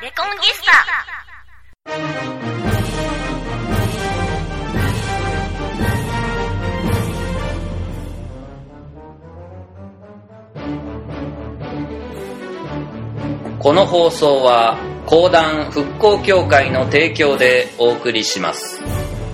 レコンギスタ。 この放送は講談復興協会の提供でお送りします。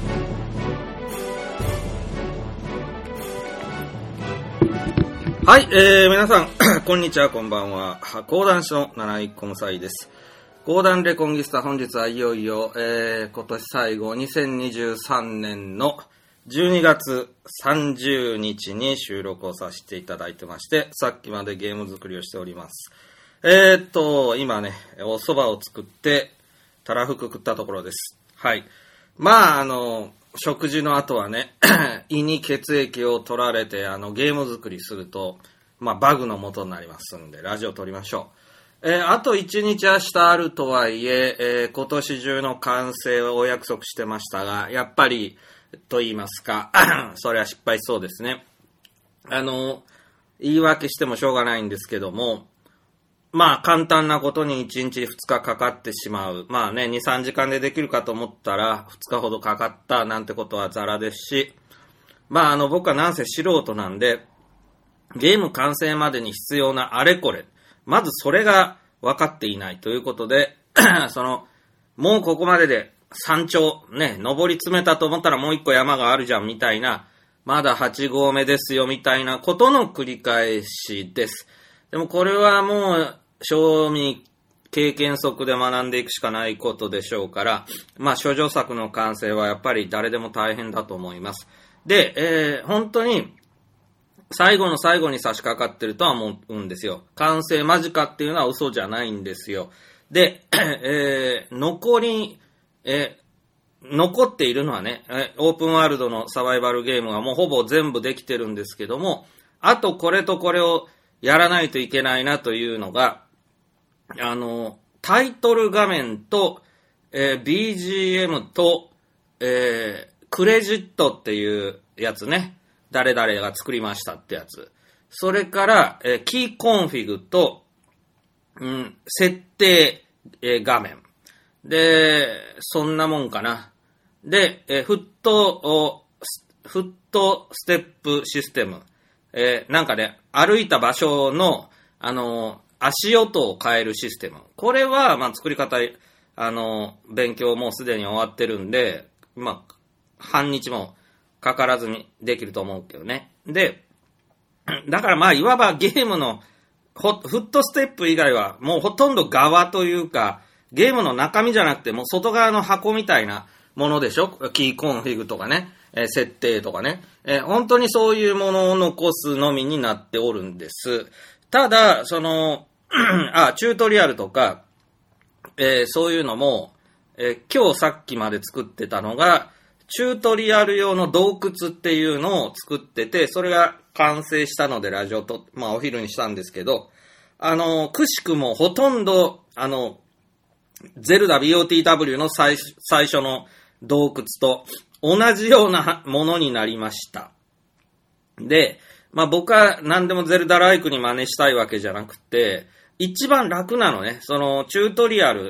はい、皆さんこんにちは、こんばんは。講談師の七井小武です。講談レコンギスタ、本日はいよいよ、今年最後2023年の12月30日に収録をさせていただいてまして、さっきまでゲーム作りをしております。今ね、お蕎麦を作ってたらふく食ったところです。はい。まあ食事の後はね胃に血液を取られてゲーム作りするとバグの元になりますんで、ラジオ撮りましょう。あと1日明日あるとはいえ今年中の完成をお約束してましたが、やっぱりと言いますかそれは失敗しそうですね。言い訳してもしょうがないんですけども、簡単なことに1日2日かかってしまう。2、3時間でできるかと思ったら2日ほどかかったなんてことはザラですし、僕はなんせ素人なんで、ゲーム完成までに必要なあれこれ、まずそれが分かっていないということで、もうここまでで山頂、登り詰めたと思ったらもう一個山があるじゃんみたいな、まだ8合目ですよみたいなことの繰り返しです。でもこれはもう、賞味経験則で学んでいくしかないことでしょうから、諸女作の完成はやっぱり誰でも大変だと思います。で、本当に最後の最後に差し掛かってるとは思うんですよ。完成間近っていうのは嘘じゃないんですよ。で、残っているのはね、オープンワールドのサバイバルゲームがもうほぼ全部できてるんですけども、あとこれとこれをやらないといけないなというのが、タイトル画面と、BGM と、クレジットっていうやつね。誰々が作りましたってやつ。それから、キーコンフィグと、設定、画面。で、そんなもんかな。で、フットステップシステム。歩いた場所の、足音を変えるシステム。これは、作り方、勉強もうすでに終わってるんで、半日もかからずにできると思うけどね。で、だからいわばゲームのフットステップ以外は、もうほとんど側というか、ゲームの中身じゃなくて、もう外側の箱みたいなものでしょ？キーコンフィグとかね。設定とかね、本当にそういうものを残すのみになっておるんです。ただ、チュートリアルとか、そういうのも、今日さっきまで作ってたのが、チュートリアル用の洞窟っていうのを作ってて、それが完成したのでラジオと、お昼にしたんですけど、くしくもほとんど、ゼルダ BOTW の最初の洞窟と、同じようなものになりました。で、僕は何でもゼルダライクに真似したいわけじゃなくて、一番楽なのね。チュートリアルって、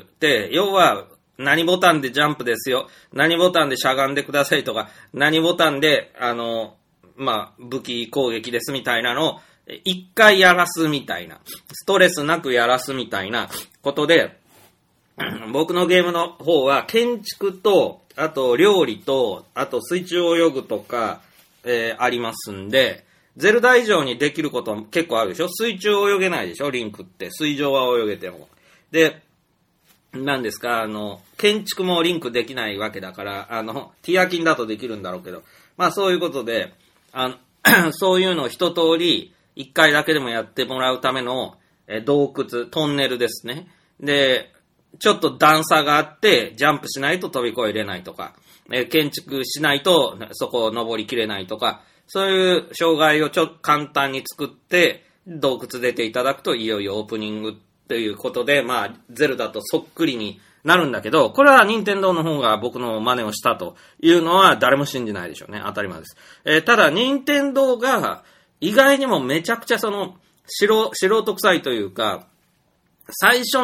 要は何ボタンでジャンプですよ。何ボタンでしゃがんでくださいとか、何ボタンで、武器攻撃ですみたいなのを、一回やらすみたいな。ストレスなくやらすみたいなことで、僕のゲームの方は建築と、あと料理と、あと水中泳ぐとか、ありますんで、ゼルダ以上にできることも結構あるでしょ。水中泳げないでしょ、リンクって。水上は泳げても。で、何ですか、建築もリンクできないわけだから、ティアキンだとできるんだろうけど、そういうことで、そういうのを一通り、一回だけでもやってもらうための、洞窟、トンネルですね。で、ちょっと段差があって、ジャンプしないと飛び越えれないとか、建築しないとそこを登りきれないとか、そういう障害を簡単に作って、洞窟出ていただくといよいよオープニングということで、ゼルダとそっくりになるんだけど、これは任天堂の方が僕の真似をしたというのは誰も信じないでしょうね。当たり前です。ただ、任天堂が意外にもめちゃくちゃ素人臭いというか、最初の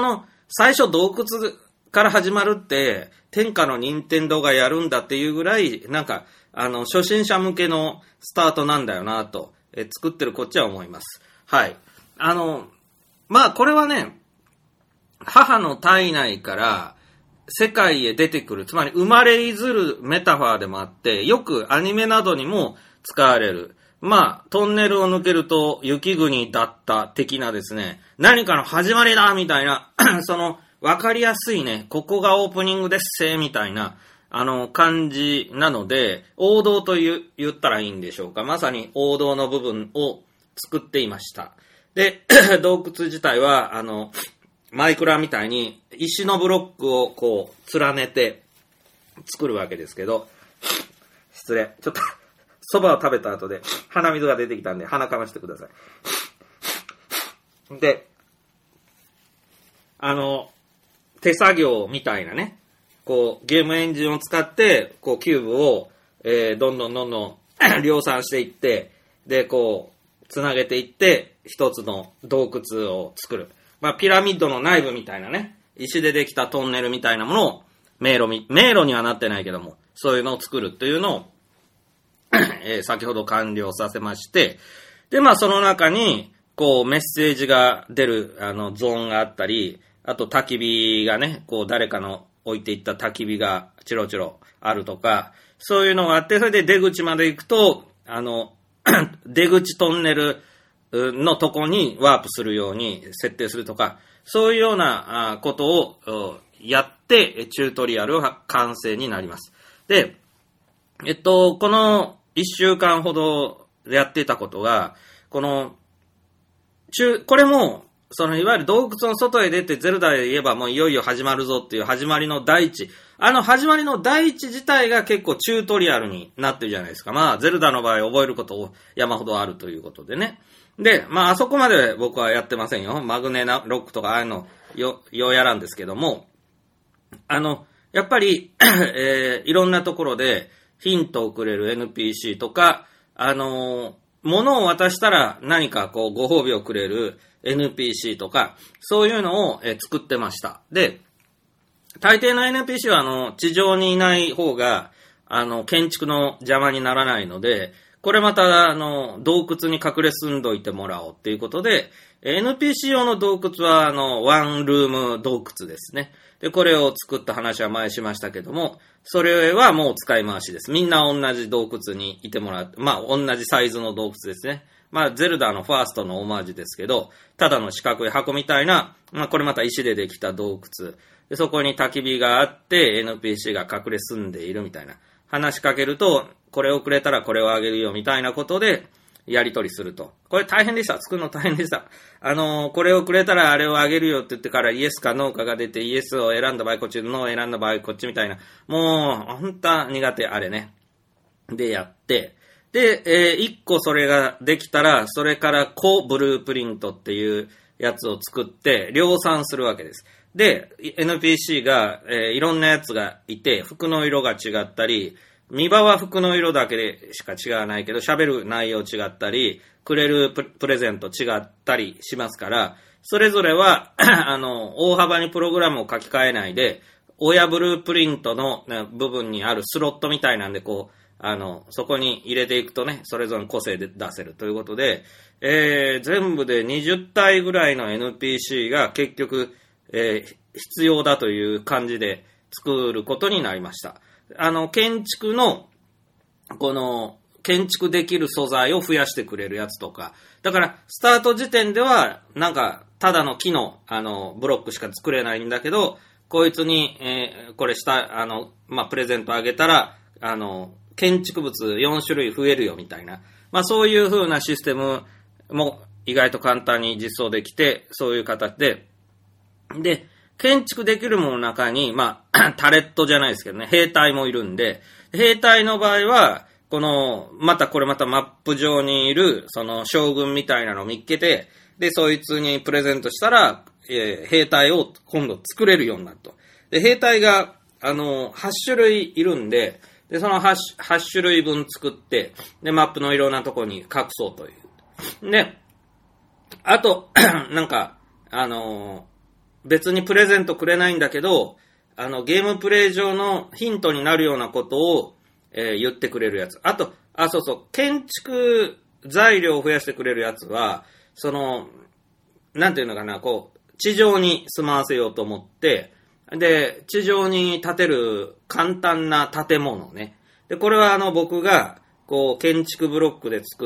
最初洞窟から始まるって、天下の任天堂がやるんだっていうぐらい、なんか、初心者向けのスタートなんだよなと、作ってるこっちは思います。はい。まあ、これはね、母の体内から世界へ出てくる、つまり生まれいずるメタファーでもあって、よくアニメなどにも使われる。まあ、トンネルを抜けると雪国だった的なですね、何かの始まりだみたいな、わかりやすいね、ここがオープニングですみたいな、感じなので、王道と言ったらいいんでしょうか。まさに王道の部分を作っていました。で、洞窟自体は、マイクラみたいに石のブロックをこう、連ねて作るわけですけど、失礼。ちょっと、蕎麦を食べた後で鼻水が出てきたんで鼻かましてください。で、手作業みたいなね、こう、ゲームエンジンを使って、こう、キューブを、どんどん量産していって、で、こう、つなげていって、一つの洞窟を作る。まあ、ピラミッドの内部みたいなね、石でできたトンネルみたいなものを、迷路にはなってないけども、そういうのを作るというのを、先ほど完了させまして、で、まあ、その中に、こう、メッセージが出る、ゾーンがあったり、あと、焚き火がね、こう、誰かの置いていった焚き火がチロチロあるとか、そういうのがあって、それで出口まで行くと、出口トンネルのとこにワープするように設定するとか、そういうようなことをやって、チュートリアルは完成になります。で、この1週間ほどやっていたことが、これも、いわゆる洞窟の外へ出てゼルダで言えばもういよいよ始まるぞっていう始まりの第一。始まりの第一自体が結構チュートリアルになってるじゃないですか。まあ、ゼルダの場合覚えることを山ほどあるということでね。で、まあ、あそこまで僕はやってませんよ。マグネロックとかああいうの、ようやらんですけども、やっぱり、いろんなところでヒントをくれる NPC とか、物を渡したら何かこうご褒美をくれる NPC とか、そういうのを作ってました。で、大抵の NPC は地上にいない方が、建築の邪魔にならないので、これまた洞窟に隠れ住んどいてもらおうっていうことで、NPC 用の洞窟はワンルーム洞窟ですね。で、これを作った話は前しましたけども、それはもう使い回しです。みんな同じ洞窟にいてもらって、まあ同じサイズの洞窟ですね。まあゼルダのファーストのオマージュですけど、ただの四角い箱みたいな、まあこれまた石でできた洞窟。で、そこに焚き火があって、NPC が隠れ住んでいるみたいな。話しかけると、これをくれたらこれをあげるよみたいなことで、やり取りすると。これ大変でした。作るの大変でした。これをくれたらあれをあげるよって言ってからイエスかノーかが出て、イエスを選んだ場合こっち、ノーを選んだ場合こっちみたいな。もう、本当は苦手、あれね。で、やって。で、一個それができたら、それからブループリントっていうやつを作って、量産するわけです。で、NPC が、いろんなやつがいて、服の色が違ったり、見場は服の色だけでしか違わないけど、喋る内容違ったり、くれるプレゼント違ったりしますから、それぞれは、大幅にプログラムを書き換えないで、親ブループリントの部分にあるスロットみたいなんで、こう、そこに入れていくとね、それぞれの個性で出せるということで、全部で20体ぐらいの NPC が結局、必要だという感じで作ることになりました。建築の、建築できる素材を増やしてくれるやつとか。だから、スタート時点では、なんか、ただの木の、ブロックしか作れないんだけど、こいつに、これプレゼントあげたら、建築物4種類増えるよみたいな。まあ、そういう風なシステムも意外と簡単に実装できて、そういう形で、で、建築できるものの中に、まあ、タレットじゃないですけどね、兵隊もいるんで、兵隊の場合は、またマップ上にいる、将軍みたいなのを見っけて、で、そいつにプレゼントしたら、兵隊を今度作れるようになると。で、兵隊が、8種類いるんで、で、その 8種類分作って、で、マップのいろんなとこに隠そうという。で、あと、なんか、 別にプレゼントくれないんだけど、ゲームプレイ上のヒントになるようなことを、言ってくれるやつ。あと、そうそう、建築材料を増やしてくれるやつは、なんていうのかな、地上に住まわせようと思って、で、地上に建てる簡単な建物ね。で、これは僕が、建築ブロックで作った、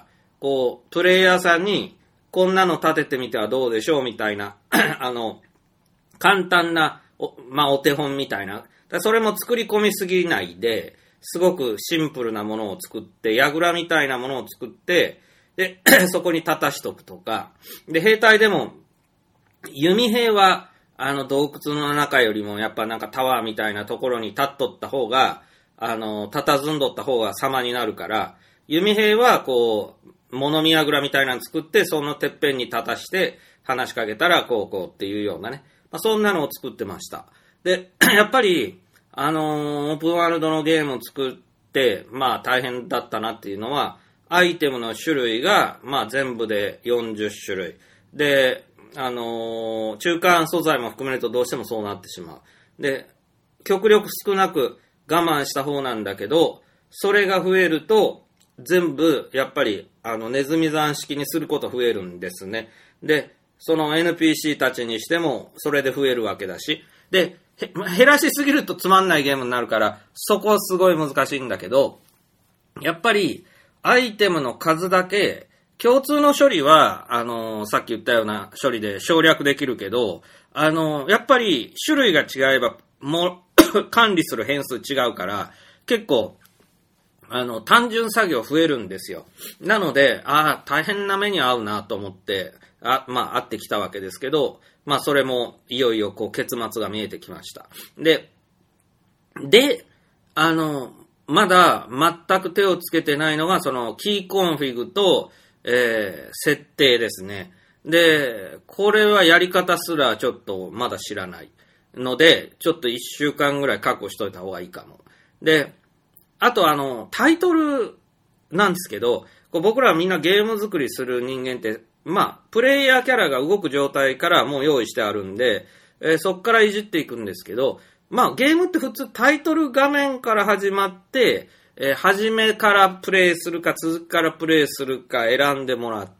プレイヤーさんに、こんなの建ててみてはどうでしょうみたいな、簡単な、お手本みたいな。それも作り込みすぎないで、すごくシンプルなものを作って、櫓みたいなものを作って、で、そこに立たしとくとか。で、兵隊でも、弓兵は、洞窟の中よりも、やっぱなんかタワーみたいなところに立っとった方が、佇んどった方が様になるから、弓兵は、物見櫓みたいなの作って、そのてっぺんに立たして、話しかけたら、っていうようなね。そんなのを作ってました。で、やっぱり、オープンワールドのゲームを作って、大変だったなっていうのは、アイテムの種類が、全部で40種類。で、中間素材も含めるとどうしてもそうなってしまう。で、極力少なく我慢した方なんだけど、それが増えると、全部、やっぱり、ネズミ算式にすること増えるんですね。で、その NPC たちにしても、それで増えるわけだし。で、減らしすぎるとつまんないゲームになるから、そこはすごい難しいんだけど、やっぱり、アイテムの数だけ、共通の処理は、さっき言ったような処理で省略できるけど、やっぱり種類が違えば、管理する変数違うから、結構、単純作業増えるんですよ。なので、大変な目に遭うなと思って、会ってきたわけですけど、それも、いよいよ結末が見えてきました。で、まだ全く手をつけてないのが、その、キーコンフィグと、設定ですね。で、これはやり方すらちょっとまだ知らないので、ちょっと1週間ぐらい確保しといた方がいいかも。で、あとタイトルなんですけど、僕らはみんなゲーム作りする人間って、プレイヤーキャラが動く状態からもう用意してあるんで、そっからいじっていくんですけど、ゲームって普通タイトル画面から始まって、初めからプレイするか続きからプレイするか選んでもらって、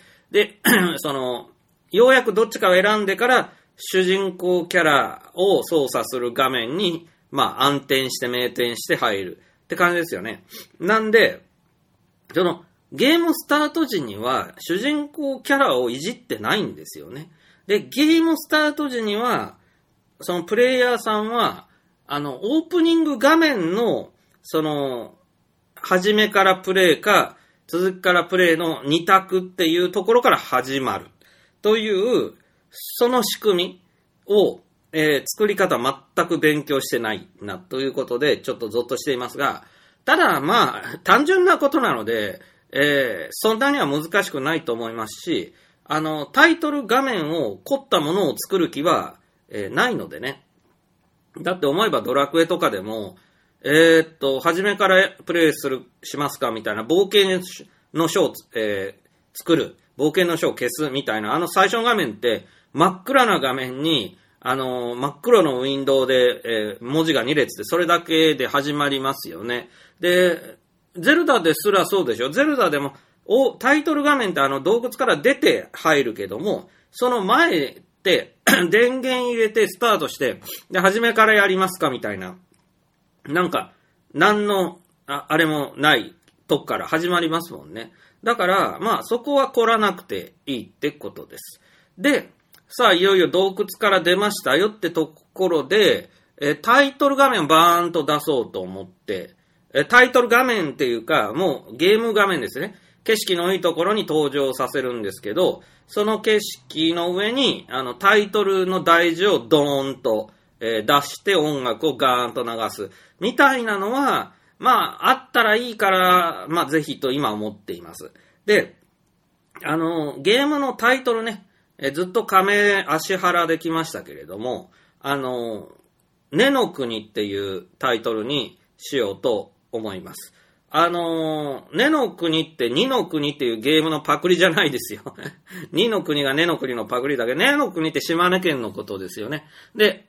で、ようやくどっちかを選んでから主人公キャラを操作する画面に、暗転して明転して入るって感じですよね。なんで、ゲームスタート時には主人公キャラをいじってないんですよね。で、ゲームスタート時には、そのプレイヤーさんは、オープニング画面の、初めからプレイか、続きからプレイの2択っていうところから始まる。という、その仕組みを、作り方全く勉強してないな、ということで、ちょっとゾッとしていますが、ただ、単純なことなので、そんなには難しくないと思いますし、タイトル画面を凝ったものを作る気は、ないのでね。だって思えばドラクエとかでも、初めからプレイしますかみたいな、冒険の書を、作る、冒険の書を消すみたいな、最初の画面って、真っ暗な画面に、真っ黒のウィンドウで、文字が2列で、それだけで始まりますよね。で、ゼルダですらそうでしょ。ゼルダでも、タイトル画面って洞窟から出て入るけども、その前って、電源入れてスタートして、で、初めからやりますかみたいな。なんか、何の、あれもないとこから始まりますもんね。だから、そこは凝らなくていいってことです。で、さあ、いよいよ洞窟から出ましたよってところで、タイトル画面をバーンと出そうと思って、タイトル画面っていうか、もうゲーム画面ですね。景色のいいところに登場させるんですけど、その景色の上に、タイトルの題字をドーンと、出して音楽をガーンと流す。みたいなのは、あったらいいから、ぜひと今思っています。で、ゲームのタイトルね、ずっと亀足原できましたけれども、根の国っていうタイトルにしようと思います。 根の国って二の国っていうゲームのパクリじゃないですよ。二の国が根の国のパクリだけど、根の国って島根県のことですよね。で、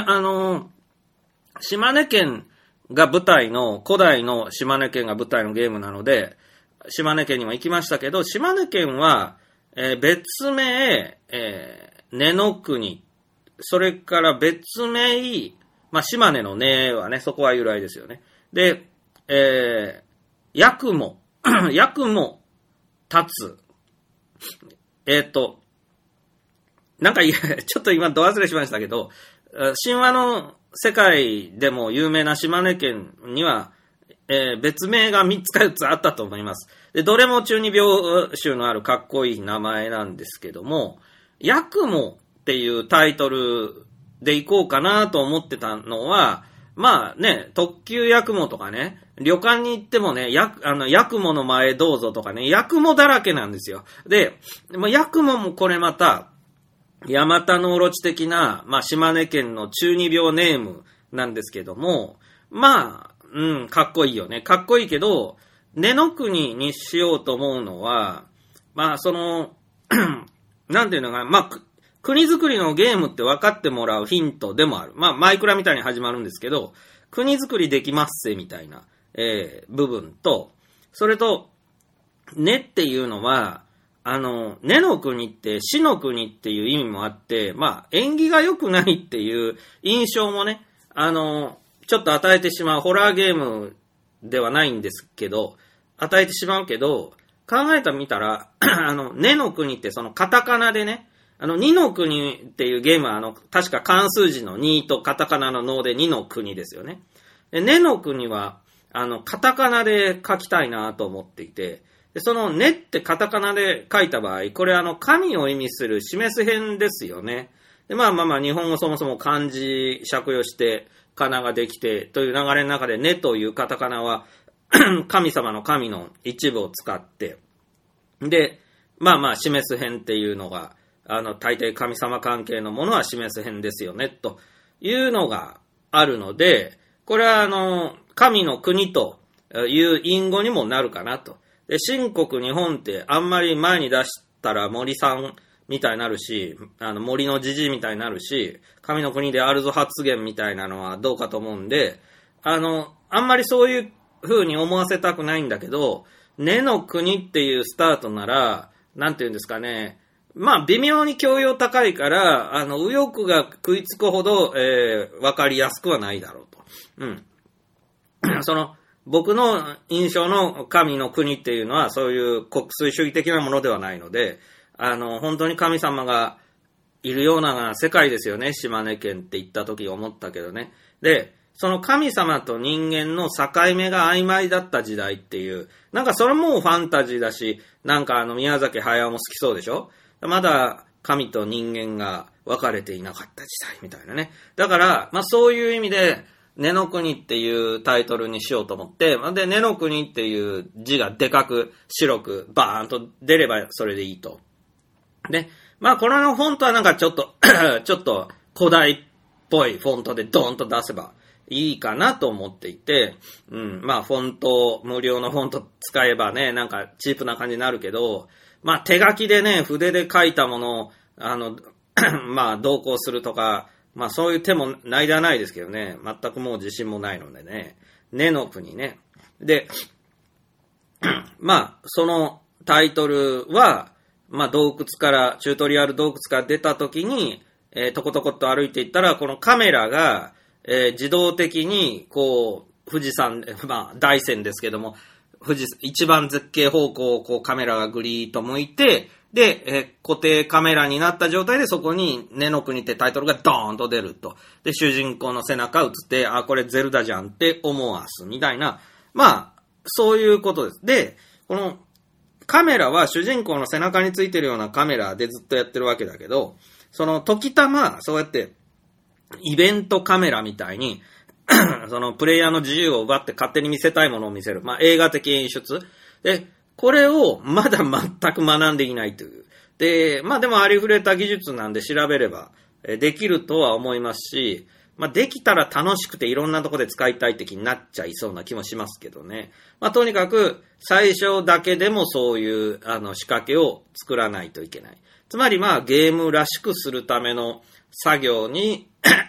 島根県が舞台の、古代の島根県が舞台のゲームなので、島根県にも行きましたけど、島根県は、別名、根の国、それから別名、まあ、島根の根はね、そこは由来ですよね。で、八雲、八雲立つ。なんか、ちょっと今、ど忘れしましたけど、神話の世界でも有名な島根県には、別名が3つか4つあったと思います。で、どれも中二病臭のあるかっこいい名前なんですけども、八雲っていうタイトルで行こうかなと思ってたのは、まあね、特急八雲とかね、旅館に行ってもね、八雲の前どうぞとかね、八雲だらけなんですよ。で、八雲もこれまた、ヤマタノオロチ的な、まあ島根県の中二病ネームなんですけども、まあ、かっこいいよね。かっこいいけど、根の国にしようと思うのは、まあなんていうのかな、まあ、国づくりのゲームって分かってもらうヒントでもある。まあ、マイクラみたいに始まるんですけど、国づくりできますせ、みたいな、部分と、それと、根っていうのは、根の国って死の国っていう意味もあって、まあ、縁起が良くないっていう印象もね、ちょっと与えてしまう、ホラーゲームではないんですけど、与えてしまうけど、考えてみたら、根の国ってそのカタカナでね、二の国っていうゲームは確か漢数字の2とカタカナの脳で二の国ですよね。で、根の国は、カタカナで書きたいなと思っていて、でその根ってカタカナで書いた場合、これ神を意味する示す編ですよね。で、まあ、日本語そもそも漢字借用して、カナができて、という流れの中で根というカタカナは、神様の神の一部を使って、で、まあ、示す編っていうのが、大抵神様関係のものは示す編ですよね、というのがあるので、これは神の国という隠語にもなるかなと。で、秦国日本ってあんまり前に出したら森さんみたいになるし、森のじじいみたいになるし、神の国であるぞ発言みたいなのはどうかと思うんで、あんまりそういう風に思わせたくないんだけど、根の国っていうスタートなら、なんていうんですかね、まあ、微妙に教養高いから、右翼が食いつくほど、わかりやすくはないだろうと。うん。僕の印象の神の国っていうのは、そういう国粋主義的なものではないので、本当に神様がいるような世界ですよね、島根県って言った時思ったけどね。で、その神様と人間の境目が曖昧だった時代っていう、なんかそれもファンタジーだし、なんか宮崎駿も好きそうでしょ？まだ神と人間が分かれていなかった時代みたいなね。だから、まあそういう意味で、根の国っていうタイトルにしようと思って、で、根の国っていう字がでかく、白く、バーンと出ればそれでいいと。で、まあこのフォントはなんかちょっと古代っぽいフォントでドーンと出せばいいかなと思っていて、まあフォント、無料のフォント使えばね、なんかチープな感じになるけど、まあ手書きでね、筆で書いたものを、まあ同行するとか、まあそういう手もないではないですけどね、全くもう自信もないのでね、根の国ね。で、まあそのタイトルは、まあ洞窟から、チュートリアル洞窟から出た時に、とことこっと歩いていったら、このカメラが、自動的に、こう、富士山、まあ大山ですけども、一番絶景方向をこうカメラがグリーッと向いて、で、固定カメラになった状態でそこに根の国ってタイトルがドーンと出ると。で、主人公の背中映って、あ、これゼルダじゃんって思わすみたいな。まあ、そういうことです。で、このカメラは主人公の背中についてるようなカメラでずっとやってるわけだけど、その時たま、そうやってイベントカメラみたいに、そのプレイヤーの自由を奪って勝手に見せたいものを見せる。まあ映画的演出。で、これをまだ全く学んでいないという。で、まあでもありふれた技術なんで調べればできるとは思いますし、 できたら楽しくていろんなとこで使いたいって気になっちゃいそうな気もしますけどね。とにかく最初だけでもそういう仕掛けを作らないといけない。つまりゲームらしくするための作業に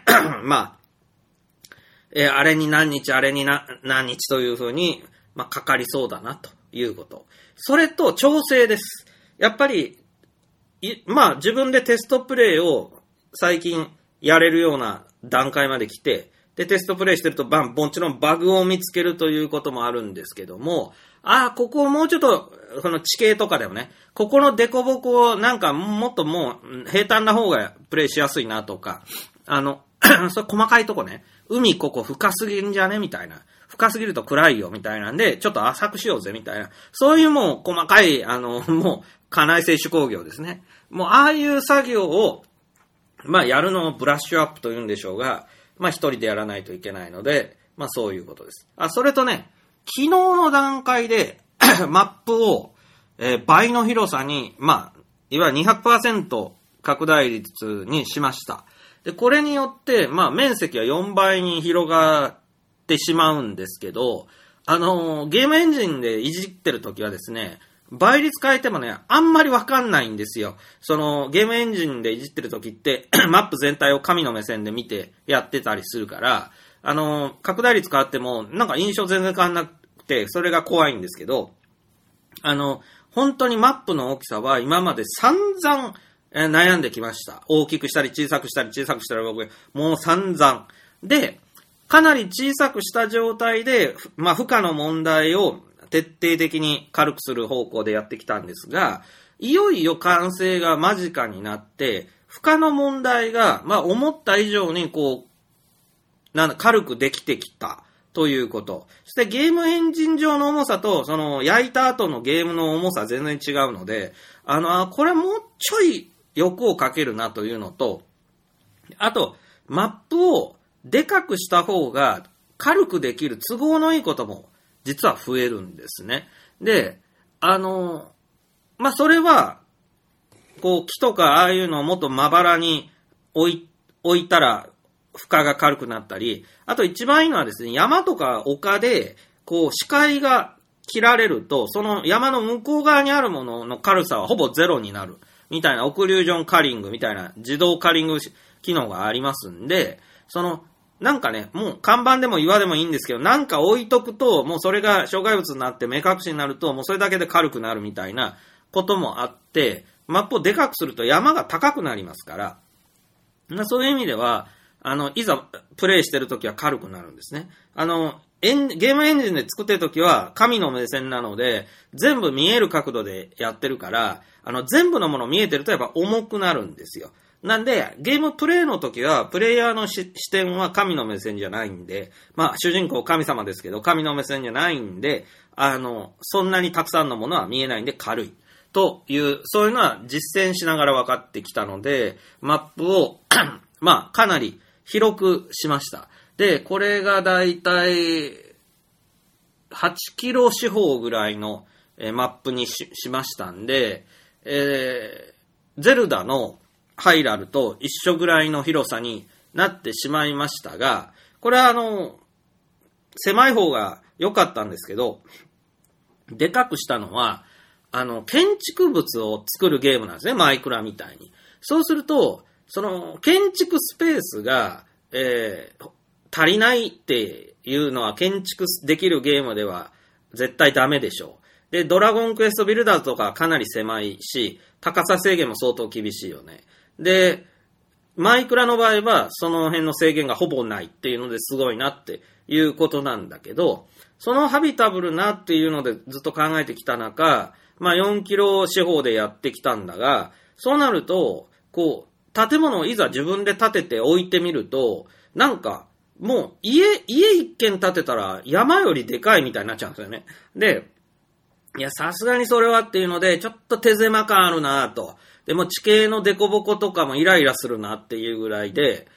あれに何日、あれに何日というふうに、かかりそうだなということ。それと調整です。やっぱり、自分でテストプレイを最近やれるような段階まで来て、で、テストプレイしてるともちろんバグを見つけるということもあるんですけども、ここをもうちょっと、この地形とかでもね、ここのデコボコをもっともう平坦な方がプレイしやすいなとか、それ細かいとこね、海ここ深すぎんじゃねみたいな。深すぎると暗いよみたいなんで、ちょっと浅くしようぜみたいな。そういうもう細かい、もう、家内製手工業ですね。もう、ああいう作業を、やるのをブラッシュアップというんでしょうが、一人でやらないといけないので、そういうことです。それとね、昨日の段階で、マップを、倍の広さに、いわゆる 200% 拡大率にしました。で、これによって、面積は4倍に広がってしまうんですけど、ゲームエンジンでいじってるときはですね、倍率変えてもね、あんまりわかんないんですよ。ゲームエンジンでいじってるときって、マップ全体を神の目線で見てやってたりするから、拡大率変わっても、印象全然変わんなくて、それが怖いんですけど、本当にマップの大きさは今まで散々、悩んできました。大きくしたり小さくしたり小さくしたり僕もう散々。で、かなり小さくした状態で、負荷の問題を徹底的に軽くする方向でやってきたんですが、いよいよ完成が間近になって、負荷の問題が、思った以上に軽くできてきたということ。そしてゲームエンジン上の重さと、焼いた後のゲームの重さ全然違うので、これもうちょい欲をかけるなというのと、あと、マップをでかくした方が軽くできる都合のいいことも実は増えるんですね。で、それは、木とかああいうのをもっとまばらに置いたら負荷が軽くなったり、あと一番いいのはですね、山とか丘で、視界が切られると、その山の向こう側にあるものの軽さはほぼゼロになる。みたいな、オクリュージョンカリングみたいな自動カリング機能がありますんで、もう看板でも岩でもいいんですけど、置いとくと、もうそれが障害物になって目隠しになると、もうそれだけで軽くなるみたいなこともあって、マップをでかくすると山が高くなりますから、そういう意味では、いざプレイしてるときは軽くなるんですね。ゲームエンジンで作ってるときは神の目線なので、全部見える角度でやってるから、全部のもの見えてるとやっぱ重くなるんですよ。なんで、ゲームプレイの時は、プレイヤーの視点は神の目線じゃないんで、主人公神様ですけど、神の目線じゃないんで、そんなにたくさんのものは見えないんで軽い。という、そういうのは実践しながら分かってきたので、マップを、かなり広くしました。で、これがだいたい8キロ四方ぐらいのマップに しましたんで、ゼルダのハイラルと一緒ぐらいの広さになってしまいましたが、これは狭い方が良かったんですけど、でかくしたのは、建築物を作るゲームなんですね、マイクラみたいに。そうすると、その建築スペースが、足りないっていうのは建築できるゲームでは絶対ダメでしょう。で、ドラゴンクエストビルダーズとかかなり狭いし、高さ制限も相当厳しいよね。で、マイクラの場合はその辺の制限がほぼないっていうのですごいなっていうことなんだけど、そのハビタブルなっていうのでずっと考えてきた中、4キロ四方でやってきたんだが、そうなると、建物をいざ自分で建てて置いてみると、もう家一軒建てたら山よりでかいみたいになっちゃうんですよね。で、いや、さすがにそれはっていうので、ちょっと手狭感あるなぁと。でも地形のデコボコとかもイライラするなっていうぐらいで、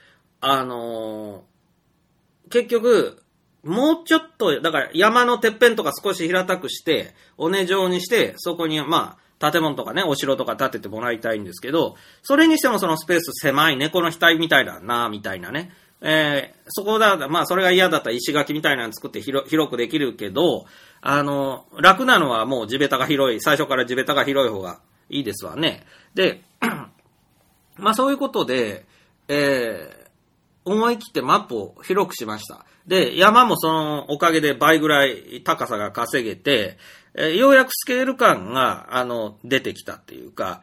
結局、もうちょっと、だから山のてっぺんとか少し平たくして、尾根状にして、そこに建物とかね、お城とか建ててもらいたいんですけど、それにしてもそのスペース狭い猫の額みたいだな、みたいなね。そこだ、まあそれが嫌だったら石垣みたいなの作って広くできるけど、楽なのはもう地べたが広い、最初から地べたが広い方がいいですわね。で、まあそういうことで、思い切ってマップを広くしました。で、山もそのおかげで倍ぐらい高さが稼げて、ようやくスケール感が、出てきたっていうか、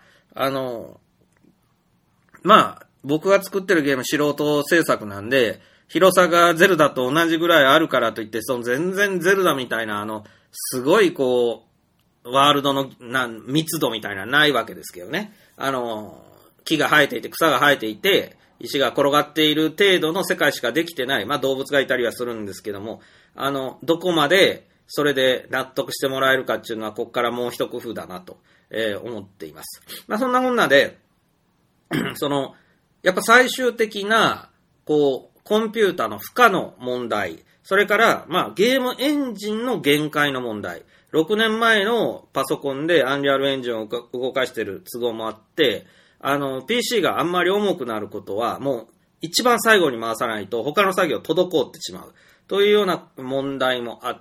まあ、僕が作ってるゲーム素人制作なんで、広さがゼルダと同じぐらいあるからといって、その全然ゼルダみたいな、すごいこう、ワールドの密度みたいなのないわけですけどね。木が生えていて、草が生えていて、石が転がっている程度の世界しかできてない。まあ動物がいたりはするんですけども、どこまでそれで納得してもらえるかっていうのは、ここからもう一工夫だなと、思っています。まあそんなこんなで、やっぱ最終的な、こう、コンピュータの負荷の問題、それから、まあゲームエンジンの限界の問題、6年前のパソコンでアンリアルエンジンを動かしている都合もあって、PC があんまり重くなることは、もう一番最後に回さないと他の作業滞ってしまう。というような問題もあって、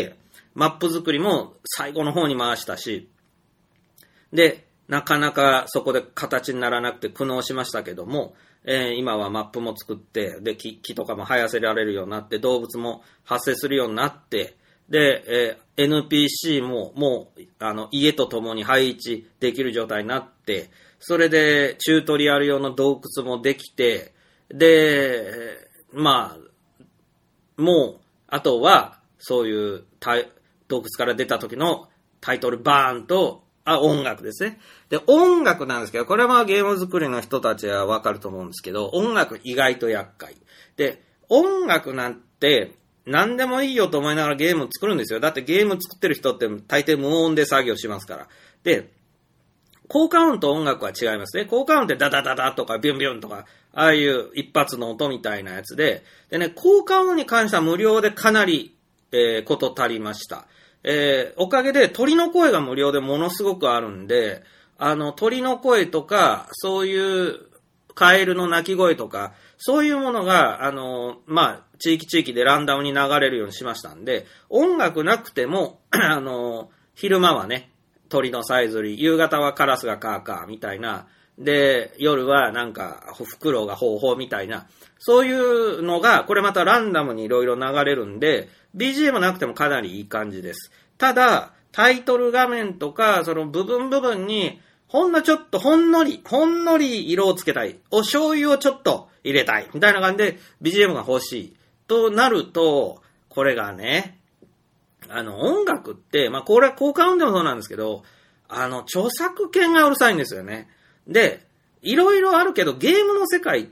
マップ作りも最後の方に回したし、で、なかなかそこで形にならなくて苦悩しましたけども、今はマップも作って、で、木とかも生やせられるようになって、動物も発生するようになって、で、NPC ももう、家と共に配置できる状態になって、それで、チュートリアル用の洞窟もできて、で、まあ、もう、あとは、そういう洞窟から出た時のタイトルバーンと、音楽ですね。で、音楽なんですけど、これはゲーム作りの人たちはわかると思うんですけど、音楽意外と厄介。で、音楽なんて、何でもいいよと思いながらゲームを作るんですよ。だってゲーム作ってる人って大抵無音で作業しますから。で、効果音と音楽は違いますね。効果音ってダダダダとかビュンビュンとか、ああいう一発の音みたいなやつで、でね、効果音に関しては無料でかなり、こと足りました。おかげで鳥の声が無料でものすごくあるんで、鳥の声とか、そういうカエルの鳴き声とか、そういうものが、まあ、地域でランダムに流れるようにしましたんで、音楽なくても、昼間はね、鳥のさえずり、夕方はカラスがカーカーみたいな、で、夜はなんか、フクロウがホーホーみたいな、そういうのが、これまたランダムにいろいろ流れるんで、BGM なくてもかなりいい感じです。ただ、タイトル画面とか、その部分に、ほんのり色をつけたい。お醤油をちょっと入れたい。みたいな感じで BGM が欲しい。となると、これがね、音楽って、まあ、これは効果音でもそうなんですけど、著作権がうるさいんですよね。で、いろいろあるけど、ゲームの世界って、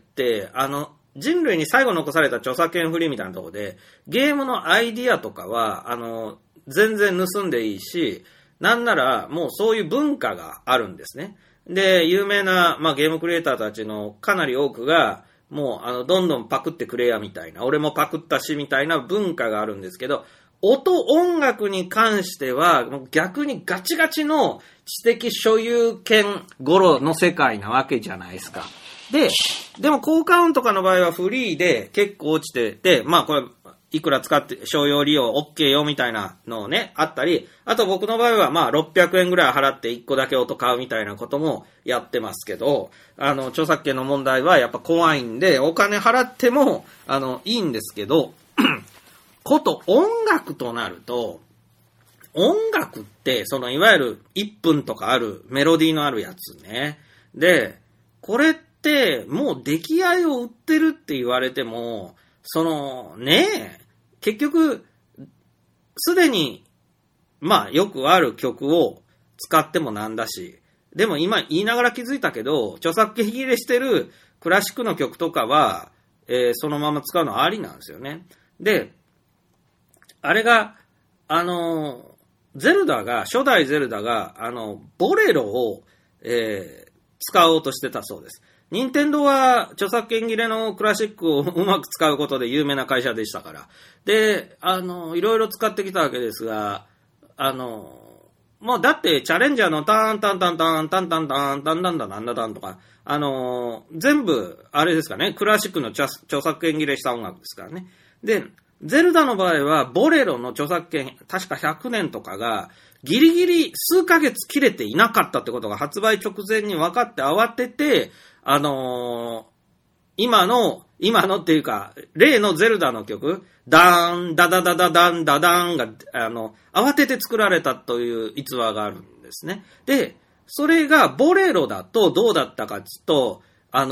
人類に最後残された著作権フリーみたいなところで、ゲームのアイディアとかは、全然盗んでいいし、なんならもうそういう文化があるんですね。で、有名な、まあ、ゲームクリエイターたちのかなり多くが、もうどんどんパクってくれやみたいな、俺もパクったしみたいな文化があるんですけど、音楽に関しては逆にガチガチの知的所有権頃の世界なわけじゃないですか。でも効果音とかの場合はフリーで結構落ちてて、まあこれいくら使って商用利用 OK よみたいなのをね、あったり、あと僕の場合はまあ600円ぐらい払って1個だけ音買うみたいなこともやってますけど、著作権の問題はやっぱ怖いんで、お金払ってもいいんですけど、こと音楽となると、音楽っていわゆる1分とかあるメロディーのあるやつね。で、これってもう出来合いを売ってるって言われても、結局、すでに、まあよくある曲を使ってもなんだし、でも今言いながら気づいたけど、著作権切れしてるクラシックの曲とかは、そのまま使うのはありなんですよね。で、あれが、初代ゼルダが、ボレロを、使おうとしてたそうです。任天堂は著作権切れのクラシックをうまく使うことで有名な会社でしたから。で、いろいろ使ってきたわけですが、 もうだってチャレンジャーのタンタンタンタンタンタンタンタンタンタンタンタンとか、全部、あれですかね、クラシックの著作権切れした音楽ですからね。で、ゼルダの場合は、ボレロの著作権、確か100年とかが、ギリギリ数ヶ月切れていなかったってことが発売直前に分かって慌てて、今のっていうか、例のゼルダの曲、ダーン、ダダダダダン、ダダンが、慌てて作られたという逸話があるんですね。で、それがボレロだとどうだったかつと、ダ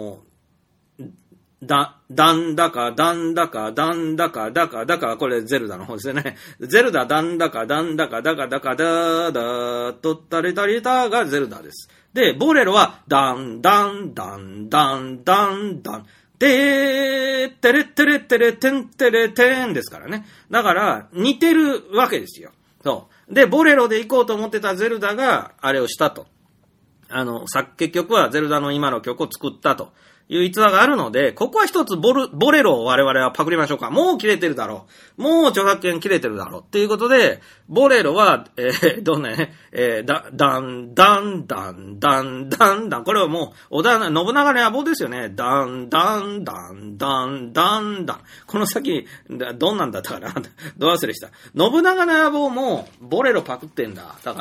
ンダカ、ダンダカ、ダンダカ、ダカ、ダカ、これゼルダの方ですよね。ゼルダ、ダンダカ、ダンダカ、ダカ、ダカ、ダーダー、トッタリタリタがゼルダです。で、ボレロは、ダン、ダン、ダン、ダン、ダン、ダン、でー、テレテレテレテンテレテンですからね。だから、似てるわけですよ。そう。で、ボレロで行こうと思ってたゼルダが、あれをしたと。結局はゼルダの今の曲を作ったという逸話があるので、ここは一つボレロを我々はパクりましょうか。もう切れてるだろう。もう著作権切れてるだろう。っていうことで、ボレロは、どんなね、ダン、ダン、ダン、ダン、ダン、ダン。これはもう、信長の野望ですよね。ダン、ダン、ダン、ダン、ダン、ダン。この先、どんなんだったかな。ど忘れした。信長の野望も、ボレロパクってんだ。だから、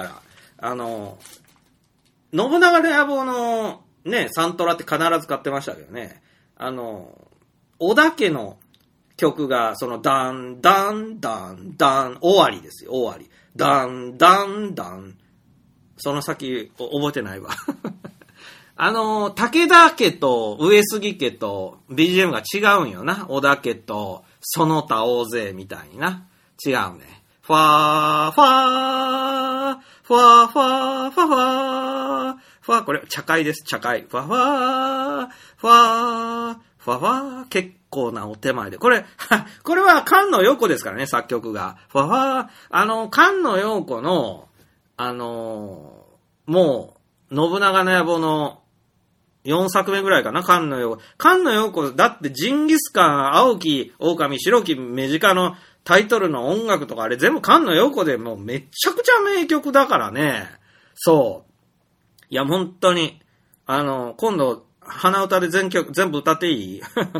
信長の野望の、ね、サントラって必ず買ってましたけどね。織田家の曲が、その、ダン、ダン、ダン、ダン、終わりですよ、終わり。ダン、ダン、ダン。その先、覚えてないわ。武田家と上杉家と BGM が違うんよな。織田家とその他大勢みたいにな。違うね。ファー、ファー、ファー、ファー、ファー、ファー、ファー、これ、茶会です、茶会。ファー、ファー、ファー、ファー、ファー、結構なお手前で。これは菅野陽子ですからね、作曲が。ファー、ファー、菅野陽子の、もう、信長の野望の4作目ぐらいかな、菅野陽子。菅野陽子、だってジンギスカン、青き狼、白き目近のタイトルの音楽とかあれ全部菅野陽子でもうめちゃくちゃ名曲だからね。そう。いや、本当に、今度、鼻歌で全部歌っていい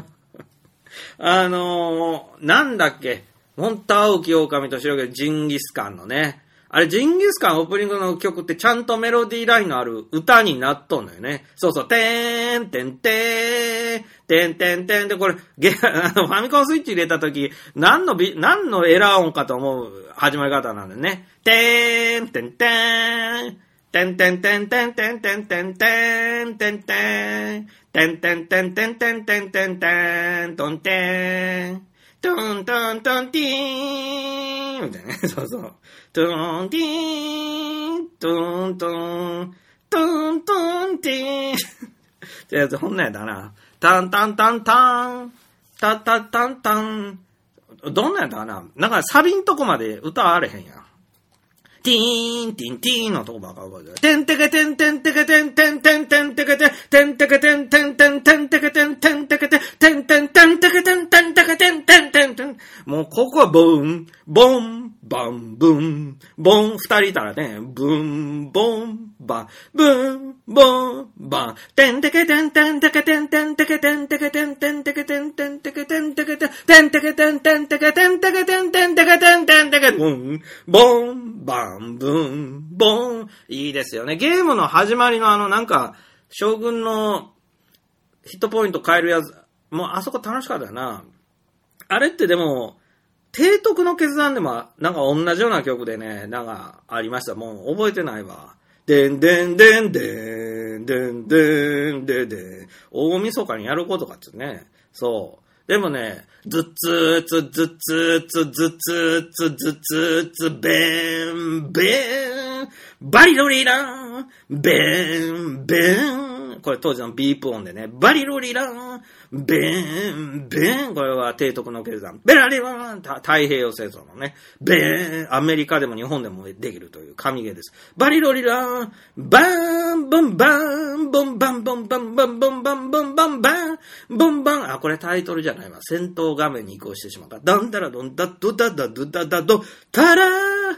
なんだっけ、本当青き狼と白きジンギスカンのね。あれ、ジンギスカンオープニングの曲ってちゃんとメロディーラインのある歌になっとんだよね。そうそう、てーん、てんてーん、てんてんてんで、これ、ファミコンスイッチ入れたとき、何のエラー音かと思う始まり方なんだよね。てーん、てんてーん。てんてんてんてんてんてんてんてんてんてんてんてんてんてんてんてんてんてんとんてんトントントンティーンみたいなね。そうそう。トンティーントントントントンティーンってやつほんなんやだな。タンタンタンタンタタタンタンどんなんやったかな。なんかサビんとこまで歌われへんやん。ティーン、ティン、ティーンのとこばっか覚えてる。テンテケテン、テンテケテン、テンテンテンテケテン、テンテケテン、テンテンテンテケテン、テンテケテン、テンテンテンテケテン、テンテケテン、テンテンテン。もうここはボン、ボン、バン、ブン、ボン、二人いたらね、ブン、ボン、バン、ブン、ボン、バン、テンテケテン、テンテケテン、テンテケテン、テケテン、テンテケテン、テンテケテン、テケテン、テンテケテン、テンテケテン、テケテン、テンテケテン、テンテケテン、ボン、ボン、バン、ブン、ボン。いいですよね。ゲームの始まりのなんか、将軍のヒットポイント変えるやつ、もうあそこ楽しかったよな。あれってでも、提督の決断でも、なんか同じような曲でね、なんかありました。もう覚えてないわ。でんでんでんでんでんでんでんでん。大晦日にやることかってね。そう。でもね、ズツツズツツズツツズツツベンベンバリロリランベンベンこれ当時のビープ音でね、バリロリランベンベンこれは提督の決断。ベラリラン太平洋戦争のね、ベンアメリカでも日本でもできるという神ゲーです。バリロリランバンボンバンボンバンボンバンボンバンボンバンバンバンボンバンあ、これタイトルじゃないわ。戦闘画面に移行してしまった。ダンダラドンダドダダドダダドタラー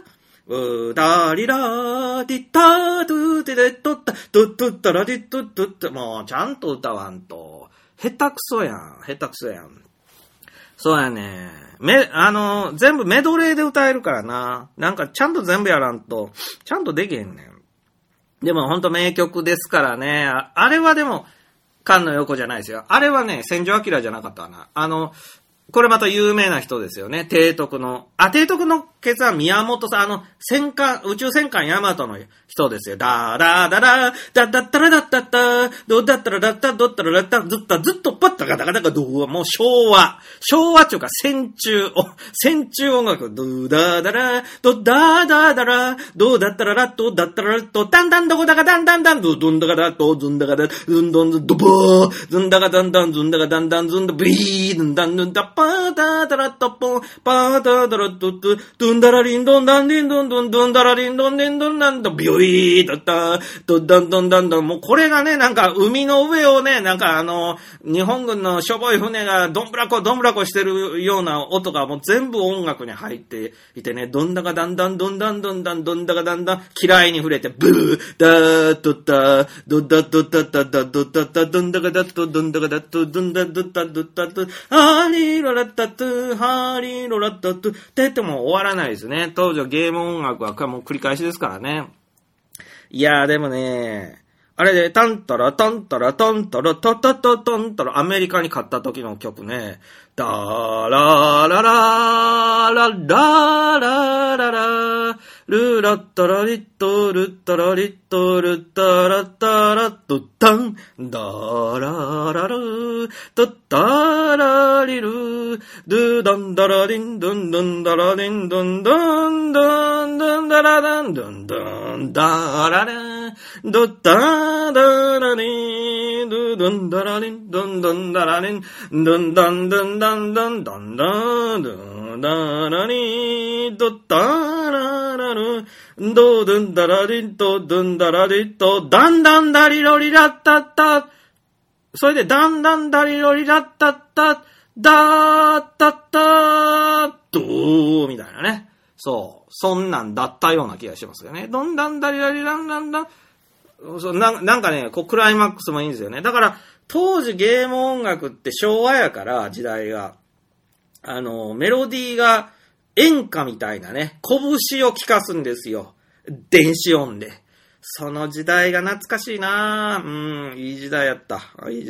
うだりらー、ディッター、ドゥーデデットッタ、ドゥッドゥッタラディッドゥッドゥッタ、もうちゃんと歌わんと。下手くそやん。そうやね。全部メドレーで歌えるからな。なんかちゃんと全部やらんと、ちゃんとできへんねん。でもほんと名曲ですからね。あれはでも、菅野横じゃないですよ。あれはね、千住明じゃなかったな。これまた有名な人ですよね。提督のケツは宮本さん、宇宙戦艦ヤマトの人ですよ。ダーダーダラー、ダッダッタラダッタッタ、ドッダッタラダッタ、ドッタラダッタ、ずっとパッタガタガタガドゥー、もう昭和っていうか戦中音楽、ドゥーダーダラー、ドッダーダーダラー、ドーダッタララット、ダッタララット、ダンダンドコダカダンダンダン、ドゥドンダカダット、ズンダカダ、ズンドンズドボー、ズンダカダンダン、ズンダカダンダン、ズンダビー、ズンダンズンダパーダーダラットポン、パーダーダラットトゥ、ドゥンダラリンドンダンリンドンドンドンダラリンドンデンドンダンドビョイーだったドンダンドンダンドン、もうこれがね、なんか海の上をね、なんか日本軍のしょぼい船がどんぶらこしてるような音がもう全部音楽に入っていてね、ドンダカダンダンドンダンドンダンドンダカダンダン、嫌いに触れてブーダードッダドッダドッダダダドッダダドンダカダットドンダカダットドンダドッダドッダドッハリロラッタトゥハリロラッタトゥって言っても終わらないですね。当時はゲーム音楽はもう繰り返しですからね。いやーでもね、あれでタンタラタンタラタンタラタタタタンタラ、アメリカに勝った時の曲ね、ダーララララララララルラッタラリットルッタラリットルッタラッタラットタンダーララルドッタラリルドゥダンダラリンドンドンダラリンドンドンドンドンダラダンドンドンダララドッタダラリンドドンダラリンドンドンダラリンドンドンドンドンドンドンドンドンダラリンドッタララルドドンダラリンドドンダラリンドダンダンダリロリラッタッタ、それでダンダンダリロリラッタッタダーッタッタードーみたいなね。そう。そんなんだったような気がしますよね。ドンダンダリラリランダンダン。なんかね、クライマックスもいいんですよね。だから、当時ゲーム音楽って昭和やから、時代が。メロディーが演歌みたいなね、拳を聞かすんですよ。電子音で。その時代が懐かしいなぁ。いい時代やった。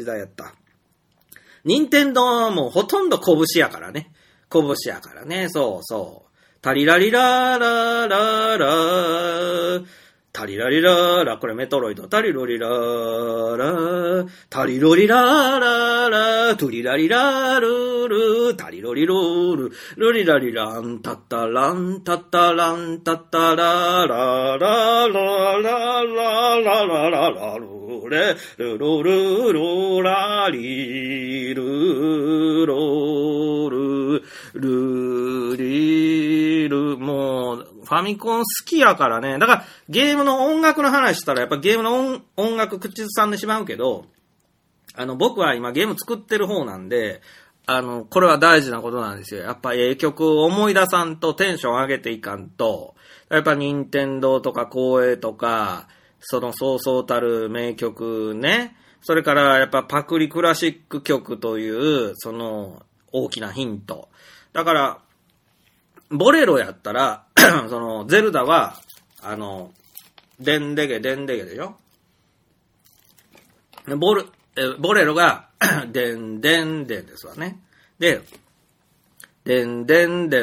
任天堂もほとんど拳やからね。そう。タリラリラーラーラーラー。タリラリラーラ、これメトロイド。タリロリラーラー、タリロリラーラーラー、トゥリラリラールールー、タリロリロール、ロリラリラン、タッタラン、タッタラン、タッタラーラーラーラーラーラーラーラーラールレ、ルロルロラリルロル、ルリル、もう、ファミコン好きやからね。だから、ゲームの音楽の話したら、やっぱゲームの音楽口ずさんでしまうけど、僕は今ゲーム作ってる方なんで、これは大事なことなんですよ。やっぱ曲を思い出さんとテンション上げていかんと、やっぱ任天堂とか光栄とか、そのそうそうたる名曲ね、それからやっぱパクリクラシック曲という、その大きなヒント。だから、ボレロやったら、その、ゼルダは、デンデゲでしょ。ボレロが、デンですわね。で、デンパ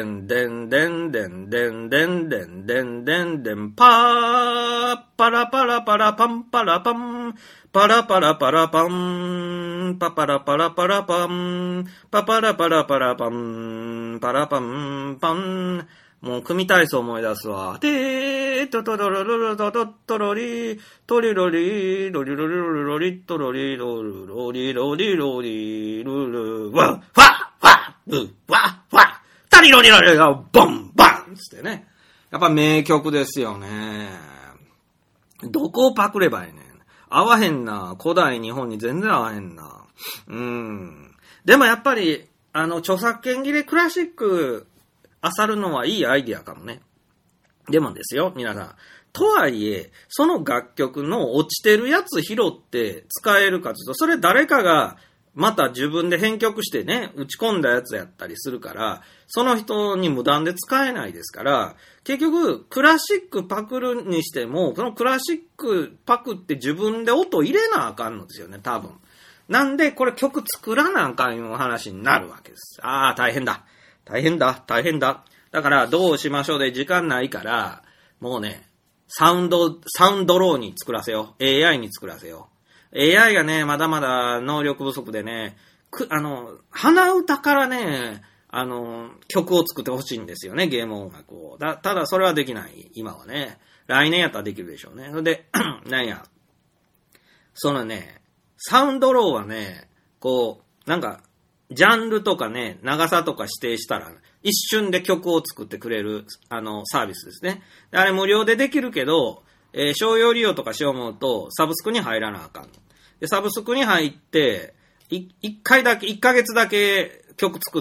ー、パラパラパラパンパラパン、パラパラパラパン、パパラパラパラパン、パパラパラパラパン、パラパンパン、もう組体操思い出すわ。でー、トトロロロロトトトロリ、トリロリ、ロリロリロリロリトロリロリロリロリロリルル、ワッファッファッブワッファッタリロリロリがボンバンつってね。やっぱ名曲ですよね。どこをパクればいいねん。合わへんな。古代日本に全然合わへんな。でもやっぱり、著作権切れクラシック、漁るのはいいアイディアかもね。 でもですよ、皆さん。とはいえ、その楽曲の落ちてるやつ拾って使えるかというと、それ誰かがまた自分で編曲してね、打ち込んだやつやったりするから、その人に無断で使えないですから、結局、クラシックパクるにしても、そのクラシックパクって自分で音入れなあかんのですよね、多分。なんで、これ曲作らなあかんいう話になるわけです。ああ、大変だ。大変だ。大変だ。だから、どうしましょうで時間ないから、もうね、サウンドローに作らせよう。AI に作らせよう。AI がね、まだまだ能力不足でね、鼻歌からね、曲を作ってほしいんですよね、ゲーム音楽を。ただそれはできない、今はね。来年やったらできるでしょうね。それで、なんや、そのね、サウンドローはね、こう、なんか、ジャンルとかね、長さとか指定したら、一瞬で曲を作ってくれる、サービスですね。あれ無料でできるけど、商用利用とかしよう思うと、サブスクに入らなあかん。で、サブスクに入って、1ヶ月だけ曲作って、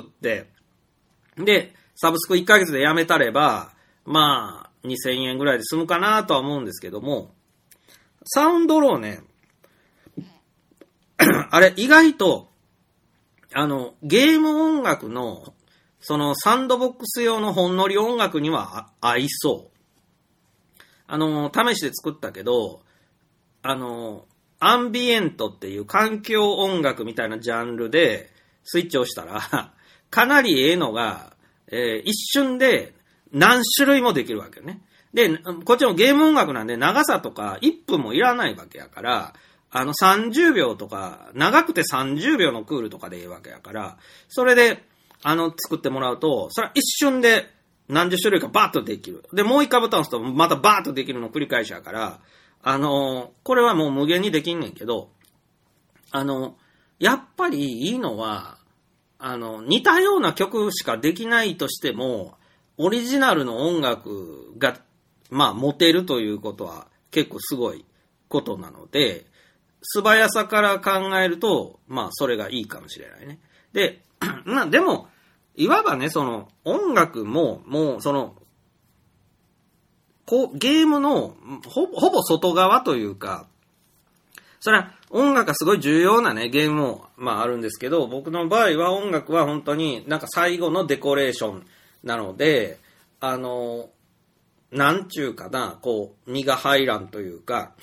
で、サブスク1ヶ月でやめたれば、まあ、2000円ぐらいで済むかなとは思うんですけども、サウンドローね、あれ意外と、ゲーム音楽の、そのサンドボックス用のほんのり音楽には合いそう。試しで作ったけど、アンビエントっていう環境音楽みたいなジャンルでスイッチを押したら、かなりええのが、一瞬で何種類もできるわけよね。で、こっちもゲーム音楽なんで長さとか1分もいらないわけやから、30秒とか、長くて30秒のクールとかでいいわけやから、それで、作ってもらうと、それは一瞬で何十種類かバーッとできる。で、もう一回ボタン押すとまたバーッとできるのを繰り返しやから、これはもう無限にできんねんけど、やっぱりいいのは、似たような曲しかできないとしても、オリジナルの音楽が、まあ、持てるということは結構すごいことなので、素早さから考えると、まあ、それがいいかもしれないね。で、まあ、でも、いわばね、その、音楽も、もう、その、ゲームの、ほぼ外側というか、それは、音楽がすごい重要なね、ゲームも、まあ、あるんですけど、僕の場合は音楽は本当になんか最後のデコレーションなので、なんちゅうかな、こう、身が入らんというか、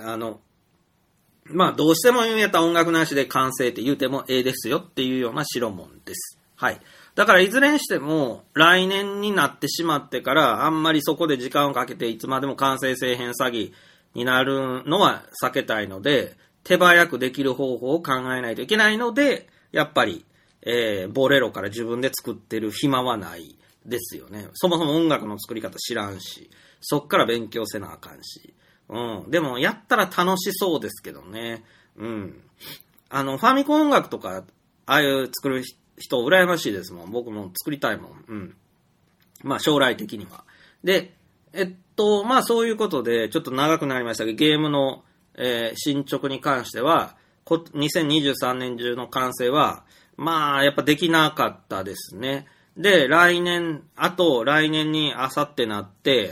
まあ、どうしても言うんやったら音楽なしで完成って言うてもええですよっていうような代物です。はい。だからいずれにしても来年になってしまってからあんまりそこで時間をかけていつまでも完成せえへん詐欺になるのは避けたいので、手早くできる方法を考えないといけないので、やっぱり、ボレロから自分で作ってる暇はないですよね。そもそも音楽の作り方知らんし、そっから勉強せなあかんし。でもやったら楽しそうですけどね。ファミコン音楽とか、ああいう作る人羨ましいですもん。僕も作りたいもん。まあ将来的には。で、まあそういうことで、ちょっと長くなりましたけど、ゲームの、進捗に関しては、2023年中の完成は、まあやっぱできなかったですね。で、来年にあさってなって、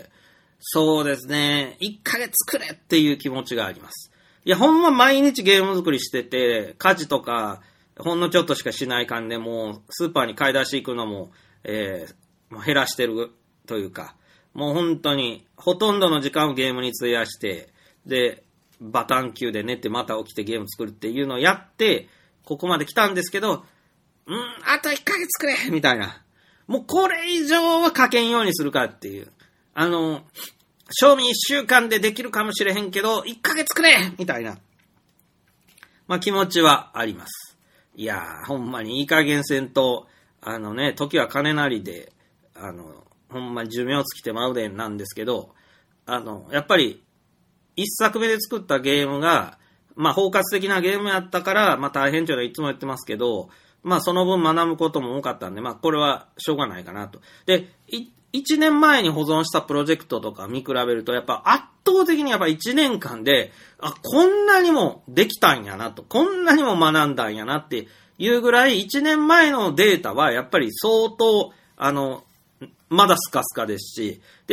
そうですね。1ヶ月くれっていう気持ちがあります。いや、ほんま毎日ゲーム作りしてて、家事とか、ほんのちょっとしかしない感じで、もう、スーパーに買い出し行くのも、減らしてるというか、もう本当に、ほとんどの時間をゲームに費やして、で、バタン級で寝てまた起きてゲーム作るっていうのをやって、ここまで来たんですけど、あと1ヶ月くれみたいな。もうこれ以上は書けんようにするかっていう。賞味1週間でできるかもしれへんけど、1ヶ月くれみたいな。まあ気持ちはあります。いやー、ほんまにいい加減せんと、時は金なりで、ほんまに寿命尽きてまうでんなんですけど、やっぱり、一作目で作ったゲームが、まあ包括的なゲームやったから、まあ大変というのはいつも言ってますけど、まあその分学ぶことも多かったんで、まあこれはしょうがないかなと。で、1年前に保存したプロジェクトとか見比べると、やっぱ圧倒的にやっぱ1年間で、こんなにもできたんやなと、こんなにも学んだんやなっていうぐらい、1年前のデータはやっぱり相当、まだスカスカですし、で、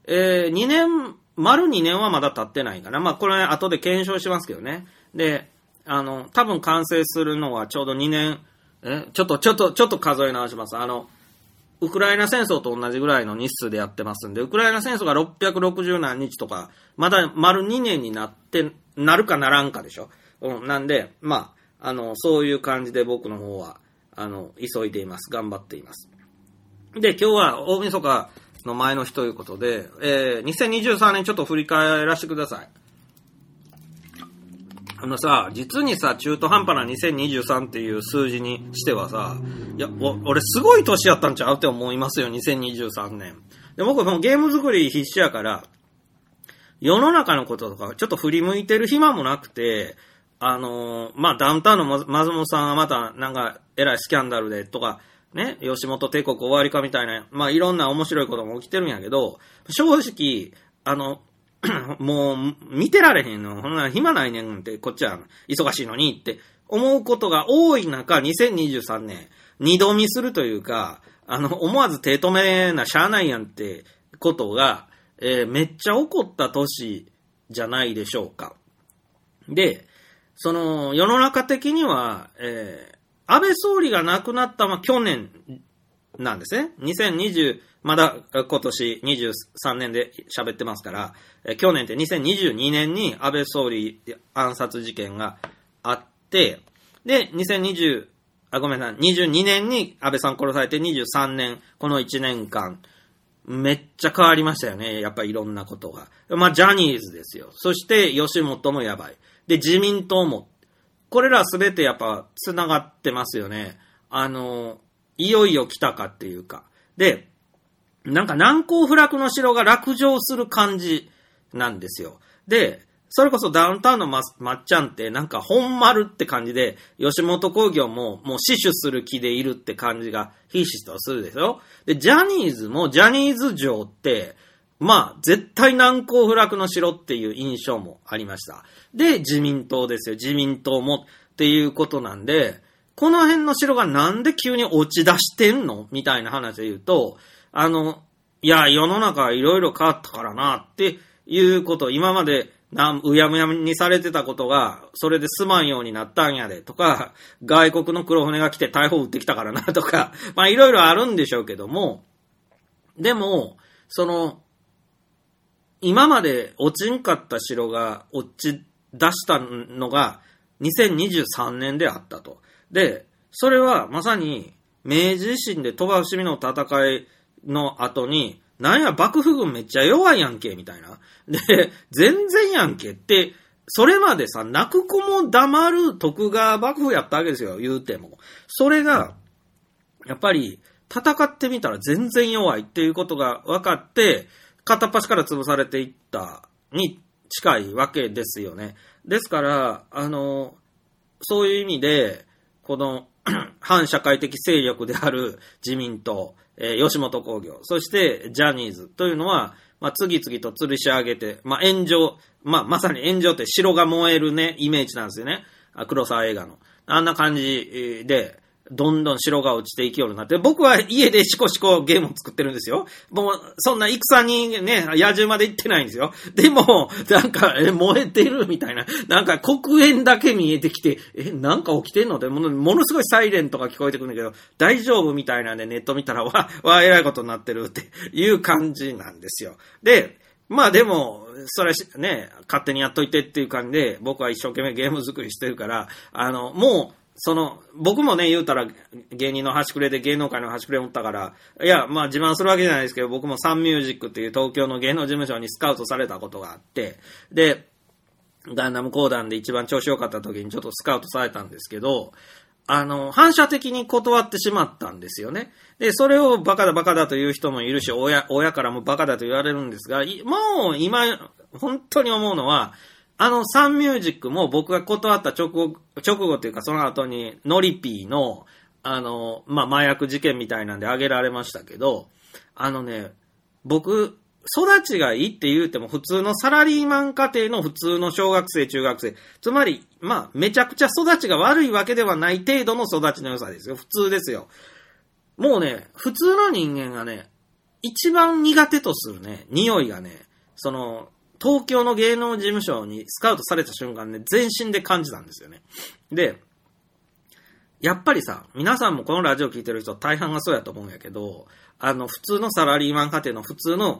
丸2年はまだ経ってないかな。まあ、これ後で検証しますけどね。で、多分完成するのはちょうど2年、ちょっと数え直します。ウクライナ戦争と同じぐらいの日数でやってますんで、ウクライナ戦争が660何日とか、まだ丸2年になるかならんかでしょ。なんで、まあ、そういう感じで僕の方は、急いでいます。頑張っています。で、今日は大晦日の前の日ということで、2023年ちょっと振り返らせてください。実にさ、中途半端な2023っていう数字にしてはさ、いや、俺すごい年やったんちゃうって思いますよ、2023年。で、僕もゲーム作り必死やから、世の中のこととかちょっと振り向いてる暇もなくて、まあ、ダウンタウンの松本さんはまたなんか偉いスキャンダルでとか、ね、吉本帝国終わりかみたいな、まあ、いろんな面白いことも起きてるんやけど、正直、もう、見てられへんの。ほんなら暇ないねんって、こっちは忙しいのにって思うことが多い中、2023年、二度見するというか、思わず手止めなしゃあないやんってことが、めっちゃ起こった年じゃないでしょうか。で、世の中的には、安倍総理が亡くなった去年なんですね。まだ今年23年で喋ってますから、去年って2022年に安倍総理暗殺事件があって、で、22年に安倍さん殺されて23年、この1年間、めっちゃ変わりましたよね。やっぱりいろんなことが。まあ、ジャニーズですよ。そして、吉本もやばい。で、自民党も。これらすべてやっぱ繋がってますよね。いよいよ来たかっていうか。で、なんか難攻不落の城が落城する感じなんですよ。で、それこそダウンタウンのまっちゃんってなんか本丸って感じで、吉本興業ももう死守する気でいるって感じがひしひしとするでしょ。で、ジャニーズもジャニーズ城って、まあ、絶対難攻不落の城っていう印象もありました。で、自民党ですよ。自民党もっていうことなんで、この辺の城がなんで急に落ち出してんのみたいな話で言うと、いや、世の中いろいろ変わったからなっていうこと、今までうやむやにされてたことが、それで済まんようになったんやでとか、外国の黒船が来て逮捕撃ってきたからなとか、まあいろいろあるんでしょうけども、でも、今まで落ちんかった城が落ち出したのが2023年であったと。で、それはまさに明治維新で鳥羽伏見の戦いの後に、なんや幕府軍めっちゃ弱いやんけ、みたいな。で、全然やんけって、それまでさ、泣く子も黙る徳川幕府やったわけですよ、言うても。それが、やっぱり戦ってみたら全然弱いっていうことが分かって、片っ端から潰されていったに近いわけですよね。ですから、そういう意味で、この反社会的勢力である自民党、吉本興業、そしてジャニーズというのは、まあ、次々と吊るし上げて、まあ、炎上、まさに炎上って城が燃えるね、イメージなんですよね。黒沢映画の。あんな感じで、どんどん城が落ちていきようになって、僕は家でシコシコゲームを作ってるんですよ。もう、そんな戦にね、野獣まで行ってないんですよ。でも、なんか、燃えてるみたいな。なんか黒煙だけ見えてきて、なんか起きてんので、ものすごいサイレントが聞こえてくるんだけど、大丈夫みたいなんでネット見たら、えらいことになってるっていう感じなんですよ。で、まあでも、それね、勝手にやっといてっていう感じで、僕は一生懸命ゲーム作りしてるから、もう、僕もね、言うたら芸人の端くれで芸能界の端くれ持ったから、いや、まあ自慢するわけじゃないですけど、僕もサンミュージックっていう東京の芸能事務所にスカウトされたことがあって、で、ガンダム講談で一番調子良かった時にちょっとスカウトされたんですけど、反射的に断ってしまったんですよね。で、それをバカだという人もいるし、親からもバカだと言われるんですが、もう今、本当に思うのは、サンミュージックも僕が断った直後っていうかその後にノリピーの、麻薬事件みたいなんで挙げられましたけど、僕、育ちがいいって言うても普通のサラリーマン家庭の普通の小学生、中学生。つまり、めちゃくちゃ育ちが悪いわけではない程度の育ちの良さですよ。普通ですよ。もうね、普通の人間がね、 一番苦手とするね、匂いがね、東京の芸能事務所にスカウトされた瞬間ね、全身で感じたんですよね。で、やっぱりさ、皆さんもこのラジオ聞いてる人大半がそうやと思うんやけど、普通のサラリーマン家庭の普通の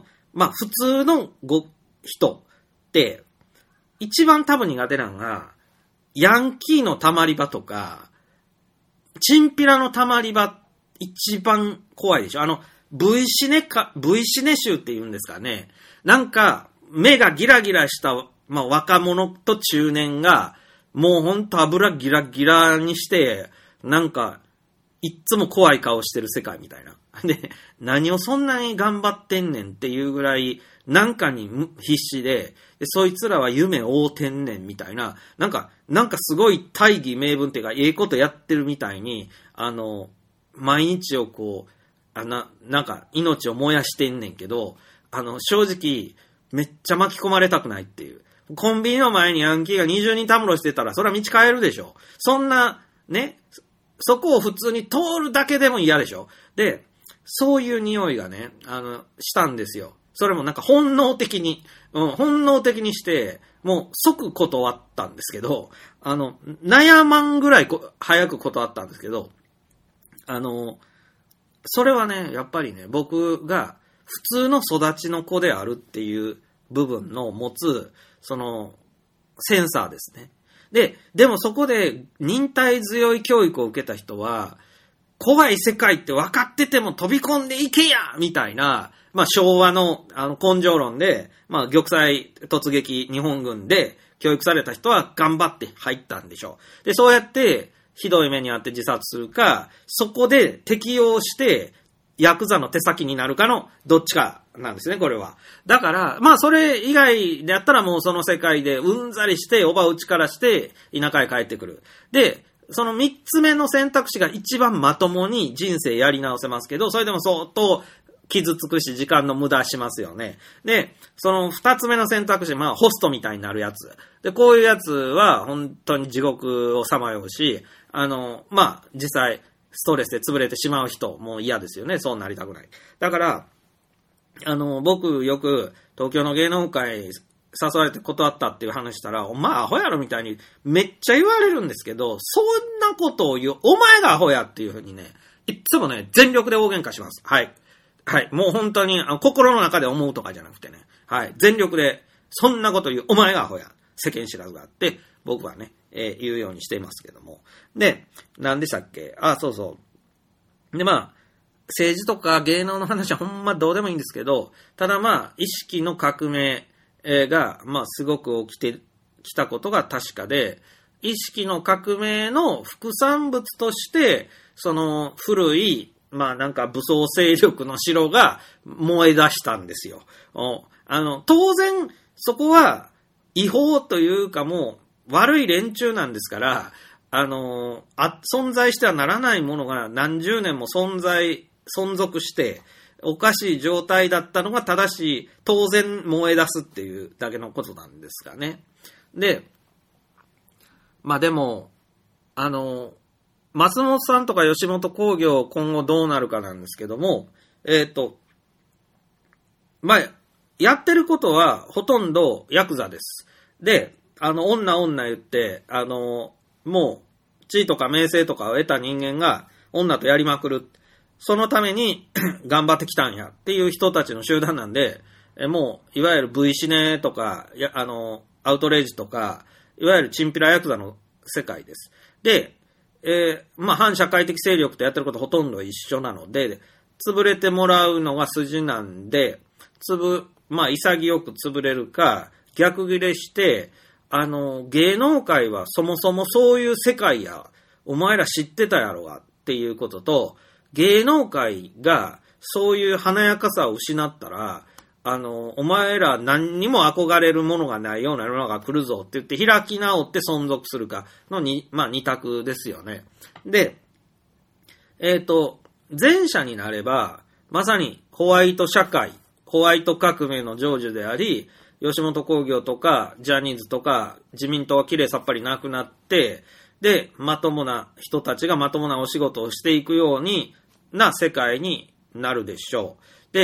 人って、一番多分苦手なのが、ヤンキーのたまり場とか、チンピラのたまり場、一番怖いでしょ。V シネ臭って言うんですかね。なんか、目がギラギラした、若者と中年が、もうほんと油ギラギラにして、なんか、いっつも怖い顔してる世界みたいな。で、何をそんなに頑張ってんねんっていうぐらい、なんかに必死で、そいつらは夢を追うてんねんみたいな、なんかすごい大義名分っていうか、ええことやってるみたいに、毎日をこう、なんか命を燃やしてんねんけど、正直、めっちゃ巻き込まれたくないっていう。コンビニの前にヤンキーが20人たむろしてたら、それは道変えるでしょ。そんな、ね、そこを普通に通るだけでも嫌でしょ。で、そういう匂いがね、したんですよ。それもなんか本能的にして、もう即断ったんですけど、悩まんぐらい早く断ったんですけど、それはね、やっぱりね、僕が普通の育ちの子であるっていう部分の持つ、センサーですね。でもそこで忍耐強い教育を受けた人は、怖い世界って分かってても飛び込んでいけやみたいな、昭和の根性論で、玉砕突撃日本軍で教育された人は頑張って入ったんでしょう。で、そうやってひどい目にあって自殺するか、そこで適応してヤクザの手先になるかのどっちかなんですね、これは。だから、それ以外でやったらもうその世界でうんざりして、おばうちからして田舎へ帰ってくる。で、その3つ目の選択肢が一番まともに人生やり直せますけど、それでも相当傷つくし時間の無駄しますよね。で、その2つ目の選択肢、ホストみたいになるやつ。で、こういうやつは本当に地獄をさまようし、実際ストレスで潰れてしまう人も嫌ですよね。そうなりたくない。だから、僕よく東京の芸能界誘われて断ったっていう話したら、お前アホやろみたいにめっちゃ言われるんですけど、そんなことを言う、お前がアホやっていうふうにね、いつもね、全力で大喧嘩します。はい。はい。もう本当に心の中で思うとかじゃなくてね。はい。全力で、そんなこと言う、お前がアホや。世間知らずがあって、僕はね、言うようにしていますけども。で、何でしたっけ？そうそう。で、政治とか芸能の話はほんまどうでもいいんですけど、ただ意識の革命が、すごく起きてきたことが確かで、意識の革命の副産物として、その古い、なんか武装勢力の城が燃え出したんですよ。当然、そこは違法というかもう悪い連中なんですから、存在してはならないものが何十年も存続して、おかしい状態だったのが正しい、当然燃え出すっていうだけのことなんですかね。で、でも、松本さんとか吉本興業今後どうなるかなんですけども、やってることはほとんどヤクザです。で、女言って、もう、地位とか名声とかを得た人間が女とやりまくる。そのために頑張ってきたんやっていう人たちの集団なんで、もう、いわゆる V シネとか、アウトレイジとか、いわゆるチンピラヤクザの世界です。で、反社会的勢力とやってることほとんど一緒なので、潰れてもらうのが筋なんで、潔く潰れるか、逆ギレして、芸能界はそもそもそういう世界や、お前ら知ってたやろがっていうことと、芸能界がそういう華やかさを失ったら、お前ら何にも憧れるものがないような世の中が来るぞって言って開き直って存続するかの二択ですよね。で、前者になれば、まさにホワイト社会、ホワイト革命の成就であり、吉本興業とかジャニーズとか自民党はきれいさっぱりなくなって、で、まともな人たちがまともなお仕事をしていくようにな世界になるでしょう。で、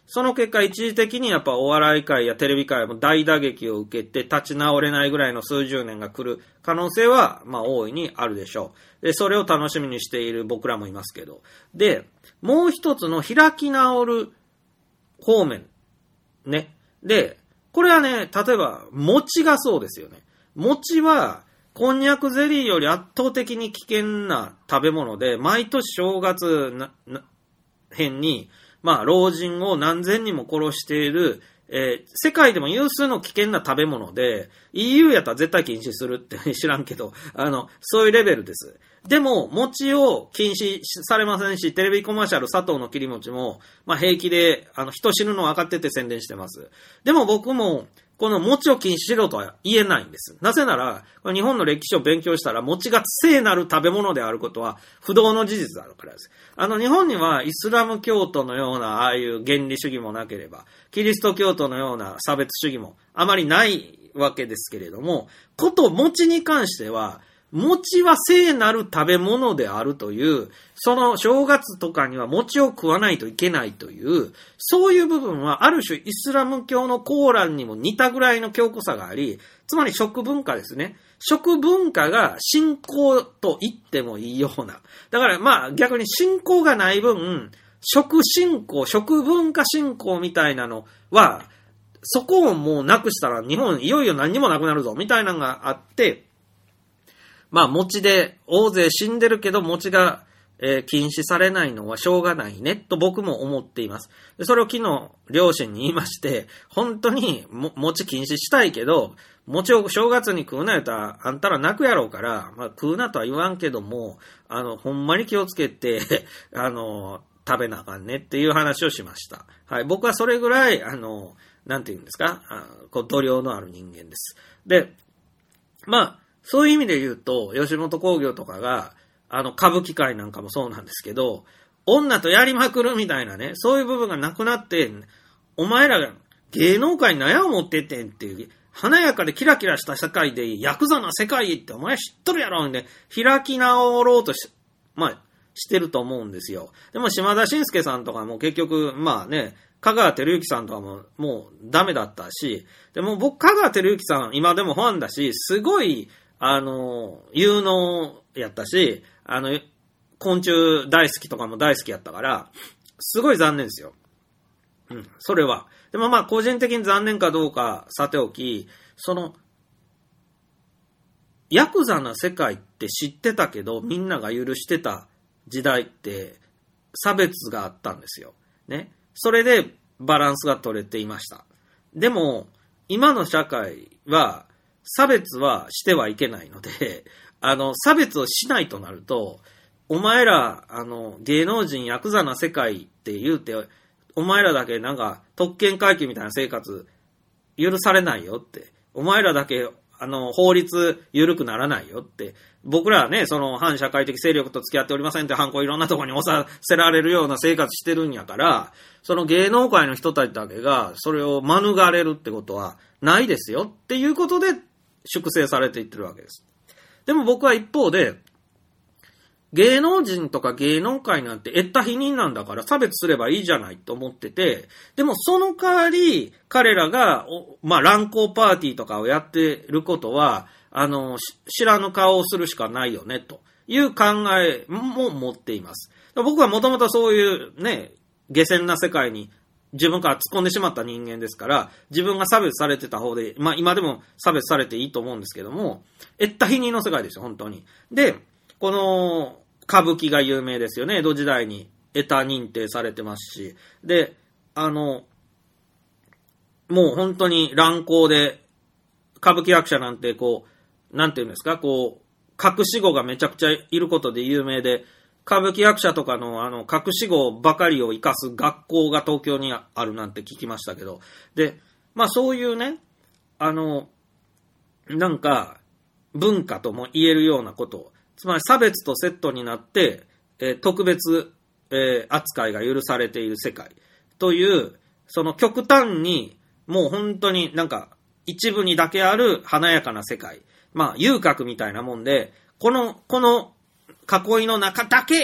その結果一時的にやっぱお笑い界やテレビ界も大打撃を受けて立ち直れないぐらいの数十年が来る可能性はまあ大いにあるでしょう。で、それを楽しみにしている僕らもいますけど。で、もう一つの開き直る方面。ね。で、これはね、例えば餅がそうですよね。餅はこんにゃくゼリーより圧倒的に危険な食べ物で、毎年正月辺にまあ、老人を何千人も殺している、世界でも有数の危険な食べ物で、EU やったら絶対禁止するって知らんけど、そういうレベルです。でも、餅を禁止されませんし、テレビコマーシャル佐藤の切り餅も、まあ、平気で、人死ぬの分かってて宣伝してます。でも僕も、この餅を禁止しろとは言えないんです。なぜなら、日本の歴史を勉強したら、餅が聖なる食べ物であることは不動の事実であるからです。日本にはイスラム教徒のようなああいう原理主義もなければ、キリスト教徒のような差別主義もあまりないわけですけれども、こと餅に関しては、餅は聖なる食べ物であるという、その正月とかには餅を食わないといけないという、そういう部分はある種イスラム教のコーランにも似たぐらいの強固さがあり、つまり食文化ですね。食文化が信仰と言ってもいいような。だからまあ逆に信仰がない分、食信仰、食文化信仰みたいなのは、そこをもうなくしたら日本いよいよ何にもなくなるぞみたいなのがあって、まあ餅で大勢死んでるけど餅が、禁止されないのはしょうがないねと僕も思っています。でそれを昨日両親に言いまして、本当に餅禁止したいけど、餅を正月に食うなよとあんたら泣くやろうから、まあ食うなとは言わんけども、ほんまに気をつけて、食べなあかんねっていう話をしました。はい。僕はそれぐらい、なんて言うんですか、度量のある人間です。で、まあ、そういう意味で言うと、吉本興業とかが、歌舞伎界なんかもそうなんですけど、女とやりまくるみたいなね、そういう部分がなくなって、お前らが芸能界に何を持ってってんっていう、華やかでキラキラした世界で、ヤクザな世界ってお前知っとるやろんで、開き直ろうとしてると思うんですよ。でも島田紳介さんとかも結局、まあね、香川照之さんとかももうダメだったし、でも僕香川照之さん今でもファンだし、すごい、有能やったし、昆虫大好きとかも大好きやったから、すごい残念ですよ。うん、それは。でもまあ個人的に残念かどうかさておき、ヤクザな世界って知ってたけど、みんなが許してた時代って差別があったんですよ。ね。それでバランスが取れていました。でも、今の社会は、差別はしてはいけないので、差別をしないとなると、お前ら、芸能人ヤクザな世界って言うて、お前らだけなんか特権階級みたいな生活許されないよって、お前らだけ法律緩くならないよって、僕らはね、その反社会的勢力と付き合っておりませんってハンコいろんなところに押させられるような生活してるんやから、その芸能界の人たちだけがそれを免れるってことはないですよっていうことで粛清されていってるわけです。でも僕は一方で、芸能人とか芸能界なんて得た否認なんだから差別すればいいじゃないと思ってて、でもその代わり彼らが、まあ乱交パーティーとかをやってることは、知らぬ顔をするしかないよね、という考えも持っています。僕はもともとそういうね、下賤な世界に自分から突っ込んでしまった人間ですから、自分が差別されてた方で、まあ今でも差別されていいと思うんですけども、得た否認の世界ですよ、本当に。で、この、歌舞伎が有名ですよね。江戸時代に得た認定されてますし。で、もう本当に乱行で、歌舞伎役者なんてこう、なんていうんですか、こう、隠し子がめちゃくちゃいることで有名で、歌舞伎役者とかの隠し子ばかりを生かす学校が東京にあるなんて聞きましたけど。で、まあそういうね、なんか、文化とも言えるようなことを、つまり差別とセットになって、特別、扱いが許されている世界という、その極端に、もう本当になんか一部にだけある華やかな世界。まあ遊郭みたいなもんで、この囲いの中だけ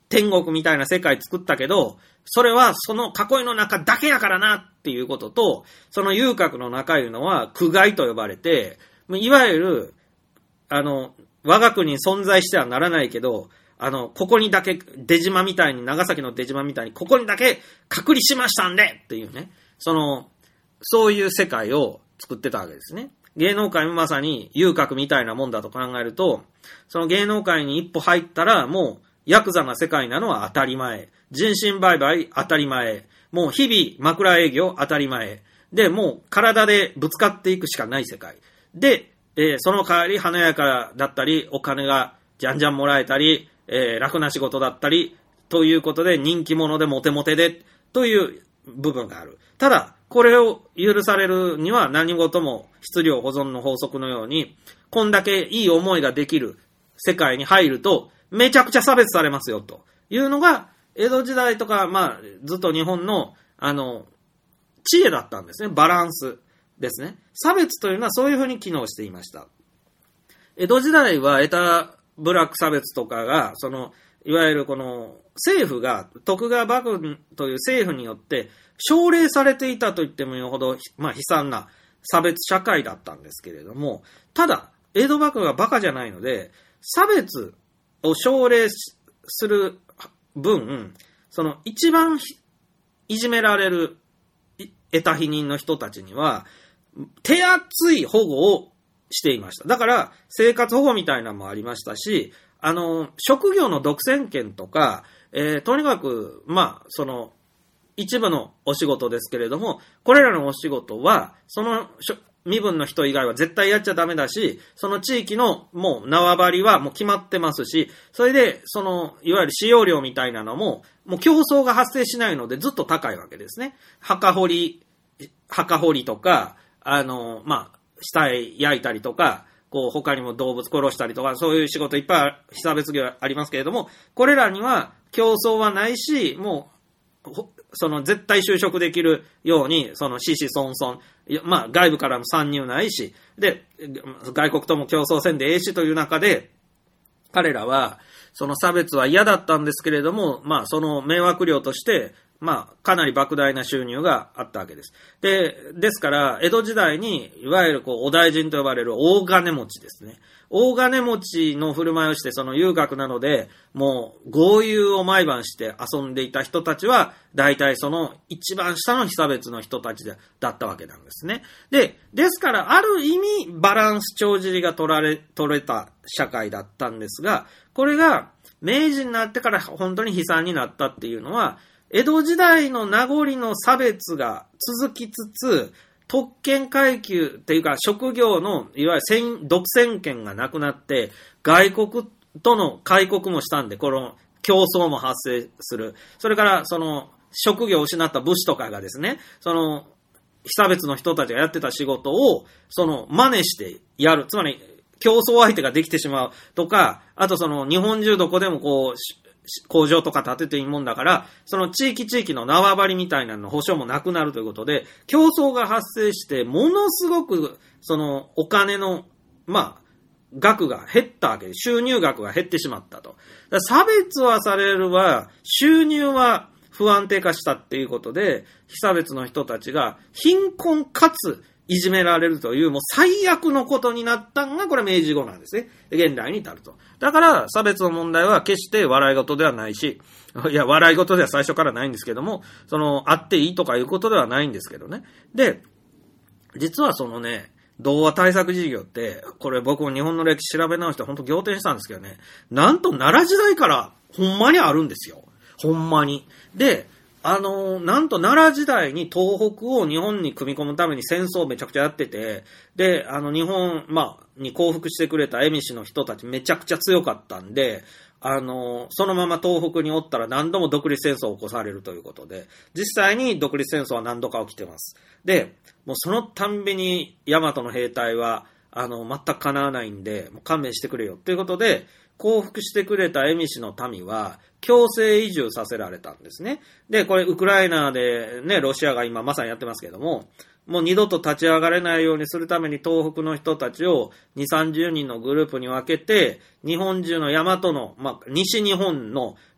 天国みたいな世界作ったけど、それはその囲いの中だけやからなっていうことと、その遊郭の中いうのは苦界と呼ばれて、いわゆる、我が国に存在してはならないけど、ここにだけ、出島みたいに、長崎の出島みたいに、ここにだけ隔離しましたんでっていうね、そういう世界を作ってたわけですね。芸能界もまさに遊郭みたいなもんだと考えると、その芸能界に一歩入ったら、もう、ヤクザな世界なのは当たり前。人身売買当たり前。もう日々枕営業当たり前。で、もう体でぶつかっていくしかない世界。で、その代わり華やかだったり、お金がじゃんじゃんもらえたり、楽な仕事だったり、ということで人気者でモテモテで、という部分がある。ただ、これを許されるには何事も質量保存の法則のように、こんだけいい思いができる世界に入ると、めちゃくちゃ差別されますよ、というのが、江戸時代とか、ずっと日本の、知恵だったんですね。バランスですね。差別というのはそういうふうに機能していました。江戸時代はエタブラック差別とかが、いわゆるこの政府が、徳川幕府という政府によって奨励されていたと言ってもいいほど、悲惨な差別社会だったんですけれども、ただ、江戸幕府はバカじゃないので、差別を奨励する分、一番いじめられる得た否認の人たちには、手厚い保護をしていました。だから、生活保護みたいなのもありましたし、職業の独占権とか、とにかく、一部のお仕事ですけれども、これらのお仕事は、身分の人以外は絶対やっちゃダメだし、その地域のもう縄張りはもう決まってますし、それで、いわゆる使用料みたいなのも、もう競争が発生しないのでずっと高いわけですね。墓掘りとか、死体焼いたりとか、他にも動物殺したりとか、そういう仕事いっぱい被差別業ありますけれども、これらには競争はないし、もう、絶対就職できるように、子々孫々、外部からも参入ないし、で、外国とも競争せんでええしという中で、彼らは、差別は嫌だったんですけれども、迷惑料として、かなり莫大な収入があったわけです。ですから、江戸時代に、いわゆるお大臣と呼ばれる大金持ちですね。大金持ちの振る舞いをして、遊郭などで、もう、豪遊を毎晩して遊んでいた人たちは、大体一番下の被差別の人たちだったわけなんですね。ですから、ある意味、バランス帳尻が取れた社会だったんですが、これが、明治になってから本当に悲惨になったっていうのは、江戸時代の名残の差別が続きつつ、特権階級っていうか職業のいわゆる独占権がなくなって、外国との開国もしたんで、この競争も発生する。それから職業を失った武士とかがですね、被差別の人たちがやってた仕事を真似してやる。つまり競争相手ができてしまうとか、あと日本中どこでも工場とか建てていいもんだから、地域の縄張りみたいなの保証もなくなるということで、競争が発生して、ものすごく、お金の、額が減ったわけで、収入額が減ってしまったと。差別はされるわ、収入は不安定化したっていうことで、被差別の人たちが貧困かつ、いじめられるという、もう最悪のことになったのが、これ明治後なんですね。現代に至ると。だから、差別の問題は決して笑い事ではないし、いや、笑い事では最初からないんですけども、あっていいとかいうことではないんですけどね。で、実は童話対策事業って、これ僕も日本の歴史調べ直して本当仰天したんですけどね、なんと奈良時代からほんまにあるんですよ。ほんまに。で、なんと奈良時代に東北を日本に組み込むために戦争をめちゃくちゃやってて、で、日本、に降伏してくれた蝦夷の人たちめちゃくちゃ強かったんで、そのまま東北におったら何度も独立戦争を起こされるということで、実際に独立戦争は何度か起きてます。で、もうそのたんびに大和の兵隊は、全く叶わないんで、もう勘弁してくれよということで、降伏してくれた蝦夷の民は強制移住させられたんですね。で、これウクライナでね、ロシアが今まさにやってますけども、もう二度と立ち上がれないようにするために東北の人たちを2、30人のグループに分けて、日本中の大和の、西日本の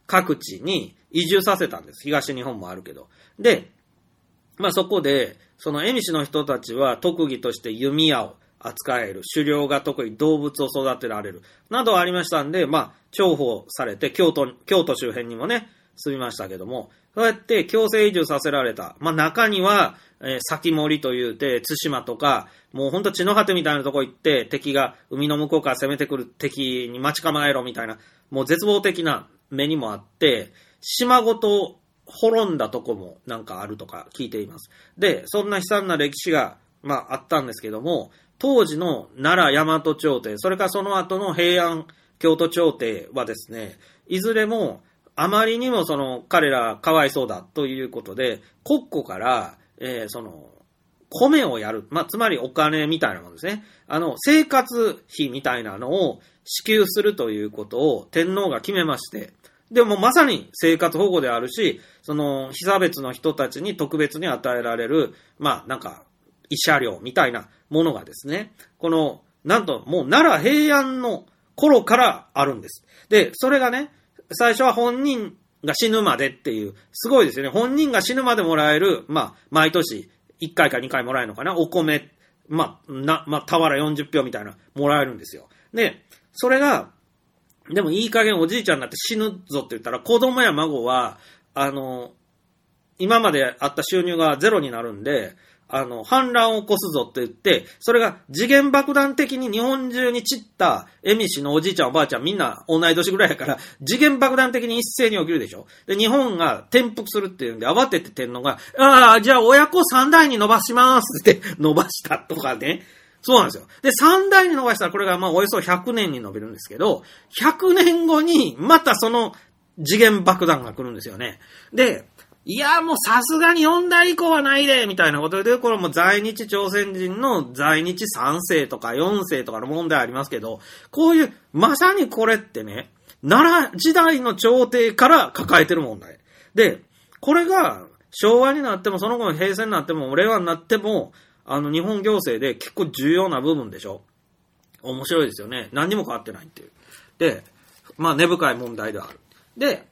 各地に移住させたんです。東日本もあるけど。で、まあそこで、その蝦夷の人たちは特技として弓矢を扱える、狩猟が得意、動物を育てられる、などありましたんで、まあ重宝されて、京都周辺にもね、住みましたけども、そうやって強制移住させられた。まあ中には、先森というて、対馬とか、もうほんと地の果てみたいなとこ行って、敵が海の向こうから攻めてくる敵に待ち構えろみたいな、もう絶望的な目にもあって、島ごと滅んだとこもなんかあるとか聞いています。で、そんな悲惨な歴史が、まああったんですけども、当時の奈良大和朝廷、それからその後の平安京都朝廷はですね、いずれもあまりにもその彼らかわいそうだということで、国庫から、その米をやる、まあつまりお金みたいなものですね。生活費みたいなのを支給するということを天皇が決めまして、でもまさに生活保護であるし、その被差別の人たちに特別に与えられる、まあなんか慰謝料みたいなものがですね、このなんともう奈良平安の頃からあるんです。で、それがね、最初は本人が死ぬまでっていう、すごいですよね。本人が死ぬまでもらえる、まあ毎年1回か2回もらえるのかな、お米、まあ俵40票みたいなもらえるんですよ。で、それがでもいい加減おじいちゃんになって死ぬぞって言ったら、子供や孫は、今まであった収入がゼロになるんで、反乱を起こすぞって言って、それが時限爆弾的に日本中に散った蝦夷のおじいちゃんおばあちゃんみんな同い年ぐらいやから、時限爆弾的に一斉に起きるでしょ。で、日本が転覆するっていうんで、慌てて天皇が、じゃあ親子3代に伸ばしますって伸ばしたとかね。そうなんですよ。で、3代に伸ばしたらこれがまあおよそ100年に伸びるんですけど、100年後にまたその次元爆弾が来るんですよね。で、いやもうさすがに4代以降はないでみたいなことで、これも在日朝鮮人の在日3世とか4世とかの問題ありますけど、こういう、まさにこれってね、奈良時代の朝廷から抱えてる問題。で、これが昭和になってもその後の平成になっても令和になっても、日本行政で結構重要な部分でしょ。面白いですよね。何にも変わってないっていう。で、まあ根深い問題ではある。で、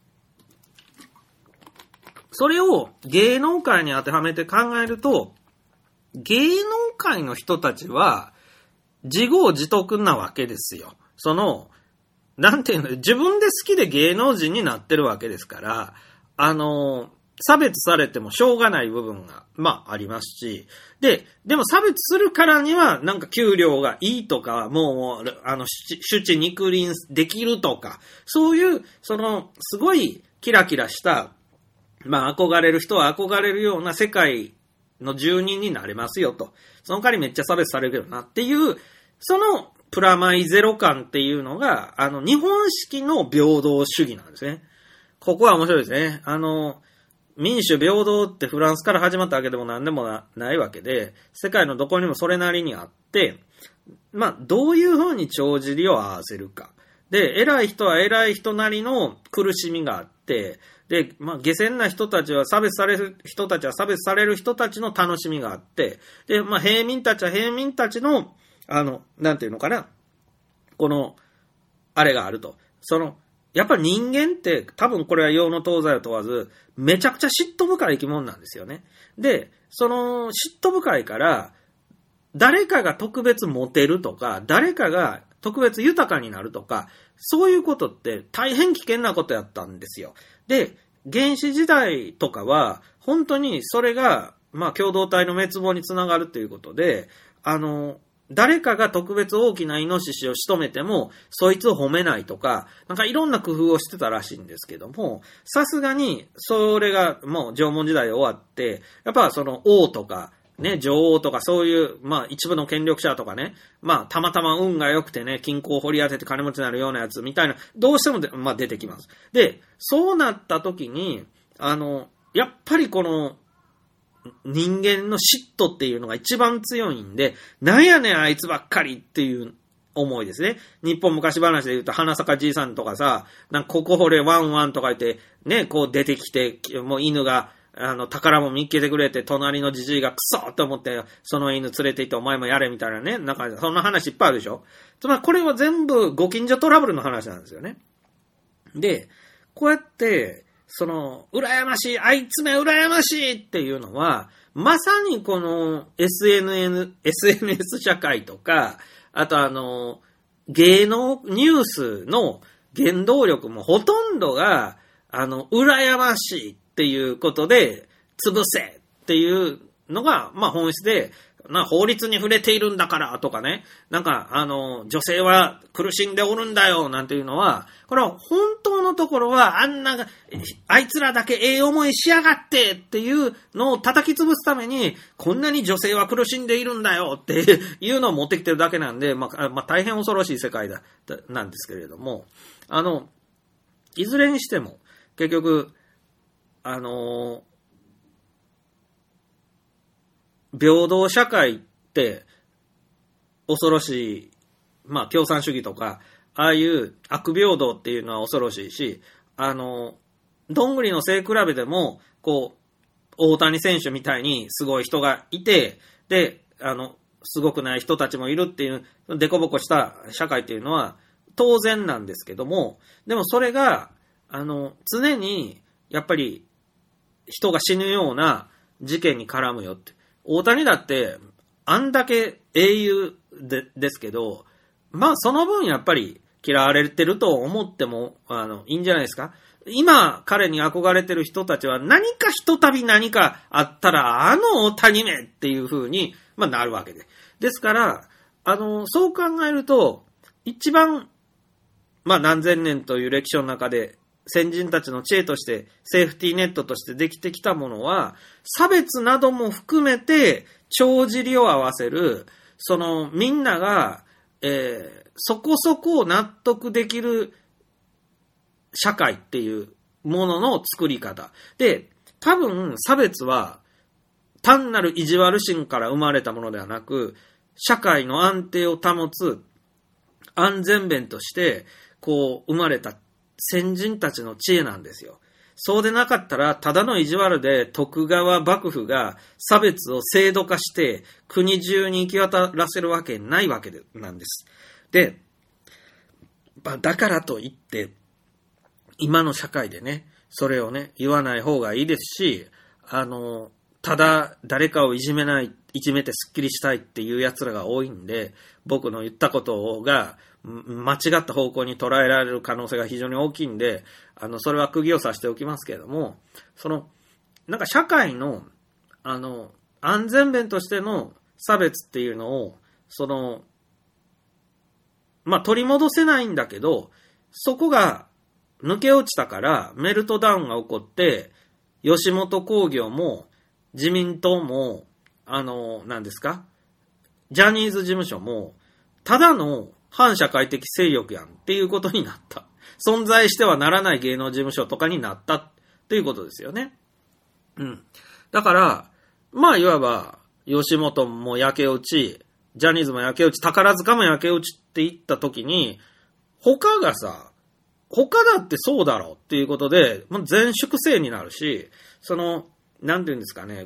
それを芸能界に当てはめて考えると、芸能界の人たちは自業自得なわけですよ。なんていうの、自分で好きで芸能人になってるわけですから、差別されてもしょうがない部分が、まあ、ありますし、でも差別するからには、なんか給料がいいとか、もう、主治肉林できるとか、そういう、すごいキラキラした、まあ、憧れる人は憧れるような世界の住人になれますよと。その代わりめっちゃ差別されるけどなっていう、プラマイゼロ感っていうのが、日本式の平等主義なんですね。ここは面白いですね。民主平等ってフランスから始まったわけでも何でもないわけで、世界のどこにもそれなりにあって、まあ、どういうふうに帳尻を合わせるか。で、偉い人は偉い人なりの苦しみがあって、で、まあ、下賤な人たちは差別される人たちは差別される人たちの楽しみがあって、で、まあ、平民たちは平民たちの、なんていうのかな、あれがあると。やっぱり人間って多分これは洋の東西を問わずめちゃくちゃ嫉妬深い生き物なんですよね。で、嫉妬深いから誰かが特別モテるとか誰かが特別豊かになるとかそういうことって大変危険なことやったんですよ。で、原始時代とかは本当にそれがまあ共同体の滅亡につながるということで誰かが特別大きなイノシシを仕留めても、そいつを褒めないとか、なんかいろんな工夫をしてたらしいんですけども、さすがに、それがもう縄文時代終わって、やっぱ王とか、ね、女王とかそういう、まあ一部の権力者とかね、まあたまたま運が良くてね、金庫を掘り当てて金持ちになるようなやつみたいな、どうしてもまあ出てきます。で、そうなった時に、やっぱり人間の嫉妬っていうのが一番強いんで、なんやねんあいつばっかりっていう思いですね。日本昔話で言うと花坂じいさんとかさ、なんかここ掘れワンワンとか言って、ね、こう出てきて、もう犬が、宝も見っけてくれて、隣のじじいがクソーって思って、その犬連れて行ってお前もやれみたいなね、なんかそんな話いっぱいあるでしょ。つまりこれは全部ご近所トラブルの話なんですよね。で、 こうやって、羨ましい、あいつめ羨ましいっていうのは、まさにこの SNS 社会とか、あと芸能ニュースの原動力もほとんどが、羨ましいっていうことで、潰せっていうのが、まあ本質で、法律に触れているんだからとかね、女性は苦しんでおるんだよなんていうのは、これは本当のところはあいつらだけええ思いしやがってっていうのを叩き潰すために、こんなに女性は苦しんでいるんだよっていうのを持ってきてるだけなんで、大変恐ろしい世界なんですけれども、いずれにしても、結局、平等社会って恐ろしい、共産主義とか、ああいう悪平等っていうのは恐ろしいし、どんぐりの背比べでも、大谷選手みたいにすごい人がいて、で、すごくない人たちもいるっていう、デコボコした社会っていうのは当然なんですけども、でもそれが、常に、やっぱり、人が死ぬような事件に絡むよって。大谷だって、あんだけ英雄ですけど、その分やっぱり嫌われてると思っても、いいんじゃないですか。今、彼に憧れてる人たちは何かひとたび何かあったら、大谷めっていう風に、なるわけで。ですから、そう考えると、一番、何千年という歴史の中で、先人たちの知恵として、セーフティーネットとしてできてきたものは、差別なども含めて、帳尻を合わせる、みんなが、そこそこ納得できる社会っていうものの作り方。で、多分差別は単なる意地悪心から生まれたものではなく、社会の安定を保つ安全弁として生まれた先人たちの知恵なんですよ。そうでなかったら、ただの意地悪で徳川幕府が差別を制度化して国中に行き渡らせるわけないわけなんです。で、だからといって、今の社会でね、それをね、言わない方がいいですし、ただ誰かをいじめてスッキリしたいっていう奴らが多いんで、僕の言ったことが間違った方向に捉えられる可能性が非常に大きいんで、それは釘を刺しておきますけれども、社会の、安全弁としての差別っていうのを、取り戻せないんだけど、そこが抜け落ちたからメルトダウンが起こって、吉本興業も自民党も、何ですか？ジャニーズ事務所も、ただの反社会的勢力やんっていうことになった。存在してはならない芸能事務所とかになったっていうことですよね。うん。だから、いわば、吉本も焼け落ち、ジャニーズも焼け落ち、宝塚も焼け落ちって言った時に、他だってそうだろうっていうことで、全粛清になるし、なんていうんですかね、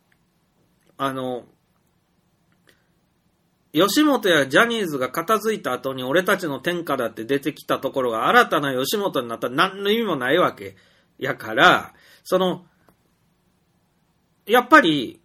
吉本やジャニーズが片付いた後に俺たちの天下だって出てきたところが新たな吉本になったら何の意味もないわけやから、やっぱり、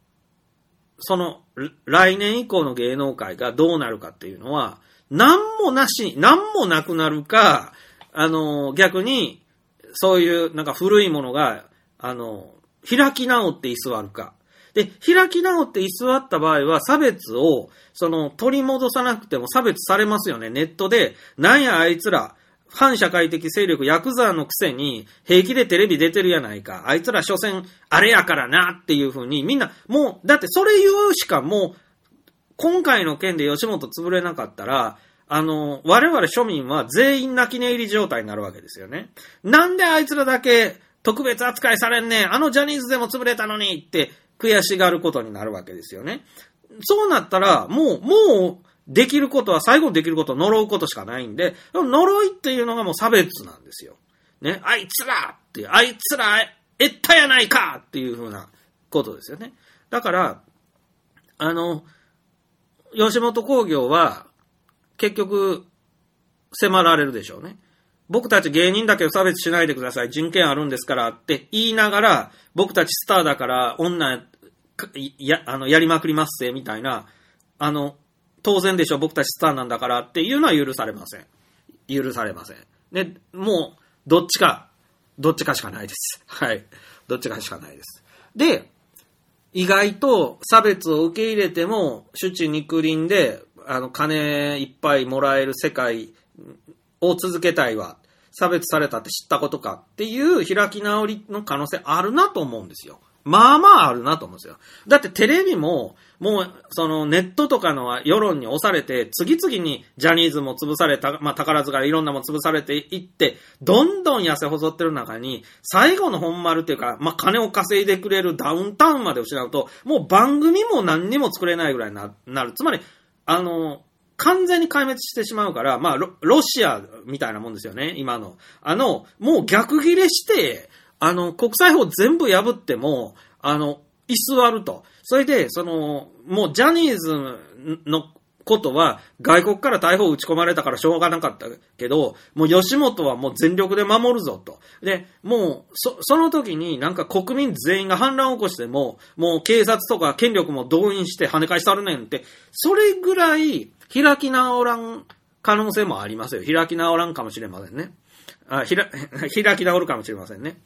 来年以降の芸能界がどうなるかっていうのは、何もなくなるか、逆に、そういう古いものが、開き直って居座るか。で、開き直って居座った場合は、差別を、取り戻さなくても差別されますよね。ネットで、なんやあいつら、反社会的勢力、ヤクザのくせに、平気でテレビ出てるやないか。あいつら所詮、あれやからなっていう風に、みんな、もう、だってそれ言うしかもう、今回の件で吉本潰れなかったら、我々庶民は全員泣き寝入り状態になるわけですよね。なんであいつらだけ特別扱いされんねん、ジャニーズでも潰れたのにって悔しがることになるわけですよね。そうなったら、もう、できることは、最後できることは呪うことしかないんで、呪いっていうのがもう差別なんですよ。ね、あいつら、えったやないかっていうふうなことですよね。だから、吉本興業は、結局、迫られるでしょうね。 僕たち芸人だけを差別しないでください。人権あるんですからって言いながら、僕たちスターだから女やりまくりますぜ、みたいな、当然でしょ、僕たちスターなんだからっていうのは許されません。許されません。で、もう、どっちかしかないです。はい。どっちかしかないです。で、意外と差別を受け入れても、主治肉林で、金いっぱいもらえる世界を続けたいわ。差別されたって知ったことかっていう開き直りの可能性あるなと思うんですよ。まあまああるなと思うんですよ。だってテレビも、もう、ネットとかの世論に押されて、次々にジャニーズも潰された、宝塚でいろんなも潰されていって、どんどん痩せ細ってる中に、最後の本丸っていうか、金を稼いでくれるダウンタウンまで失うと、もう番組も何にも作れないぐらいになる。つまり、完全に壊滅してしまうから、ロシアみたいなもんですよね、今の。もう逆ギレして、国際法全部破っても、居座ると。それで、もうジャニーズのことは、外国から逮捕打ち込まれたからしょうがなかったけど、もう吉本はもう全力で守るぞと。で、もう、その時になんか国民全員が反乱を起こしても、もう警察とか権力も動員して跳ね返したるねんって、それぐらい開き直らん可能性もありますよ。開き直らんかもしれませんね。開き直るかもしれませんね。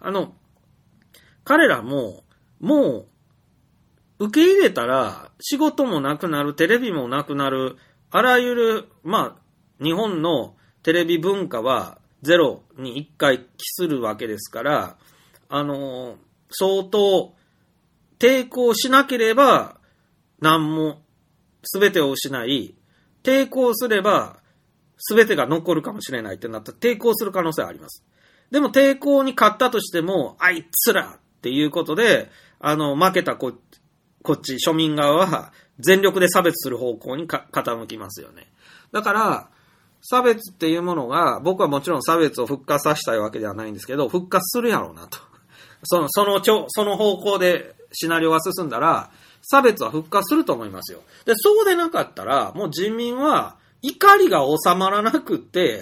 彼らもう、受け入れたら、仕事もなくなる、テレビもなくなる、あらゆる、日本のテレビ文化はゼロに一回帰するわけですから、相当抵抗しなければ、何も、すべてを失い、抵抗すれば、すべてが残るかもしれないってなったら抵抗する可能性はあります。でも抵抗に勝ったとしても、あいつらっていうことで、負けたこっち、庶民側は全力で差別する方向に傾きますよね。だから、差別っていうものが、僕はもちろん差別を復活させたいわけではないんですけど、復活するやろうなと。その方向でシナリオが進んだら、差別は復活すると思いますよ。で、そうでなかったら、もう人民は怒りが収まらなくって、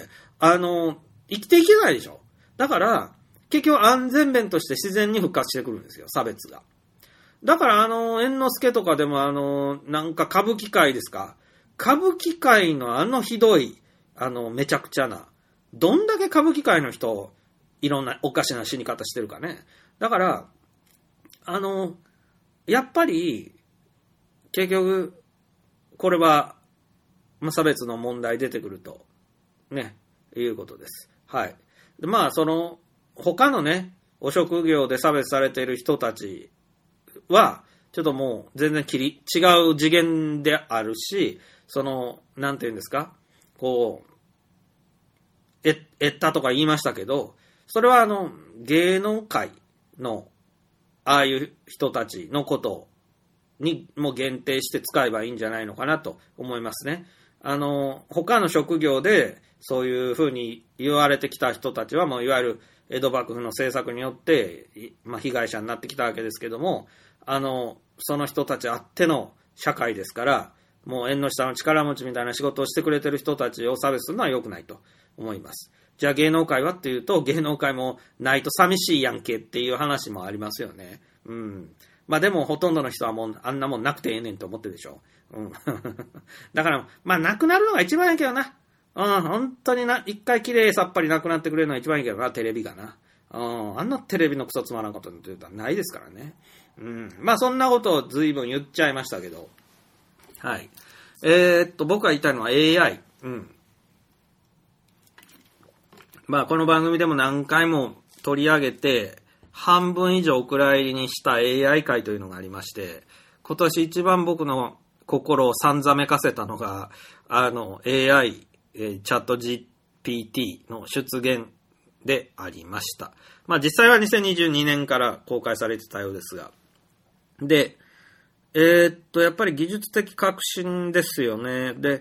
生きていけないでしょ。だから、結局安全弁として自然に復活してくるんですよ、差別が。だから猿之助とかでもなんか歌舞伎界ですか。歌舞伎界のひどい、めちゃくちゃな。どんだけ歌舞伎界の人、いろんなおかしな死に方してるかね。だから、やっぱり、結局、これは、差別の問題出てくると、ね、いうことです。はい。で他のね、お職業で差別されている人たちは、ちょっともう全然違う次元であるし、なんて言うんですか、ったとか言いましたけど、それは芸能界の、ああいう人たちのことにも限定して使えばいいんじゃないのかなと思いますね。他の職業でそういうふうに言われてきた人たちはもういわゆる江戸幕府の政策によって、被害者になってきたわけですけども、その人たちあっての社会ですから、もう縁の下の力持ちみたいな仕事をしてくれてる人たちを差別するのは良くないと思います。じゃあ芸能界はっていうと、芸能界もないと寂しいやんけっていう話もありますよね。うん。でもほとんどの人はもうあんなもんなくてええねんと思ってるでしょ。うん。だから、なくなるのが一番やけどな。本当に一回綺麗さっぱりなくなってくれるのが一番いいけどな、テレビがな。あんなテレビのクソつまらんことって言うとはないですからね。そんなことを随分言っちゃいましたけど。はい。僕が言いたいのは AI。この番組でも何回も取り上げて、半分以上お蔵入りにした AI 会というのがありまして、今年一番僕の心をさんざめかせたのが、AI、チャット GPT の出現でありました。実際は2022年から公開されてたようですが。で、やっぱり技術的革新ですよね。で、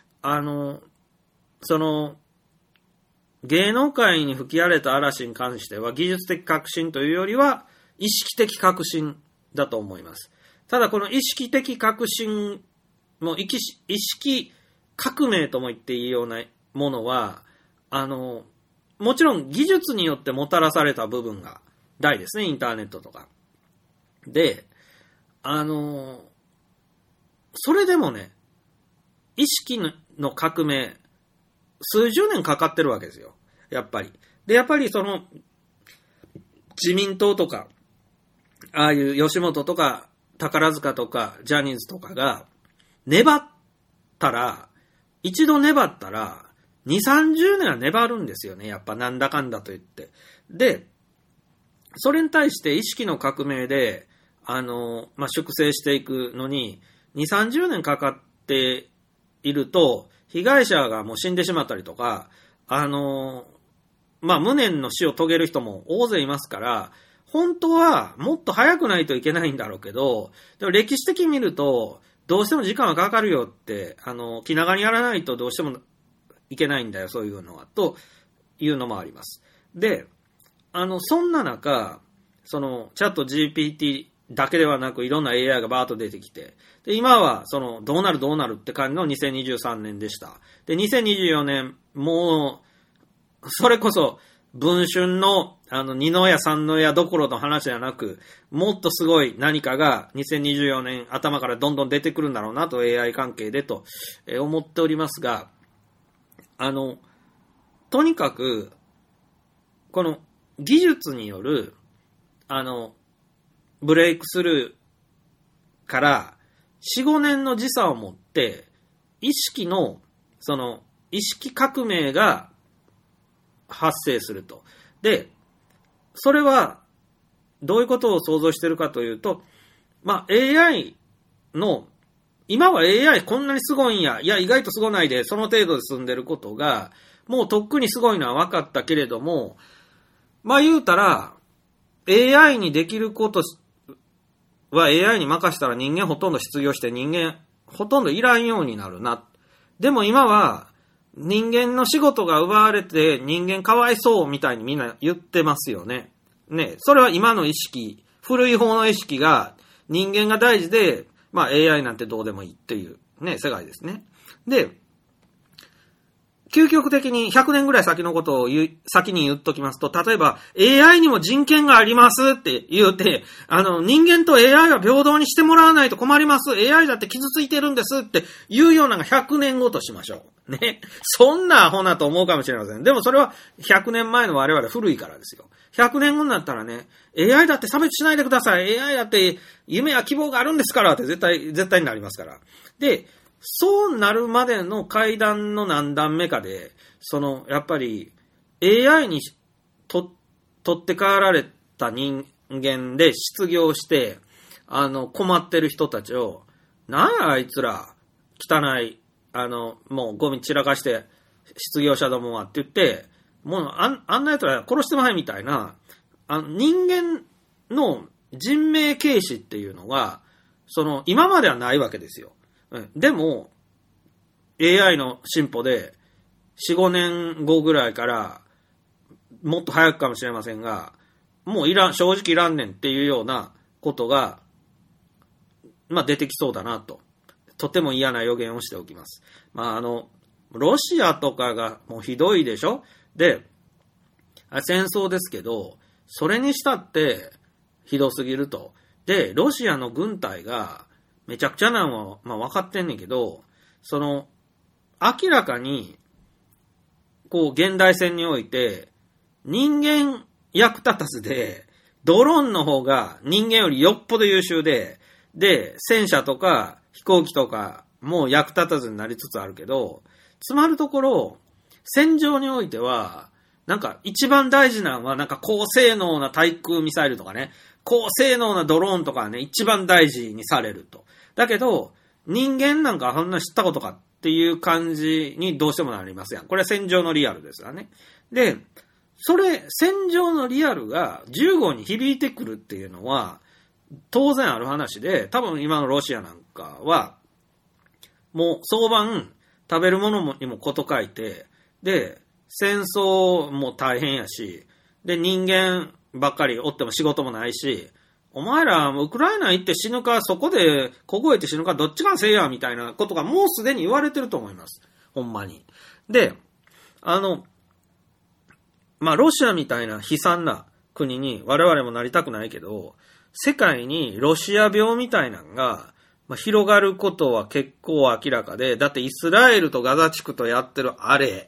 芸能界に吹き荒れた嵐に関しては技術的革新というよりは意識的革新だと思います。ただこの意識的革新も意識革命とも言っていいようなものは、 もちろん技術によってもたらされた部分が大ですね、インターネットとか。で、それでもね、意識の革命、数十年かかってるわけですよ。やっぱり。で、やっぱりその、自民党とか、ああいう吉本とか、宝塚とか、ジャニーズとかが、一度粘ったら、2、30年は粘るんですよね。やっぱなんだかんだと言って。で、それに対して意識の革命で、粛清していくのに、2、30年かかっていると、被害者がもう死んでしまったりとか、無念の死を遂げる人も大勢いますから、本当はもっと早くないといけないんだろうけど、でも歴史的に見ると、どうしても時間はかかるよって、気長にやらないとどうしてもいけないんだよ、そういうのは、というのもあります。で、そんな中、チャット GPT だけではなくいろんな AI がバーッと出てきて、で、今はどうなるって感じの2023年でした。で、2024年、もう、それこそ、文春の、二の矢三の矢どころの話じゃなく、もっとすごい何かが2024年頭からどんどん出てくるんだろうなと AI 関係でと思っておりますが、とにかく、この技術による、ブレイクスルーから4、5年の時差を持って、意識革命が発生すると。で、それは、どういうことを想像しているかというと、AI の、今は AI こんなにすごいんや、いや意外とすごないで、その程度で済んでることが、もうとっくにすごいのは分かったけれども、言うたら、AI にできることは AI に任したら人間ほとんど失業して人間ほとんどいらんようになるな。でも今は、人間の仕事が奪われて人間かわいそうみたいにみんな言ってますよね。ね、それは今の意識、古い方の意識が人間が大事で、AI なんてどうでもいいっていうね、世界ですね。で、究極的に100年ぐらい先のことを先に言っときますと、例えば AI にも人権がありますって言うて、人間と AI は平等にしてもらわないと困ります。AI だって傷ついてるんですっていうようなのが100年後としましょう。ね。そんなアホなと思うかもしれません。でもそれは100年前の我々古いからですよ。100年後になったらね、AI だって差別しないでください。AI だって夢や希望があるんですからって絶対になりますから。で、そうなるまでの階段の何段目かで、やっぱり AI に取って代わられた人間で失業して、困ってる人たちを、なんやあいつら、汚い、もうゴミ散らかして、失業者どもはって言って、もうあんな奴ら殺してまいみたいな、人間の人命軽視っていうのが、今まではないわけですよ。でも、AI の進歩で、4、5年後ぐらいから、もっと早くかもしれませんが、もう正直いらんねんっていうようなことが、出てきそうだなと。とても嫌な予言をしておきます。ロシアとかがもうひどいでしょ？で、戦争ですけど、それにしたってひどすぎると。で、ロシアの軍隊が、めちゃくちゃなのは、分かってんねんけど、明らかに、現代戦において、人間役立たずで、ドローンの方が人間よりよっぽど優秀で、戦車とか飛行機とかも役立たずになりつつあるけど、つまるところ、戦場においては、一番大事なのは、高性能な対空ミサイルとかね、高性能なドローンとかね、一番大事にされると。だけど、人間なんかそんな知ったことかっていう感じにどうしてもなりますやん。これは戦場のリアルですよね。で、戦場のリアルが15に響いてくるっていうのは、当然ある話で、多分今のロシアなんかは、もう早晩食べるものにもこと書いて、で、戦争も大変やし、で、人間ばっかりおっても仕事もないし、お前らウクライナ行って死ぬか、そこで凍えて死ぬか、どっちかせえや、みたいなことがもうすでに言われてると思います。ほんまに。で、 ロシアみたいな悲惨な国に我々もなりたくないけど、世界にロシア病みたいなのが、広がることは結構明らかで、だってイスラエルとガザ地区とやってるあれ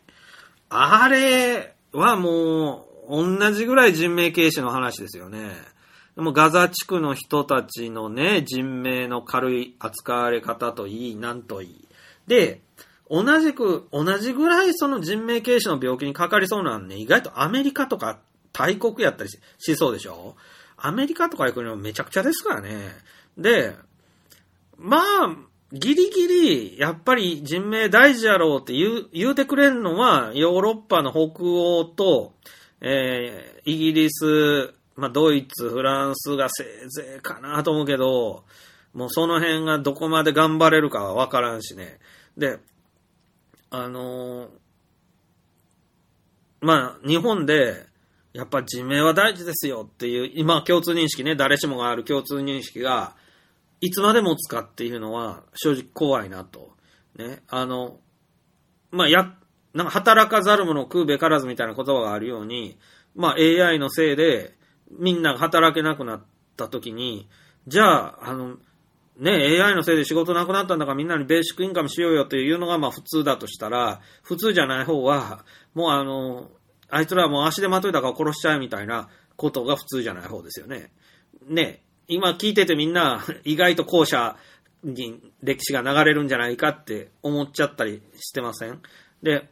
はもう同じぐらい人命軽視の話ですよね。でもガザ地区の人たちのね、人命の軽い扱われ方といい、なんといい。で、同じぐらいその人命軽視の病気にかかりそうなんね、意外とアメリカとか大国やったり しそうでしょ。アメリカとか行くのめちゃくちゃですからね。で、ギリギリ、やっぱり人命大事やろうって言うてくれんのは、ヨーロッパの北欧と、イギリス、ドイツ、フランスがせいぜいかなと思うけど、もうその辺がどこまで頑張れるかはわからんしね。で、日本で、やっぱ人命は大事ですよっていう、今共通認識ね、誰しもがある共通認識が、いつまで持つかっていうのは正直怖いなと。ね。なんか働かざる者食うべからずみたいな言葉があるように、AI のせいでみんなが働けなくなった時に、じゃあ、AI のせいで仕事なくなったんだからみんなにベーシックインカムしようよっていうのが普通だとしたら、普通じゃない方は、もうあいつらはもう足でまといたから殺しちゃえみたいなことが普通じゃない方ですよね。ね。今聞いててみんな意外と後者に歴史が流れるんじゃないかって思っちゃったりしてません？で、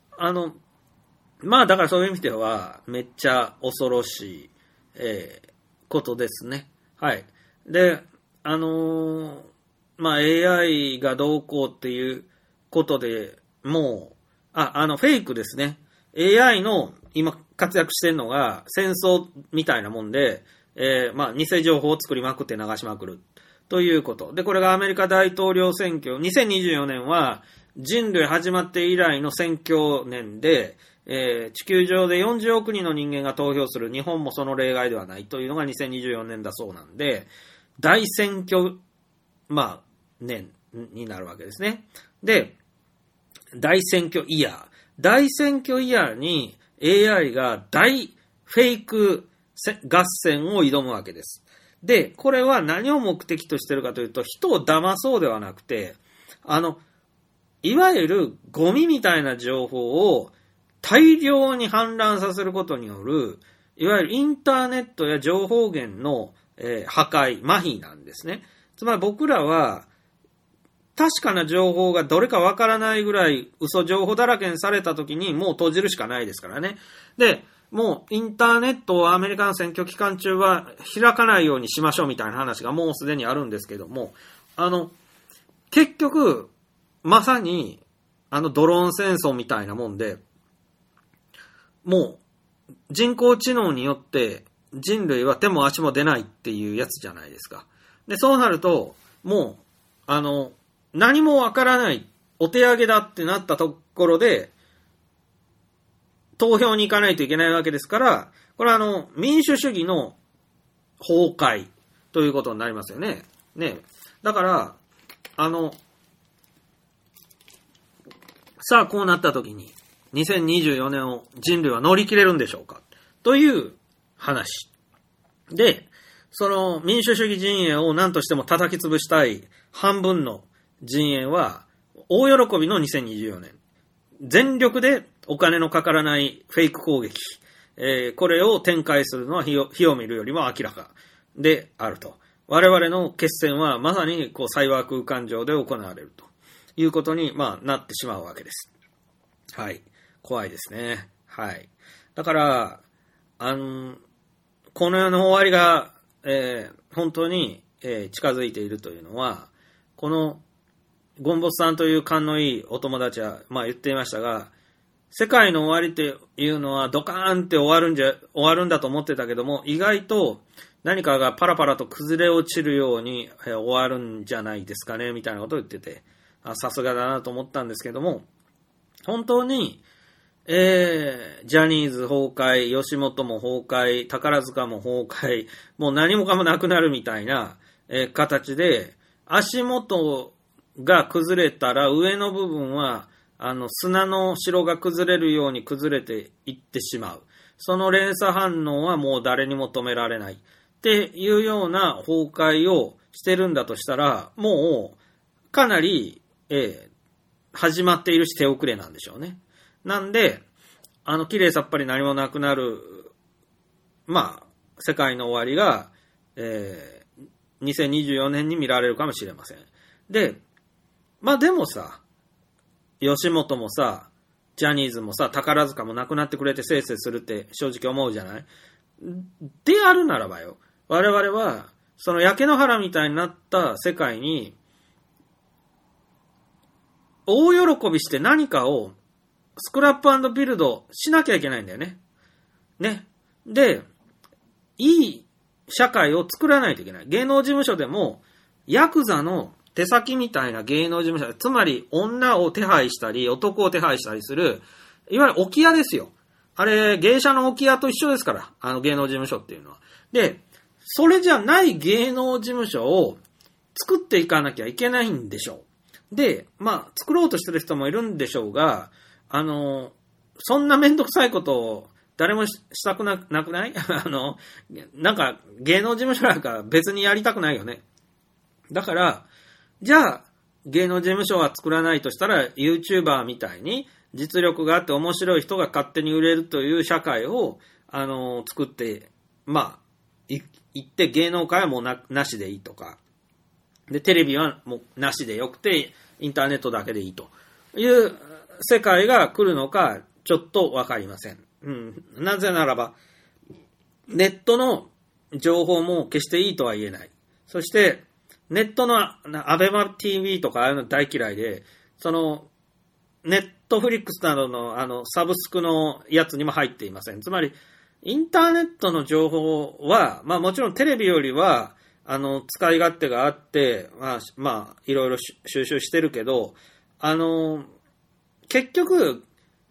だからそういう意味ではめっちゃ恐ろしい、ことですね。はい。で、AI がどうこうっていうことでもう、フェイクですね。AI の今活躍してるのが戦争みたいなもんで、偽情報を作りまくって流しまくるということ。で、これがアメリカ大統領選挙、2024年は人類始まって以来の選挙年で、地球上で40億人の人間が投票する、日本もその例外ではないというのが2024年だそうなんで、大選挙、年になるわけですね。で、大選挙イヤーに AI が大フェイク合戦を挑むわけです。で、これは何を目的としているかというと、人を騙そうではなくて、いわゆるゴミみたいな情報を大量に氾濫させることによる、いわゆるインターネットや情報源の、破壊、麻痺なんですね。つまり僕らは、確かな情報がどれかわからないぐらい嘘情報だらけにされたときにもう閉じるしかないですからね。で、もうインターネットをアメリカの選挙期間中は開かないようにしましょうみたいな話がもうすでにあるんですけども、結局、まさに、ドローン戦争みたいなもんで、もう人工知能によって人類は手も足も出ないっていうやつじゃないですか。で、そうなると、もう、何もわからない、お手上げだってなったところで、投票に行かないといけないわけですから、これは民主主義の崩壊ということになりますよね。ね。だから、さあこうなった時に、2024年を人類は乗り切れるんでしょうかという話。で、その民主主義陣営を何としても叩き潰したい半分の陣営は、大喜びの2024年。全力でお金のかからないフェイク攻撃、これを展開するのは火を見るよりも明らかであると。我々の決戦はまさにサイバー空間上で行われるということに、なってしまうわけです。はい。怖いですね。はい。だから、この世の終わりが、本当に、近づいているというのは、このゴンボスさんという勘のいいお友達は、言っていましたが、世界の終わりっていうのはドカーンって終わるんだと思ってたけども、意外と何かがパラパラと崩れ落ちるように終わるんじゃないですかね、みたいなことを言ってて、さすがだなと思ったんですけども、本当に、ジャニーズ崩壊、吉本も崩壊、宝塚も崩壊、もう何もかもなくなるみたいな、形で、足元が崩れたら上の部分は砂の城が崩れるように崩れていってしまう。 その連鎖反応はもう誰にも止められない。っていうような崩壊をしてるんだとしたら、もうかなり、始まっているし手遅れなんでしょうね。なんで、綺麗さっぱり何もなくなる、世界の終わりが、2024年に見られるかもしれません。で、でもさ、吉本もさ、ジャニーズもさ、宝塚もなくなってくれてせいせいするって正直思うじゃない？であるならばよ、我々は、その焼け野原みたいになった世界に、大喜びして何かをスクラップ&ビルドしなきゃいけないんだよね。ね。で、いい社会を作らないといけない。芸能事務所でも、ヤクザの手先みたいな芸能事務所、つまり女を手配したり、男を手配したりする、いわゆる置屋ですよ。あれ、芸者の置屋と一緒ですから、芸能事務所っていうのは。で、それじゃない芸能事務所を作っていかなきゃいけないんでしょう。で、作ろうとしてる人もいるんでしょうが、そんなめんどくさいことを誰もしたくなくないなんか芸能事務所なんか別にやりたくないよね。だから、じゃあ芸能事務所は作らないとしたら YouTuber みたいに実力があって面白い人が勝手に売れるという社会を作って、言って芸能界はもうなしでいいとか。で、テレビはもうなしでよくて、インターネットだけでいいという世界が来るのか、ちょっとわかりません。なぜならば、ネットの情報も決していいとは言えない。そして、ネットのアベマ TV とかああいうの大嫌いで、ネットフリックスなどのサブスクのやつにも入っていません。つまり、インターネットの情報は、もちろんテレビよりは、使い勝手があって、いろいろ収集してるけど、結局、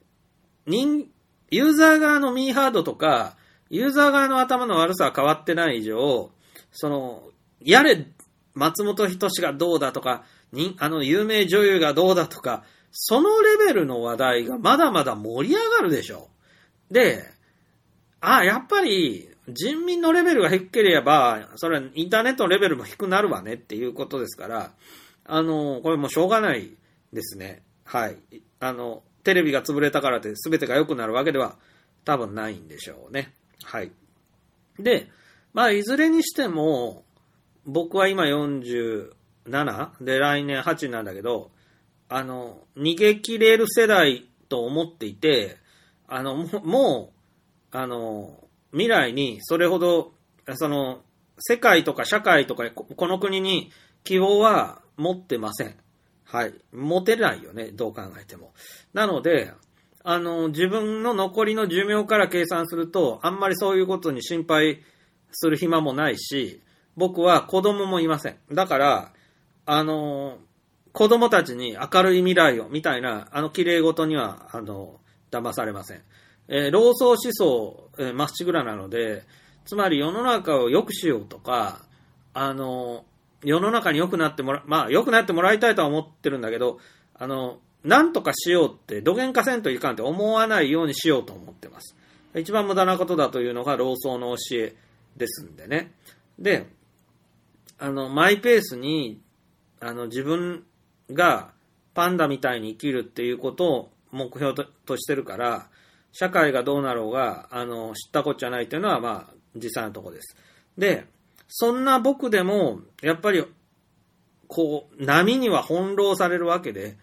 ユーザー側のミーハードとか、ユーザー側の頭の悪さは変わってない以上、やれ、松本人志がどうだとか、有名女優がどうだとか、そのレベルの話題がまだまだ盛り上がるでしょ。で、やっぱり、人民のレベルが低ければ、それはインターネットのレベルも低くなるわねっていうことですから、これもうしょうがないですね。はい。テレビが潰れたからって全てが良くなるわけでは多分ないんでしょうね。はい。で、いずれにしても、僕は今47で来年8なんだけど、逃げ切れる世代と思っていて、もう、未来にそれほど、世界とか社会とか、この国に希望は持ってません。はい。持てないよね、どう考えても。なので、自分の残りの寿命から計算すると、あんまりそういうことに心配する暇もないし、僕は子供もいません。だから、子供たちに明るい未来を、みたいな、綺麗事には、騙されません。老荘思想、まっしぐらなので、つまり世の中を良くしようとか、世の中に良くなってもらいたいとは思ってるんだけど、なんとかしようって、どげんかせんといかんって思わないようにしようと思ってます。一番無駄なことだというのが老荘の教えですんでね。で、マイペースに、自分がパンダみたいに生きるっていうことを目標としてるから、社会がどうなろうが、知ったこっちゃないというのは、実際のところです。で、そんな僕でも、やっぱり、波には翻弄されるわけで、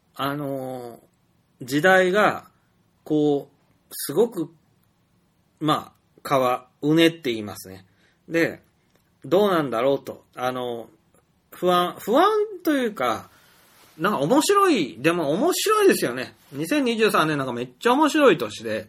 時代が、すごく、うねっていますね。で、どうなんだろうと、不安というか、なんか面白いですよね。2023年なんかめっちゃ面白い年で、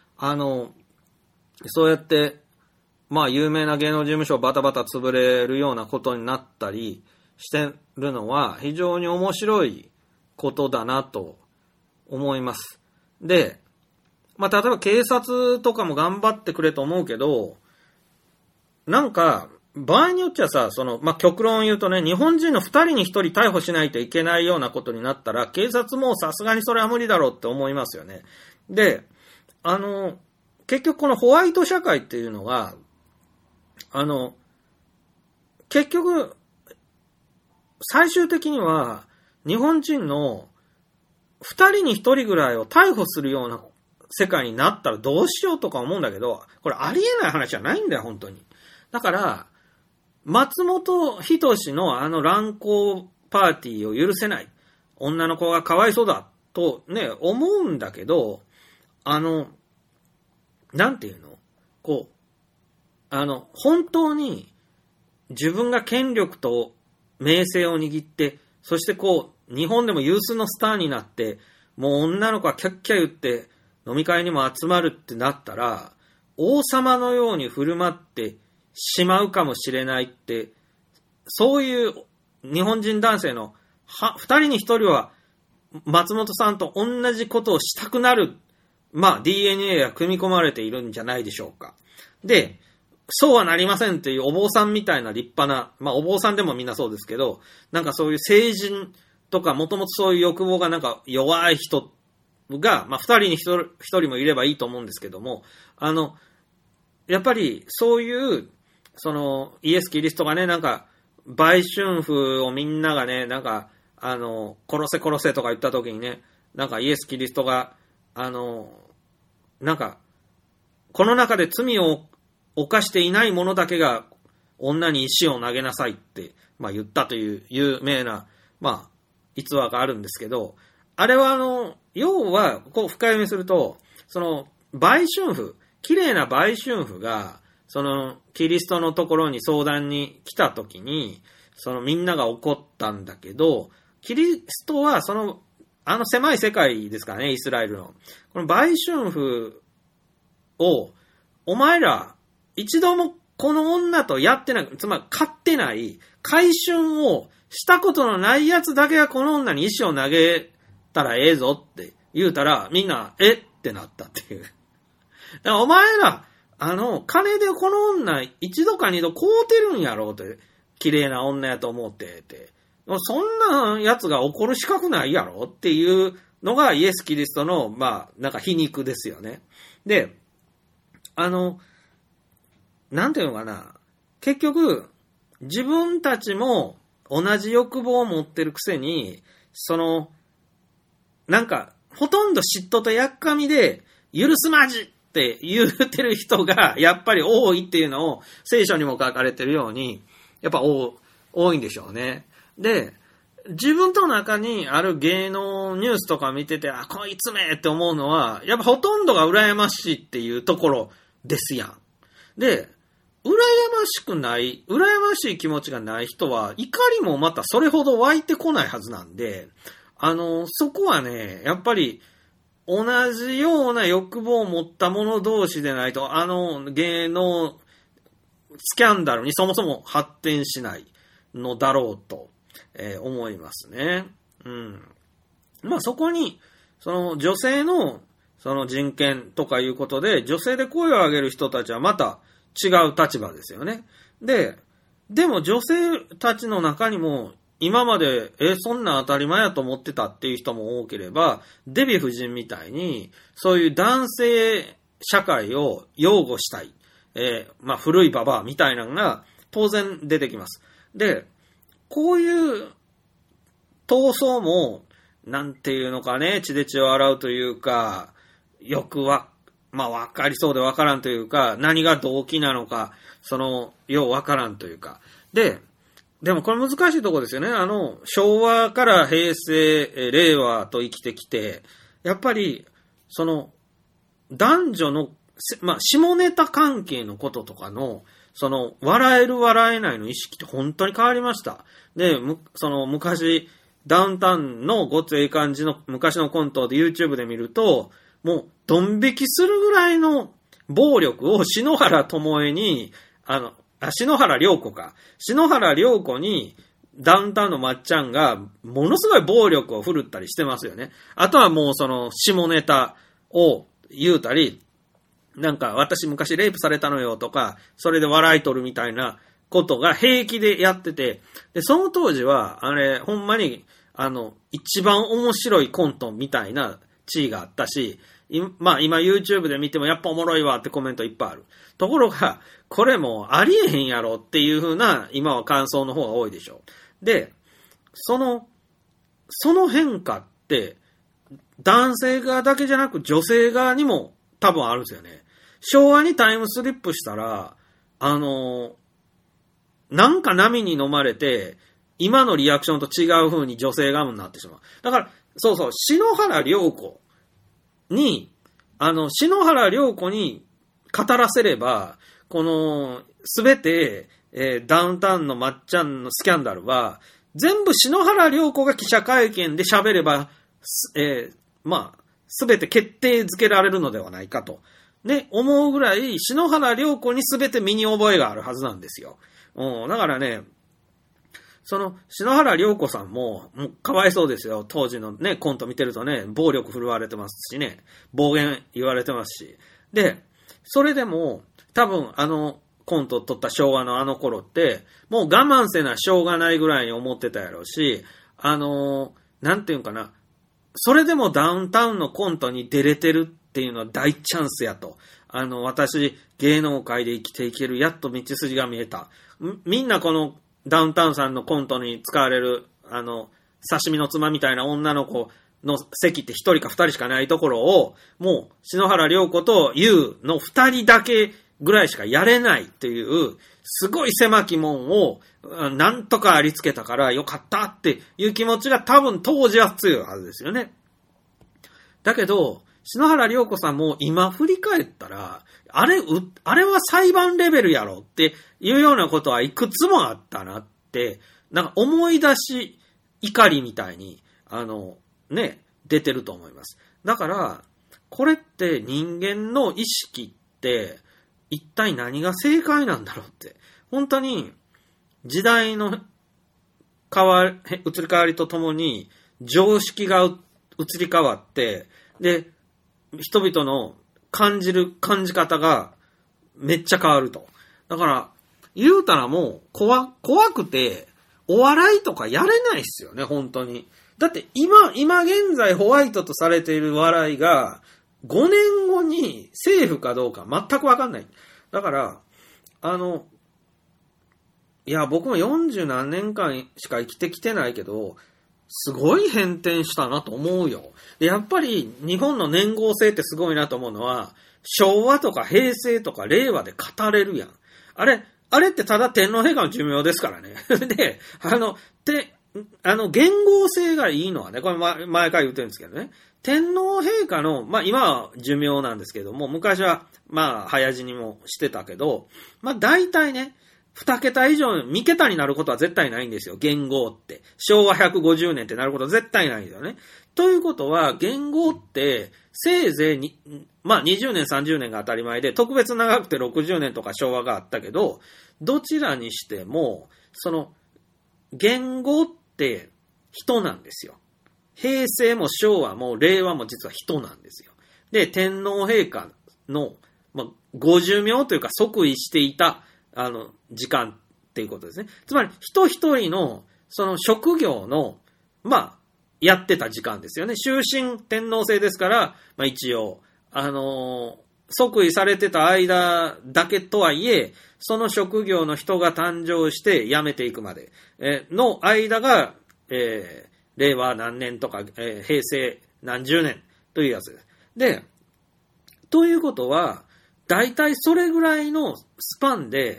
そうやって、有名な芸能事務所バタバタ潰れるようなことになったりしてるのは非常に面白いことだなと思います。で、例えば警察とかも頑張ってくれと思うけど、なんか、場合によっちゃさ、極論言うとね、日本人の2人に1人逮捕しないといけないようなことになったら、警察もさすがにそれは無理だろうって思いますよね。で、 結局このホワイト社会っていうのが、結局、最終的には、日本人の二人に一人ぐらいを逮捕するような世界になったらどうしようとか思うんだけど、これありえない話じゃないんだよ、本当に。だから、松本人志の乱交パーティーを許せない。女の子がかわいそうだとね、思うんだけど、なんていうの？こう、本当に自分が権力と名声を握って、そしてこう、日本でも有数のスターになって、もう女の子がキャッキャ言って飲み会にも集まるってなったら、王様のように振る舞ってしまうかもしれないって、そういう日本人男性の二人に一人は松本さんと同じことをしたくなる、まあ DNA が組み込まれているんじゃないでしょうか。で、そうはなりませんっていうお坊さんみたいな立派な、まあお坊さんでもみんなそうですけど、なんかそういう成人とかもともとそういう欲望がなんか弱い人が、まあ二人に一人もいればいいと思うんですけども、やっぱりそういう、イエス・キリストがね、なんか、売春婦をみんながね、なんか、殺せ殺せとか言った時にね、なんかイエス・キリストが、なんか、この中で罪を犯していない者だけが女に石を投げなさいって、まあ言ったという有名な、まあ、逸話があるんですけど、あれは要は、こう深読みすると、売春婦、綺麗な売春婦が、キリストのところに相談に来たときに、みんなが怒ったんだけど、キリストは狭い世界ですからね、イスラエルの。この売春婦を、お前ら、一度もこの女とやってない、つまり買ってない、買春をしたことのないやつだけがこの女に石を投げたらええぞって言うたら、みんな、ってなったっていう。だからお前ら、金でこの女一度か二度買うてるんやろうって、綺麗な女やと思ってって。そんなやつが怒る資格ないやろっていうのがイエス・キリストの、まあ、なんか皮肉ですよね。で、なんていうのかな。結局、自分たちも同じ欲望を持ってるくせに、なんか、ほとんど嫉妬とやっかみで、許すまじって言ってる人がやっぱり多いっていうのを聖書にも書かれてるようにやっぱ多いんでしょうね。で、自分との中にある芸能ニュースとか見てて、こいつめって思うのはやっぱほとんどが羨ましいっていうところですやん。で、羨ましい気持ちがない人は怒りもまたそれほど湧いてこないはずなんで、そこはね、やっぱり同じような欲望を持った者同士でないと、芸能スキャンダルにそもそも発展しないのだろうと、思いますね。うん。まあそこに、女性の、人権とかいうことで、女性で声を上げる人たちはまた違う立場ですよね。でも女性たちの中にも、今まで、そんな当たり前やと思ってたっていう人も多ければ、デヴィ夫人みたいに、そういう男性社会を擁護したい、まあ古いババアみたいなのが当然出てきます。で、こういう闘争も、なんていうのかね、血で血を洗うというか、まあわかりそうでわからんというか、何が動機なのか、ようわからんというか。でもこれ難しいところですよね。昭和から平成、令和と生きてきて、やっぱり、男女の、まあ、下ネタ関係のこととかの、笑える笑えないの意識って本当に変わりました。で、昔、ダウンタウンのごつええ感じの昔のコントで YouTube で見ると、もう、ドン引きするぐらいの暴力を篠原智恵に、篠原涼子か。篠原涼子にダウンタウンのまっちゃんがものすごい暴力を振るったりしてますよね。あとはもう下ネタを言うたり、なんか私昔レイプされたのよとか、それで笑い取るみたいなことが平気でやってて、で、その当時はほんまに一番面白いコントみたいな地位があったし、 今 YouTube で見てもやっぱおもろいわってコメントいっぱいある。ところが、これもありえへんやろっていう風な、今は感想の方が多いでしょ。で、その変化って、男性側だけじゃなく女性側にも多分あるんですよね。昭和にタイムスリップしたら、なんか波に飲まれて、今のリアクションと違う風に女性側になってしまう。だから、そうそう、篠原涼子に語らせれば、この、すべて、ダウンタウンのまっちゃんのスキャンダルは、全部篠原涼子が記者会見で喋れば、すべて決定づけられるのではないかと。ね、思うぐらい、篠原涼子にすべて身に覚えがあるはずなんですよ。だからね、篠原涼子さんもうかわいそうですよ。当時のね、コント見てるとね、暴力振るわれてますしね、暴言言われてますし。で、それでも、多分コントを撮った昭和のあの頃って、もう我慢せなしょうがないぐらいに思ってたやろうし、なんていうんかな、それでもダウンタウンのコントに出れてるっていうのは大チャンスやと。私、芸能界で生きていける、やっと道筋が見えた。みんなこのダウンタウンさんのコントに使われる、刺身の妻みたいな女の子の席って一人か二人しかないところを、もう、篠原涼子と優の二人だけぐらいしかやれないっていう、すごい狭き門を、なんとかありつけたからよかったっていう気持ちが多分当時は強いはずですよね。だけど、篠原涼子さんも今振り返ったら、あれは裁判レベルやろっていうようなことはいくつもあったなって、なんか思い出し怒りみたいに、出てると思います。だから、これって人間の意識って、一体何が正解なんだろうって。本当に、時代の移り変わりとともに、常識が移り変わって、で、人々の感じ方がめっちゃ変わると。だから、言うたらもう怖くて、お笑いとかやれないっすよね、本当に。だって今現在ホワイトとされている笑いが、5年後にセーフかどうか全くわかんない。だから、いや、僕も40何年間しか生きてきてないけど、すごい変転したなと思うよ。で、やっぱり日本の年号制ってすごいなと思うのは、昭和とか平成とか令和で語れるやん。あれってただ天皇陛下の寿命ですからね。で、元号制がいいのはね、これ前から言ってるんですけどね。天皇陛下の、今は寿命なんですけども、昔は、早死にもしてたけど、大体ね、2桁以上、3桁になることは絶対ないんですよ。元号って。昭和150年ってなることは絶対ないんですよね。ということは、元号って、せいぜいに、20年、30年が当たり前で、特別長くて60年とか昭和があったけど、どちらにしても、元号って人なんですよ。平成も昭和も令和も実は人なんですよ。で、天皇陛下の、ご寿命というか即位していた、時間っていうことですね。つまり、人一人の、職業の、やってた時間ですよね。終身天皇制ですから、一応、即位されてた間だけとはいえ、その職業の人が誕生して辞めていくまでの間が、令和何年とか、平成何十年というやつです。で、ということは、大体それぐらいのスパンで、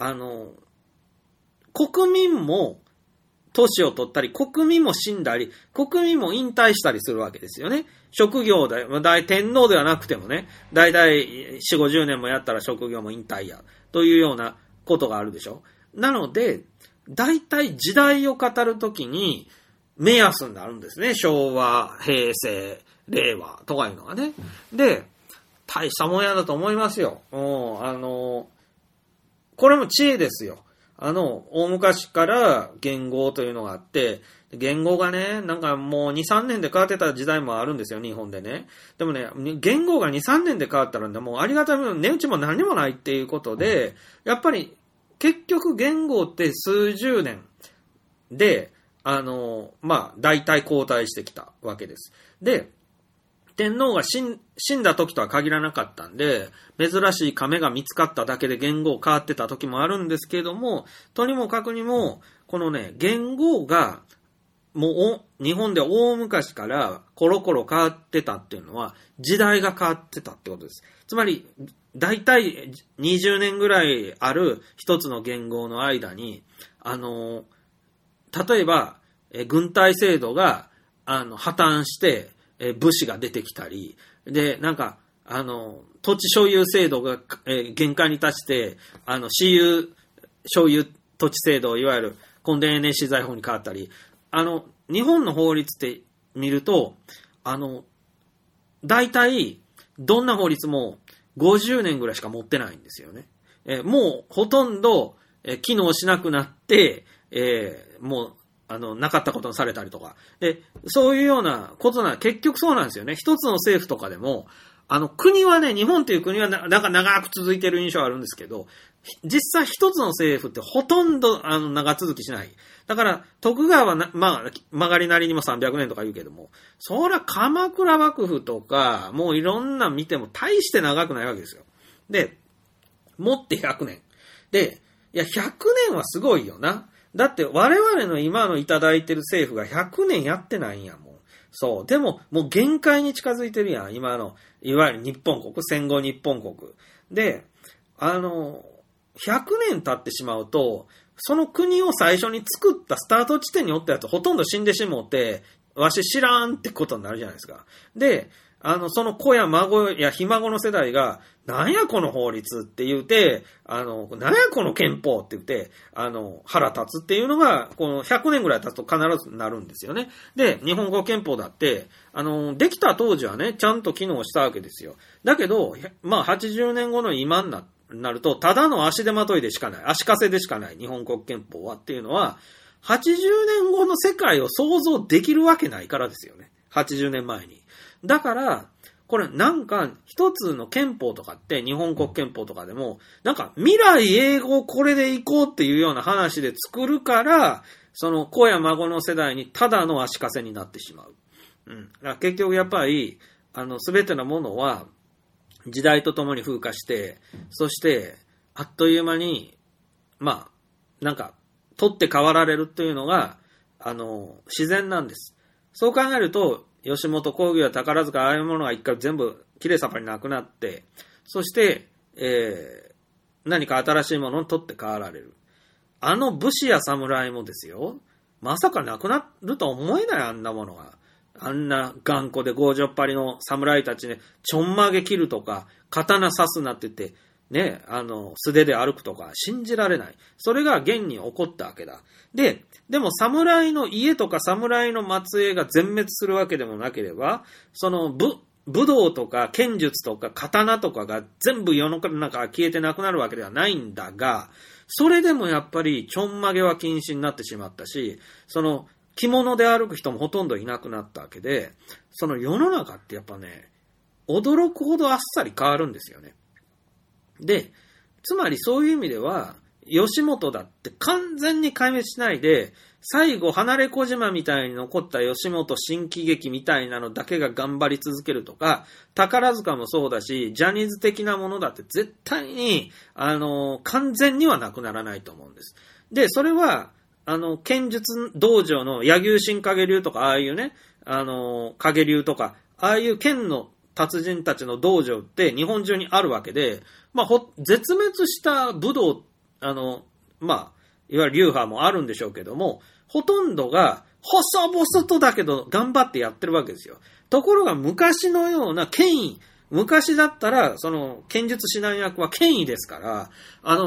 国民も年を取ったり、国民も死んだり、国民も引退したりするわけですよね。職業で、天皇ではなくてもね、大体4、50年もやったら職業も引退や、というようなことがあるでしょ。なので、大体時代を語るときに、目安になるんですね。昭和、平成、令和とかいうのがね。で、大したもんやだと思いますよ。これも知恵ですよ。大昔から元号というのがあって、元号がね、なんかもう2、3年で変わってた時代もあるんですよ、日本でね。でもね、元号が2、3年で変わったらね、もうありがたい値打ちも何もないっていうことで、やっぱり結局元号って数十年で、大体交代してきたわけです。で、 天皇が死んだ時とは限らなかったんで、珍しい亀が見つかっただけで元号変わってた時もあるんですけども、とにもかくにも、このね、元号が、もう日本で大昔からコロコロ変わってたっていうのは、時代が変わってたってことです。つまり、だいたい20年ぐらいある一つの元号の間に、例えば、軍隊制度が、破綻して、武士が出てきたり、で、なんか、土地所有制度が、限界に達して、私有所有土地制度、いわゆる墾田永年資材法に変わったり、日本の法律って見ると、大体、どんな法律も50年ぐらいしか持ってないんですよね。もうほとんど、機能しなくなって、もう、なかったことにされたりとか。で、そういうようなこと結局そうなんですよね。一つの政府とかでも、国はね、日本という国はなんか長く続いてる印象あるんですけど、実際一つの政府ってほとんど長続きしない。だから徳川は曲がりなりにも300年とか言うけども、そら鎌倉幕府とかもういろんな見ても大して長くないわけですよ。で、もって100年。で、いや100年はすごいよな。だって我々の今のいただいてる政府が100年やってないんやもん。そう。でも、もう限界に近づいてるやん。今の、いわゆる日本国、戦後日本国。で、100年経ってしまうと、その国を最初に作ったスタート地点におったやつほとんど死んでしもって、わし知らんってことになるじゃないですか。で、その子や孫やひ孫の世代が、なんやこの法律って言うて、なんやこの憲法って言って、腹立つっていうのが、この100年ぐらい経つと必ずなるんですよね。で、日本語憲法だって、できた当時はね、ちゃんと機能したわけですよ。だけど、80年後の今になると、ただの足手まといでしかない、足かせでしかない日本国憲法はっていうのは、80年後の世界を想像できるわけないからですよね。80年前に。だから、これなんか一つの憲法とかって日本国憲法とかでもなんか未来永劫これでいこうっていうような話で作るからその子や孫の世代にただの足かせになってしまう。だから結局やっぱり全てのものは時代とともに風化してそしてあっという間になんか取って代わられるというのが自然なんです。そう考えると吉本興業や宝塚ああいうものが一回全部きれいさっぱりなくなって、そして、何か新しいものに取って代わられる。武士や侍もですよ。まさかなくなるとは思えないあんなものが。あんな頑固で強情っぱりの侍たちね、ちょんまげ切るとか、刀刺すなって言って、ね、素手で歩くとか信じられない。それが現に起こったわけだ。でも侍の家とか侍の末裔が全滅するわけでもなければ、その武道とか剣術とか刀とかが全部世の中から消えてなくなるわけではないんだが、それでもやっぱりちょんまげは禁止になってしまったし、その着物で歩く人もほとんどいなくなったわけで、その世の中ってやっぱね、驚くほどあっさり変わるんですよね。で、つまりそういう意味では、吉本だって完全に壊滅しないで、最後離れ小島みたいに残った吉本新喜劇みたいなのだけが頑張り続けるとか、宝塚もそうだし、ジャニーズ的なものだって絶対に、完全にはなくならないと思うんです。で、それは、剣術道場の柳生新影流とか、ああいうね、影流とか、ああいう剣の達人たちの道場って日本中にあるわけで、絶滅した武道、いわゆる流派もあるんでしょうけども、ほとんどが細々とだけど頑張ってやってるわけですよ。ところが昔のような権威、昔だったらその剣術指南役は権威ですから、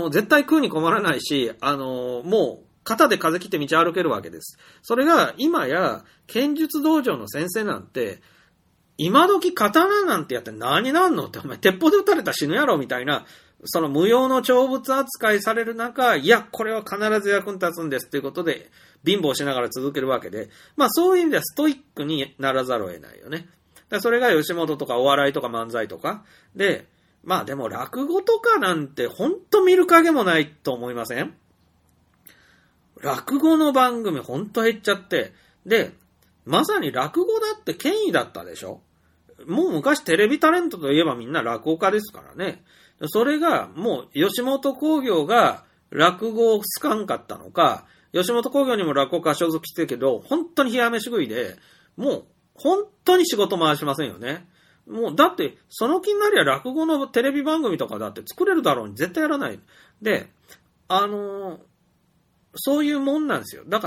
絶対食うに困らないし、もう肩で風切って道歩けるわけです。それが今や剣術道場の先生なんて、今時刀なんてやって何になんのって、お前鉄砲で撃たれたら死ぬやろみたいな、その無用の長物扱いされる中、いや、これは必ず役に立つんですということで、貧乏しながら続けるわけで、そういう意味ではストイックにならざるを得ないよね。それが吉本とかお笑いとか漫才とか。で、でも落語とかなんてほんと見る影もないと思いません？落語の番組ほんと減っちゃって。で、まさに落語だって権威だったでしょ？ もう昔テレビタレントといえばみんな落語家ですからね。それがもう吉本興業が落語を好かんかったのか、吉本興業にも落語家所属してるけど、本当に冷や飯食いで、もう本当に仕事回しませんよね。もうだってその気になりゃ落語のテレビ番組とかだって作れるだろうに絶対やらない。で、そういうもんなんですよ。だから、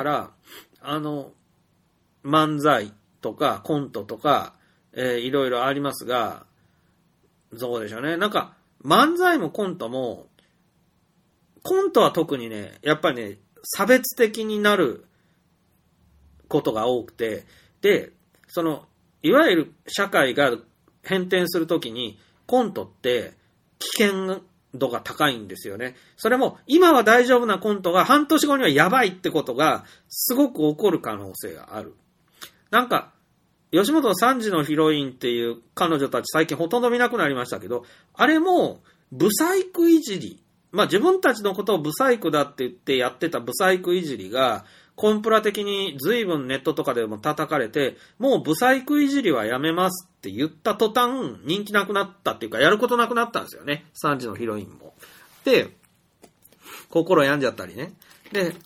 漫才とかコントとか、いろいろありますが、そうでしょうね。なんか、漫才もコントも、コントは特にね、やっぱりね、差別的になることが多くて、で、いわゆる社会が変転するときに、コントって危険度が高いんですよね。それも、今は大丈夫なコントが半年後にはやばいってことが、すごく起こる可能性がある。なんか、吉本の3時のヒロインっていう彼女たち最近ほとんど見なくなりましたけど、あれも、ブサイクいじり。まあ自分たちのことをブサイクだって言ってやってたブサイクいじりが、コンプラ的に随分ネットとかでも叩かれて、もうブサイクいじりはやめますって言った途端、人気なくなったっていうか、やることなくなったんですよね。3時のヒロインも。で、心病んじゃったりね。で、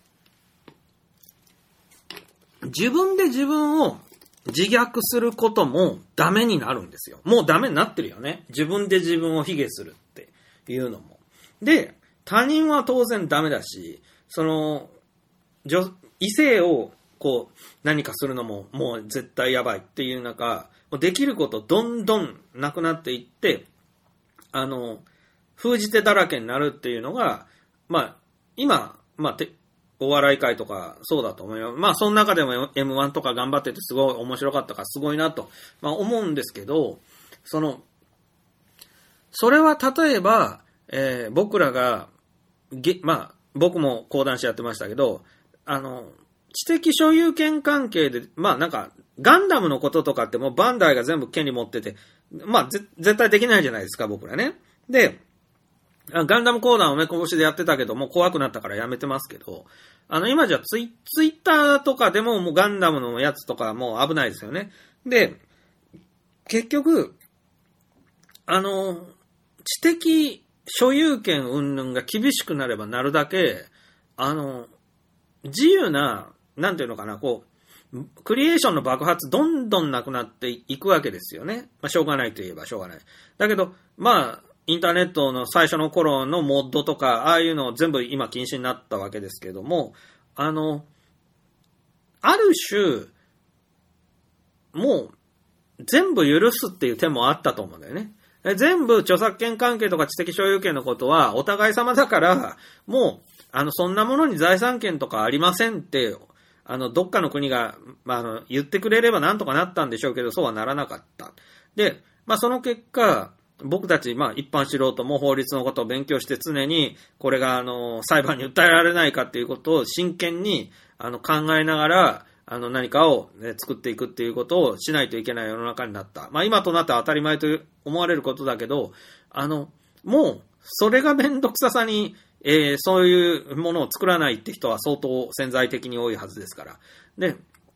自分で自分を自虐することもダメになるんですよ。もうダメになってるよね。自分で自分を卑下するっていうのも。で、他人は当然ダメだし、異性をこう何かするのももう絶対やばいっていう中、できることどんどんなくなっていって、封じ手だらけになるっていうのが、まあ、今、お笑い界とかそうだと思います。まあ、その中でも M1 とか頑張っててすごい面白かったからすごいなと、思うんですけど、それは例えば、僕らが、僕も講談師やってましたけど、知的所有権関係で、なんか、ガンダムのこととかってもうバンダイが全部権利持ってて、絶対できないじゃないですか、僕らね。で、ガンダム講談を拳でやってたけど、もう怖くなったからやめてますけど、今じゃツイッターとかでももうガンダムのやつとかもう危ないですよね。で、結局、知的所有権云々が厳しくなればなるだけ、自由な、なんていうのかな、クリエーションの爆発どんどんなくなっていくわけですよね。しょうがないといえばしょうがない。だけど、インターネットの最初の頃のモッドとか、ああいうの全部今禁止になったわけですけども、ある種、もう全部許すっていう手もあったと思うんだよね。全部著作権関係とか知的所有権のことはお互い様だから、もう、そんなものに財産権とかありませんって、どっかの国が、言ってくれればなんとかなったんでしょうけど、そうはならなかった。で、その結果、僕たち、一般素人も法律のことを勉強して常に、これが、裁判に訴えられないかっていうことを真剣に、考えながら、何かを、作っていくっていうことをしないといけない世の中になった。今となっては当たり前と思われることだけど、もう、それがめんどくささに、そういうものを作らないって人は相当潜在的に多いはずですから。で、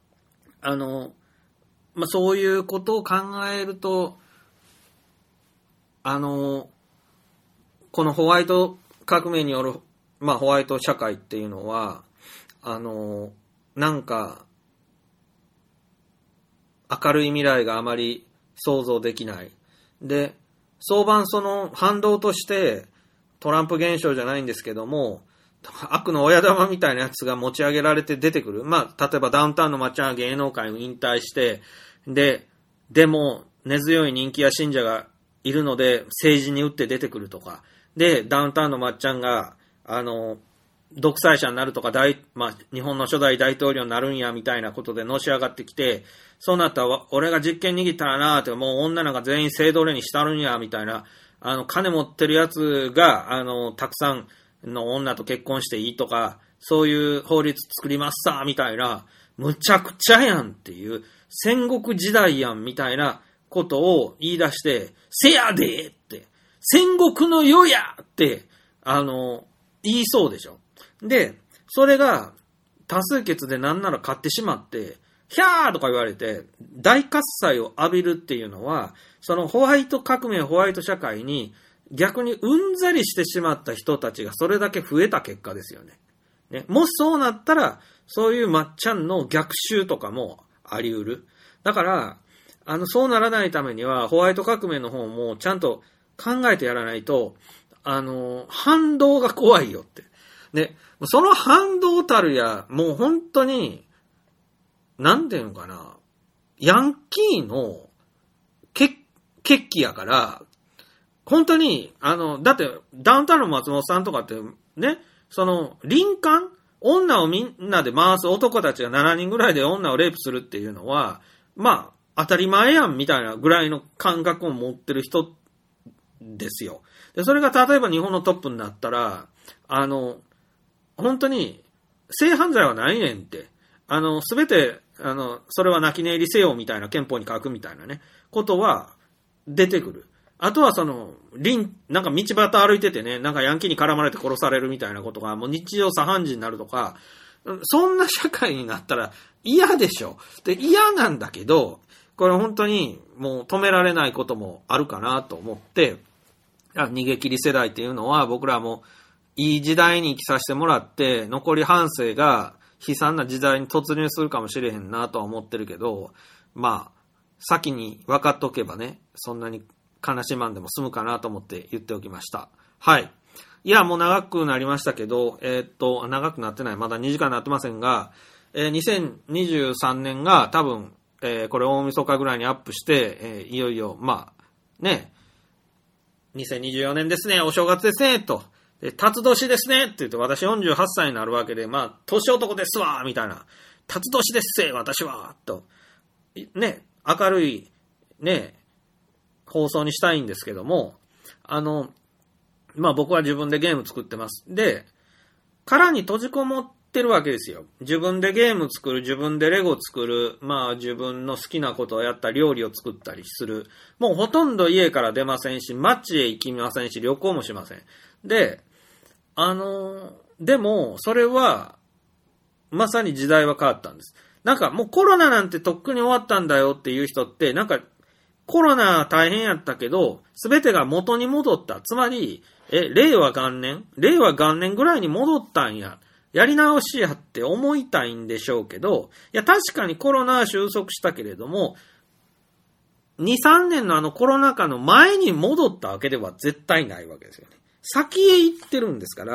そういうことを考えると、このホワイト革命による、ホワイト社会っていうのは、なんか、明るい未来があまり想像できない。で、早晩反動として、トランプ現象じゃないんですけども、悪の親玉みたいなやつが持ち上げられて出てくる。例えばダウンタウンのまっちゃんが芸能界を引退して、でも根強い人気や信者がいるので政治に打って出てくるとか、で、ダウンタウンのまっちゃんが、独裁者になるとか、日本の初代大統領になるんや、みたいなことでのし上がってきて、そうなったら、俺が実権握ったらなーって、もう女なんか全員性奴隷にしたるんや、みたいな、金持ってるやつが、たくさんの女と結婚していいとか、そういう法律作りますさ、みたいな、むちゃくちゃやんっていう、戦国時代やん、みたいなことを言い出して、せやでって、戦国の世やって、言いそうでしょ。で、それが多数決でなんなら勝ってしまって、 ヒャーとか言われて、大喝采を浴びるっていうのは、そのホワイト革命、ホワイト社会に逆にうんざりしてしまった人たちがそれだけ増えた結果ですよね。ね、もしそうなったら、そういうまっちゃんの逆襲とかもあり得る。だから、そうならないためには、ホワイト革命の方もちゃんと考えてやらないと、反動が怖いよって。で、その反動たるや、もう本当に、なんていうのかな、ヤンキーの決起やから、本当に、だって、ダウンタウンの松本さんとかって、ね、その、林間女をみんなで回す男たちが7人ぐらいで女をレイプするっていうのは、まあ、当たり前やんみたいなぐらいの感覚を持ってる人ですよ。で、それが例えば日本のトップになったら、本当に、性犯罪はないねんって。すべて、それは泣き寝入りせよみたいな憲法に書くみたいなね、ことは出てくる。あとはなんか道端歩いててね、なんかヤンキーに絡まれて殺されるみたいなことがもう日常茶飯事になるとか、そんな社会になったら嫌でしょ。で、嫌なんだけど、これ本当にもう止められないこともあるかなと思って、逃げ切り世代っていうのは僕らもいい時代に生きさせてもらって、残り半生が悲惨な時代に突入するかもしれへんなとは思ってるけど、まあ、先に分かっとけばね、そんなに悲しまんでも済むかなと思って言っておきました。はい。いや、もう長くなりましたけど、長くなってない。まだ2時間なってませんが、2023年が多分、これ大晦日ぐらいにアップして、いよいよ、まあ、ね、2024年ですね、お正月ですね、と。辰年ですねって言って私48歳になるわけで、まあ、年男ですわみたいな。辰年ですせ私はと。ね、明るい、ね、放送にしたいんですけども、まあ僕は自分でゲーム作ってます。で、殻に閉じこもってるわけですよ。自分でゲーム作る、自分でレゴ作る、まあ自分の好きなことをやった料理を作ったりする。もうほとんど家から出ませんし、街へ行きませんし、旅行もしません。で、でも、それは、まさに時代は変わったんです。なんかもうコロナなんてとっくに終わったんだよっていう人って、なんかコロナ大変やったけど、すべてが元に戻った。つまり、令和元年ぐらいに戻ったんや。やり直しやって思いたいんでしょうけど、いや確かにコロナは収束したけれども、2、3年のコロナ禍の前に戻ったわけでは絶対ないわけですよね。先へ行ってるんですから、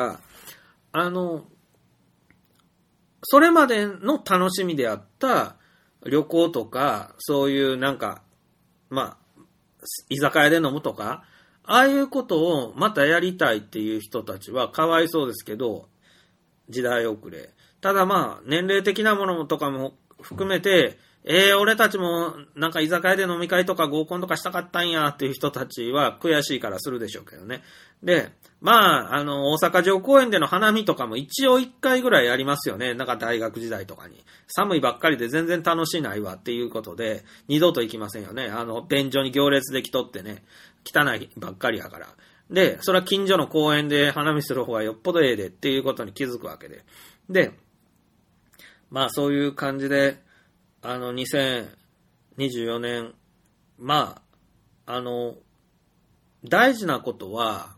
それまでの楽しみであった旅行とか、そういうなんか、まあ、居酒屋で飲むとか、ああいうことをまたやりたいっていう人たちはかわいそうですけど、時代遅れ。ただまあ、年齢的なものとかも含めて、俺たちもなんか居酒屋で飲み会とか合コンとかしたかったんやっていう人たちは悔しいからするでしょうけどね。で、まあ、大阪城公園での花見とかも一応1回ぐらいやりますよね。なんか大学時代とかに。寒いばっかりで全然楽しないわっていうことで、二度と行きませんよね。便所に行列できとってね、汚いばっかりやから。で、それは近所の公園で花見する方がよっぽどええでっていうことに気づくわけで。で、まあそういう感じで、2024年、まあ、大事なことは、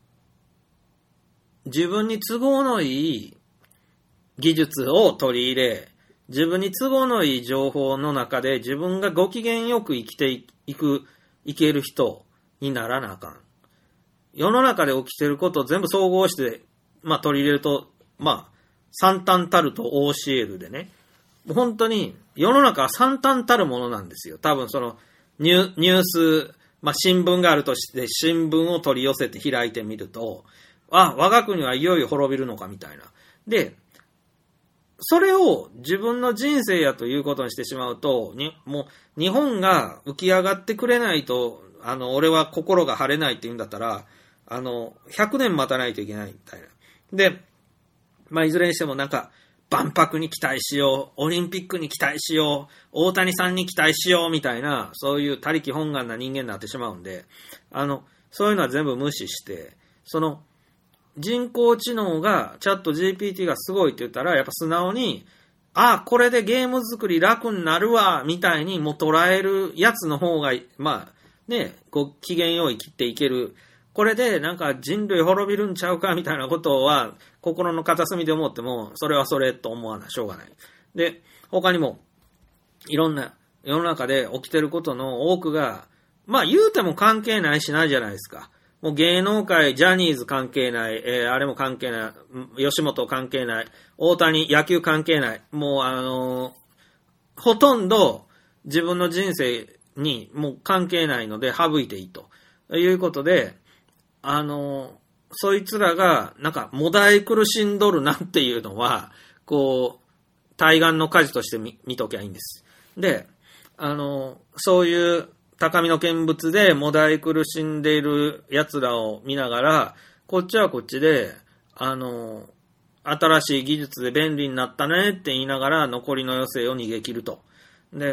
自分に都合のいい技術を取り入れ、自分に都合のいい情報の中で自分がご機嫌よく生きていける人にならなあかん。世の中で起きてることを全部総合して、まあ取り入れると、まあ、惨憺たると教えるでね。本当に世の中は惨憺たるものなんですよ。多分そのニュース、まあ新聞があるとして新聞を取り寄せて開いてみると、我が国はいよいよ滅びるのかみたいな。で、それを自分の人生やということにしてしまうと、もう日本が浮き上がってくれないと、俺は心が晴れないって言うんだったら、100年待たないといけないみたいな。で、まあいずれにしてもなんか、万博に期待しよう、オリンピックに期待しよう、大谷さんに期待しようみたいな、そういう他力本願な人間になってしまうんで、そういうのは全部無視して、その、人工知能が、チャット GPT がすごいって言ったら、やっぱ素直に、 これでゲーム作り楽になるわ、みたいにもう捉えるやつの方が、まあ、ね、こう、機嫌よい切っていける。これでなんか人類滅びるんちゃうかみたいなことは心の片隅で思ってもそれはそれと思わないしょうがない。で、他にもいろんな世の中で起きてることの多くがまあ言うても関係ないしないじゃないですか。もう芸能界、ジャニーズ関係ない、あれも関係ない、吉本関係ない、大谷、野球関係ない。もうほとんど自分の人生にもう関係ないので省いていいということで、そいつらが、なんか、もだえ苦しんどるなっていうのは、こう、対岸の火事として見ときゃいいんです。で、そういう高みの見物でもだえ苦しんでいる奴らを見ながら、こっちはこっちで、新しい技術で便利になったねって言いながら、残りの余生を逃げ切ると。で、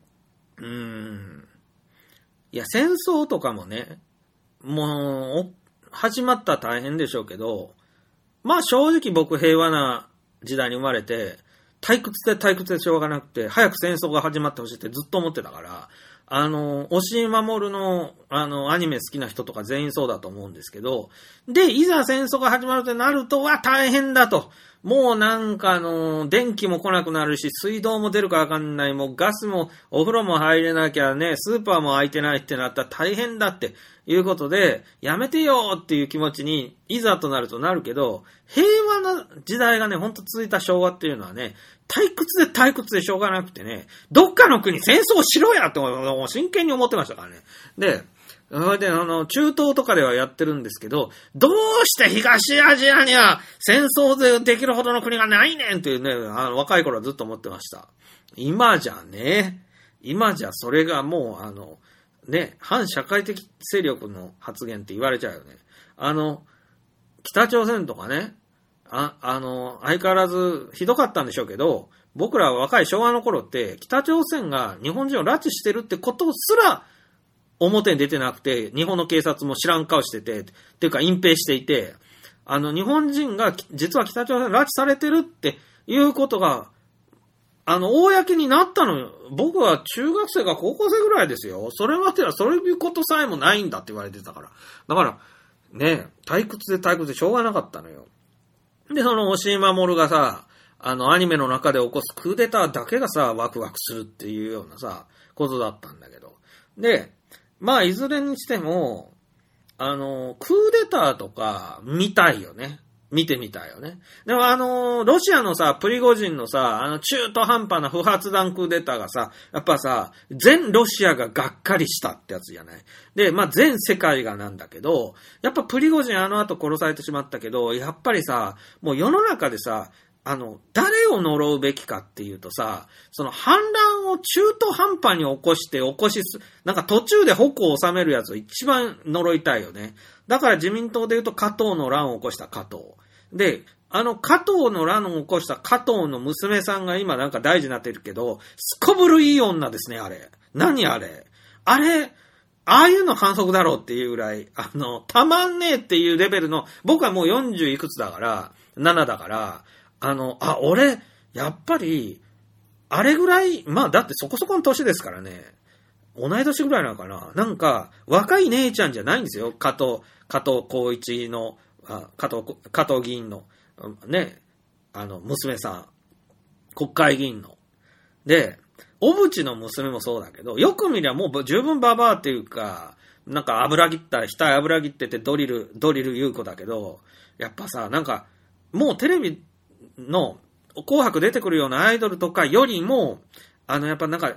いや、戦争とかもね、もう、始まったら大変でしょうけど、まあ正直僕平和な時代に生まれて、退屈でしょうがなくて、早く戦争が始まってほしいってずっと思ってたから、押井守の、アニメ好きな人とか全員そうだと思うんですけど、で、いざ戦争が始まるとなると、大変だと。もうなんか電気も来なくなるし、水道も出るかわかんない、もうガスもお風呂も入れなきゃね、スーパーも空いてないってなったら大変だっていうことで、やめてよっていう気持ちに、いざとなるとなるけど、平和な時代がね、ほんと続いた昭和っていうのはね、退屈でしょうがなくてね、どっかの国戦争しろやって真剣に思ってましたからね。で、中東とかではやってるんですけど、どうして東アジアには戦争でできるほどの国がないねんっていうね、若い頃はずっと思ってました。今じゃそれがもうね、反社会的勢力の発言って言われちゃうよね。北朝鮮とかね、相変わらずひどかったんでしょうけど、僕ら若い昭和の頃って北朝鮮が日本人を拉致してるってことすら表に出てなくて、日本の警察も知らん顔してて、っていうか隠蔽していて、日本人が実は北朝鮮拉致されてるっていうことが、公になったのよ。僕は中学生か高校生ぐらいですよ。それまではそういうことさえもないんだって言われてたから。だから、ね、退屈でしょうがなかったのよ。で、押井守がさ、アニメの中で起こすクーデターだけがさ、ワクワクするっていうようなさ、ことだったんだけど。で、まあ、いずれにしても、クーデターとか、見たいよね。見てみたいよね。でもロシアのさ、プリゴジンのさ、中途半端な不発弾クーデターがさ、やっぱさ、全ロシアががっかりしたってやつじゃない。で、まあ、全世界がなんだけど、やっぱプリゴジン後殺されてしまったけど、やっぱりさ、もう世の中でさ、誰を呪うべきかっていうとさ、その反乱を中途半端になんか途中で矛を収めるやつを一番呪いたいよね。だから自民党で言うと加藤の乱を起こした加藤。で、加藤の乱を起こした加藤の娘さんが今なんか大事になってるけど、すこぶるいい女ですね、あれ。何あれ。ああいうの反則だろうっていうぐらい、たまんねえっていうレベルの、僕はもう40いくつだから、7だから、俺、やっぱり、あれぐらい、まあだってそこそこの年ですからね。同い年ぐらいなのかな。なんか、若い姉ちゃんじゃないんですよ。加藤浩一の、加藤議員の、ね、娘さん。国会議員の。で、小渕の娘もそうだけど、よく見りゃもう十分ババアっていうか、なんか額油切っててドリル言う子だけど、やっぱさ、なんか、もうテレビの紅白出てくるようなアイドルとかよりも、やっぱなんか、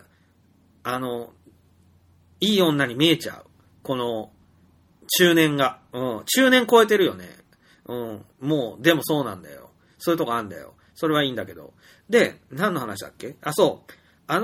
いい女に見えちゃう。この、中年が。中年超えてるよね。もう、でもそうなんだよ。そういうとこあんだよ。それはいいんだけど。で、何の話だっけ？そう。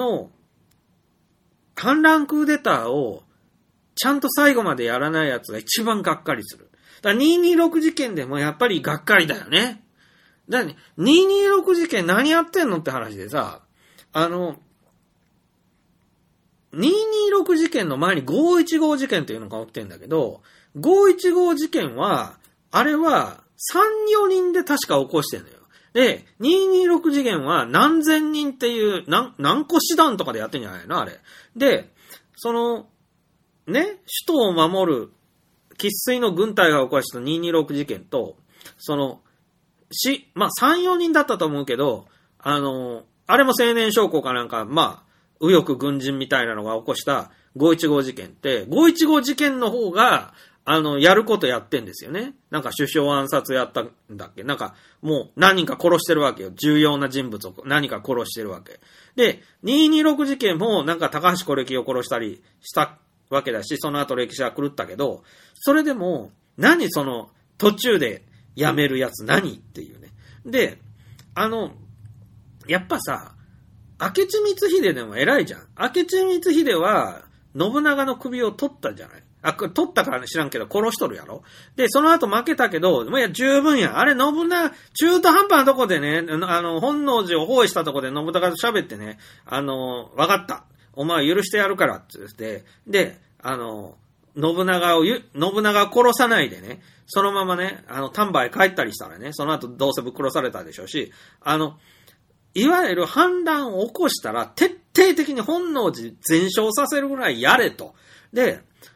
反乱クーデターを、ちゃんと最後までやらないやつが一番がっかりする。だから226事件でもやっぱりがっかりだよね。だからね、226事件何やってんのって話でさ、226事件の前に515事件っていうのが起きてんだけど、515事件は、あれは3、4人で確か起こしてんのよ。 で、226次元は何千人っていう、何個師団とかでやってんじゃないのあれ。で、首都を守る、生粋の軍隊が起こした226事件と、3、4人だったと思うけど、あれも青年将校かなんか、右翼軍人みたいなのが起こした515事件って、515事件の方が、やることやってんですよね。なんか首相暗殺やったんだっけ？なんかもう何人か殺してるわけよ。重要な人物を何か殺してるわけ。で、226事件もなんか高橋是樹を殺したりしたわけだし、その後歴史は狂ったけど、それでも、途中でやめるやつ何っていうね。で、やっぱさ、明智光秀でも偉いじゃん。明智光秀は、信長の首を取ったじゃない。取ったから知らんけど、殺しとるやろ。で、その後負けたけど、いや、十分や。あれ、信長、中途半端なとこでね、本能寺を包囲したとこで信長と喋ってね、わかった。お前許してやるからって言って、で、信長を殺さないでね、そのままね、丹波へ帰ったりしたらね、その後どうせぶっ殺されたでしょうし、いわゆる反乱を起こしたら、徹底的に本能寺全焼させるぐらいやれと。で、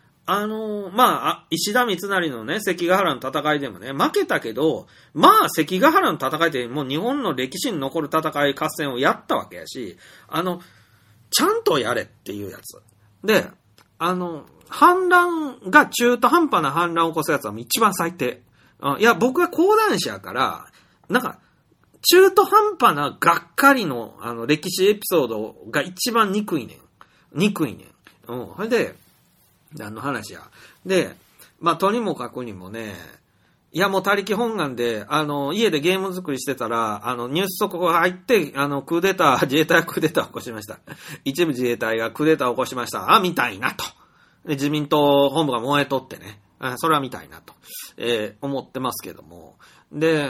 石田三成のね、関ヶ原の戦いでもね、負けたけど、関ヶ原の戦いってもう日本の歴史に残る戦い、合戦をやったわけやし、ちゃんとやれっていうやつ。で、反乱が中途半端な反乱を起こすやつは一番最低。いや、僕は講談師やから、なんか、中途半端ながっかりの、歴史エピソードが一番憎いねん。それで、何の話や。で、とにもかくにもね、いやもう他力本願で、家でゲーム作りしてたら、ニュース速報が入って、自衛隊がクーデターを起こしました。一部自衛隊がクーデターを起こしました。みたいなと。で、自民党本部が燃えとってね。それはみたいなと、思ってますけども。で、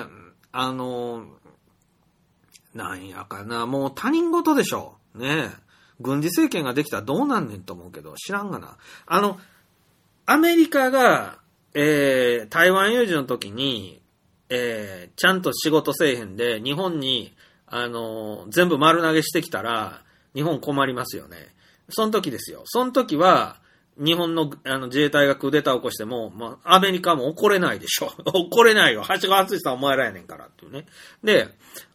なんやかな、もう他人事でしょ。ねえ。軍事政権ができたらどうなんねんと思うけど、知らんがな。アメリカが、台湾有事の時に、ちゃんと仕事せえへんで、日本に、全部丸投げしてきたら、日本困りますよね。その時ですよ。その時は、日本の、自衛隊がクーデターを起こしても、アメリカも怒れないでしょ。怒れないよ。橋が厚いさんお前らやねんからっていうね。で、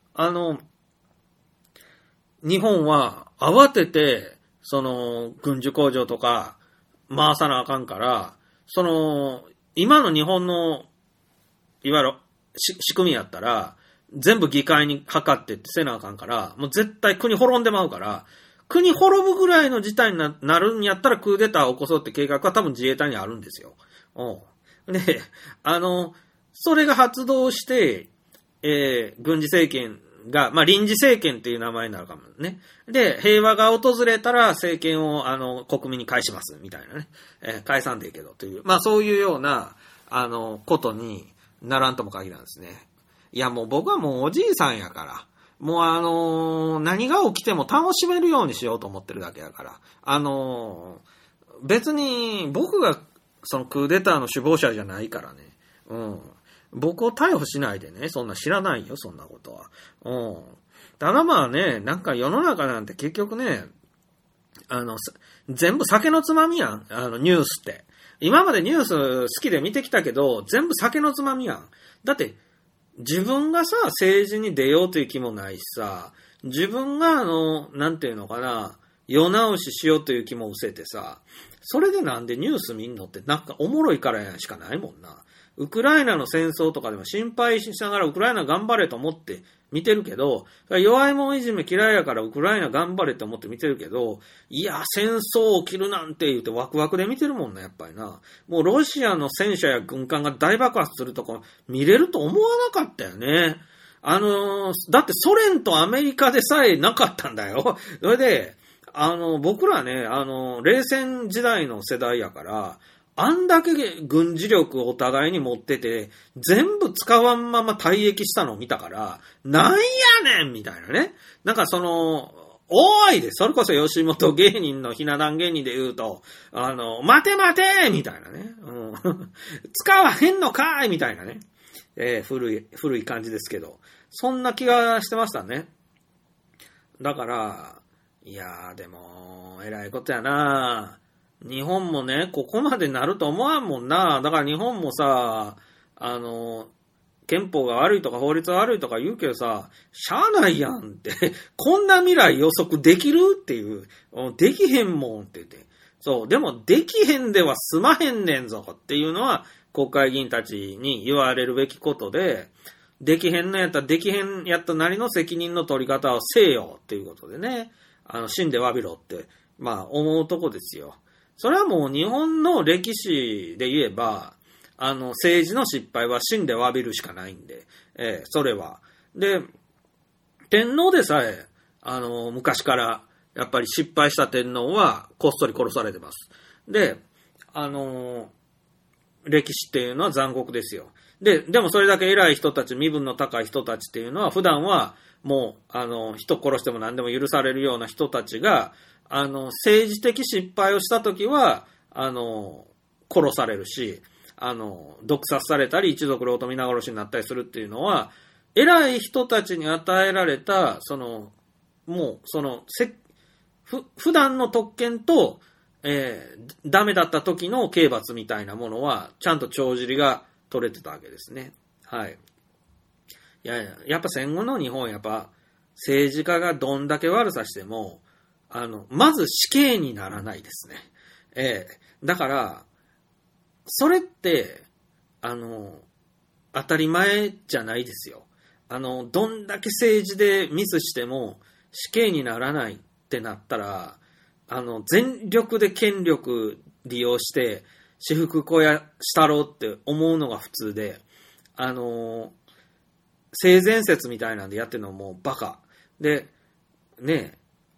日本は慌てて、軍需工場とか回さなあかんから、今の日本の、いわゆる仕組みやったら、全部議会にかかってってせなあかんから、もう絶対国滅んでまうから、国滅ぶぐらいの事態になるんやったらクーデターを起こそうって計画は多分自衛隊にあるんですよ。で、それが発動して、軍事政権が、臨時政権っていう名前になるかもね。で、平和が訪れたら政権を国民に返しますみたいなね。返さんでいいけどという、そういうようなことにならんとも限らんですね。いやもう僕はもうおじいさんやから、もう何が起きても楽しめるようにしようと思ってるだけやから、別に僕がそのクーデターの首謀者じゃないからね。僕を逮捕しないでね、そんな知らないよ、そんなことは。ただなんか世の中なんて結局ね、全部酒のつまみやん、ニュースって。今までニュース好きで見てきたけど、全部酒のつまみやん。だって、自分がさ、政治に出ようという気もないしさ、自分がなんていうのかな、世直ししようという気も失せてさ、それでなんでニュース見んのってなんかおもろいからやんしかないもんな。ウクライナの戦争とかでも心配しながらウクライナ頑張れと思って見てるけど、弱いもんいじめ嫌いやからウクライナ頑張れと思って見てるけど、いや、戦争起きるなんて言ってワクワクで見てるもんな、やっぱりな。もうロシアの戦車や軍艦が大爆発するとこ見れると思わなかったよね。だってソ連とアメリカでさえなかったんだよ。それで、僕らね、冷戦時代の世代やから、あんだけ軍事力をお互いに持ってて、全部使わんまま退役したのを見たから、なんやねんみたいなね。なんかおーいで、それこそ吉本芸人のひな壇芸人で言うと、待て待てみたいなね。使わへんのかーいみたいなね。古い感じですけど。 そんな気がしてましたね。だから、いやーでも、偉いことやな。日本もね、ここまでなると思わんもんな。だから日本もさ、憲法が悪いとか法律が悪いとか言うけどさ、しゃあないやんって、こんな未来予測できるっていう、できへんもんって言って。そう、でもできへんでは済まへんねんぞっていうのは国会議員たちに言われるべきことで、できへんのやったらできへんやったなりの責任の取り方をせえよっていうことでね、死んで詫びろって、まあ思うとこですよ。それはもう日本の歴史で言えば、政治の失敗は死んで詫びるしかないんで、それは。で、天皇でさえ、昔からやっぱり失敗した天皇はこっそり殺されてます。で、歴史っていうのは残酷ですよ。でもそれだけ偉い人たち、身分の高い人たちっていうのは普段はもう、人殺しても何でも許されるような人たちが、政治的失敗をしたときは、殺されるし、毒殺されたり、一族老と皆殺しになったりするっていうのは、偉い人たちに与えられた、普段の特権と、ダメだった時の刑罰みたいなものは、ちゃんと帳尻が取れてたわけですね。はい。やっぱ戦後の日本、やっぱ、政治家がどんだけ悪さしても、まず死刑にならないですね。だから、それって、当たり前じゃないですよ。どんだけ政治でミスしても死刑にならないってなったら、全力で権力利用して私服小屋したろうって思うのが普通で、性善説みたいなんでやってるのはもうバカ。で、ね、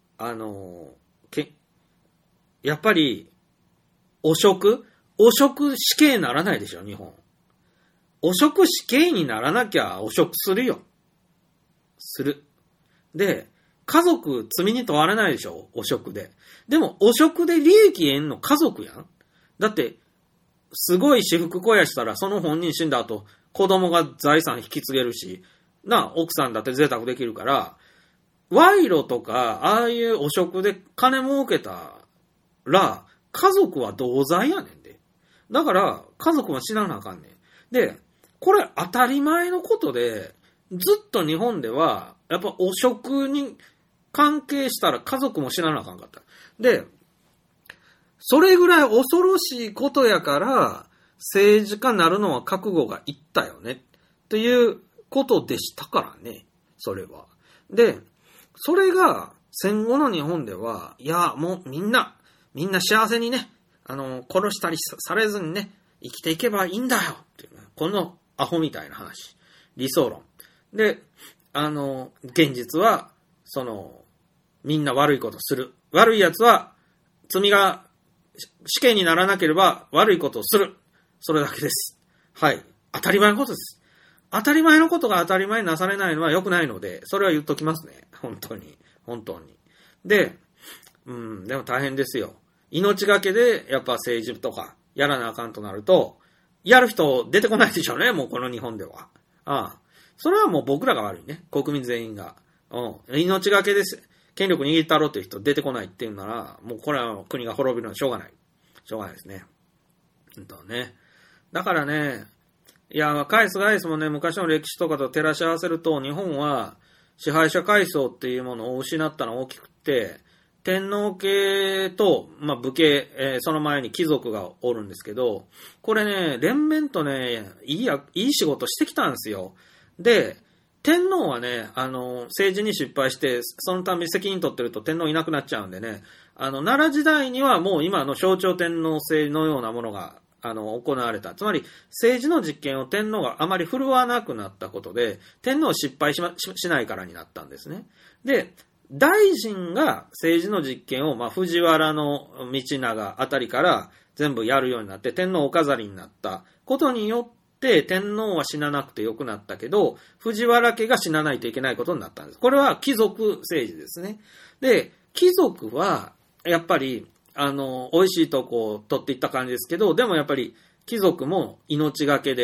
やっぱり、汚職死刑にならないでしょ、日本。汚職死刑にならなきゃ汚職するよ。する。で、家族罪に問われないでしょ、汚職で。でも、汚職で利益得んの家族やん。だって、すごい私服小屋したら、その本人死んだ後、子供が財産引き継げるし、奥さんだって贅沢できるから、賄賂とか、ああいう汚職で金儲けたら、家族は同罪やねんで。だから、家族は死ななあかんねん。で、これ当たり前のことで、ずっと日本では、やっぱ汚職に関係したら家族も死ななあかんかった。で、それぐらい恐ろしいことやから、政治家になるのは覚悟がいったよね。っていうことでしたからね。それは。で、それが戦後の日本では、いや、もうみんな幸せにね、殺したりされずにね、生きていけばいいんだよっていう、ね、このアホみたいな話。理想論。で、現実は、みんな悪いことする。悪い奴は、罪が死刑にならなければ悪いことをする。それだけです。はい。当たり前のことです。当たり前のことが当たり前になされないのは良くないので、それは言っときますね。本当に。で、でも大変ですよ。命がけで、やっぱ政治とか、やらなあかんとなると、やる人出てこないでしょうね、もうこの日本では。それはもう僕らが悪いね。国民全員が。命がけです。権力握ったろうっていう人出てこないっていうなら、もうこれは国が滅びるのはしょうがない。しょうがないですね。だからね、いや、返すもね、昔の歴史とかと照らし合わせると、日本は支配者階層っていうものを失ったの大きくて、天皇系と、武系、その前に貴族がおるんですけど、これね、連綿とね、いい仕事してきたんですよ。で、天皇はね、政治に失敗して、そのために責任取ってると天皇いなくなっちゃうんでね、奈良時代にはもう今の象徴天皇制のようなものが、行われた。つまり、政治の実権を天皇があまり振るわなくなったことで、天皇失敗しないからになったんですね。で、大臣が政治の実権を、藤原の道長あたりから全部やるようになって、天皇お飾りになったことによって、天皇は死ななくてよくなったけど、藤原家が死なないといけないことになったんです。これは貴族政治ですね。で、貴族は、やっぱり、美味しいとこを取っていった感じですけど、でもやっぱり貴族も命がけで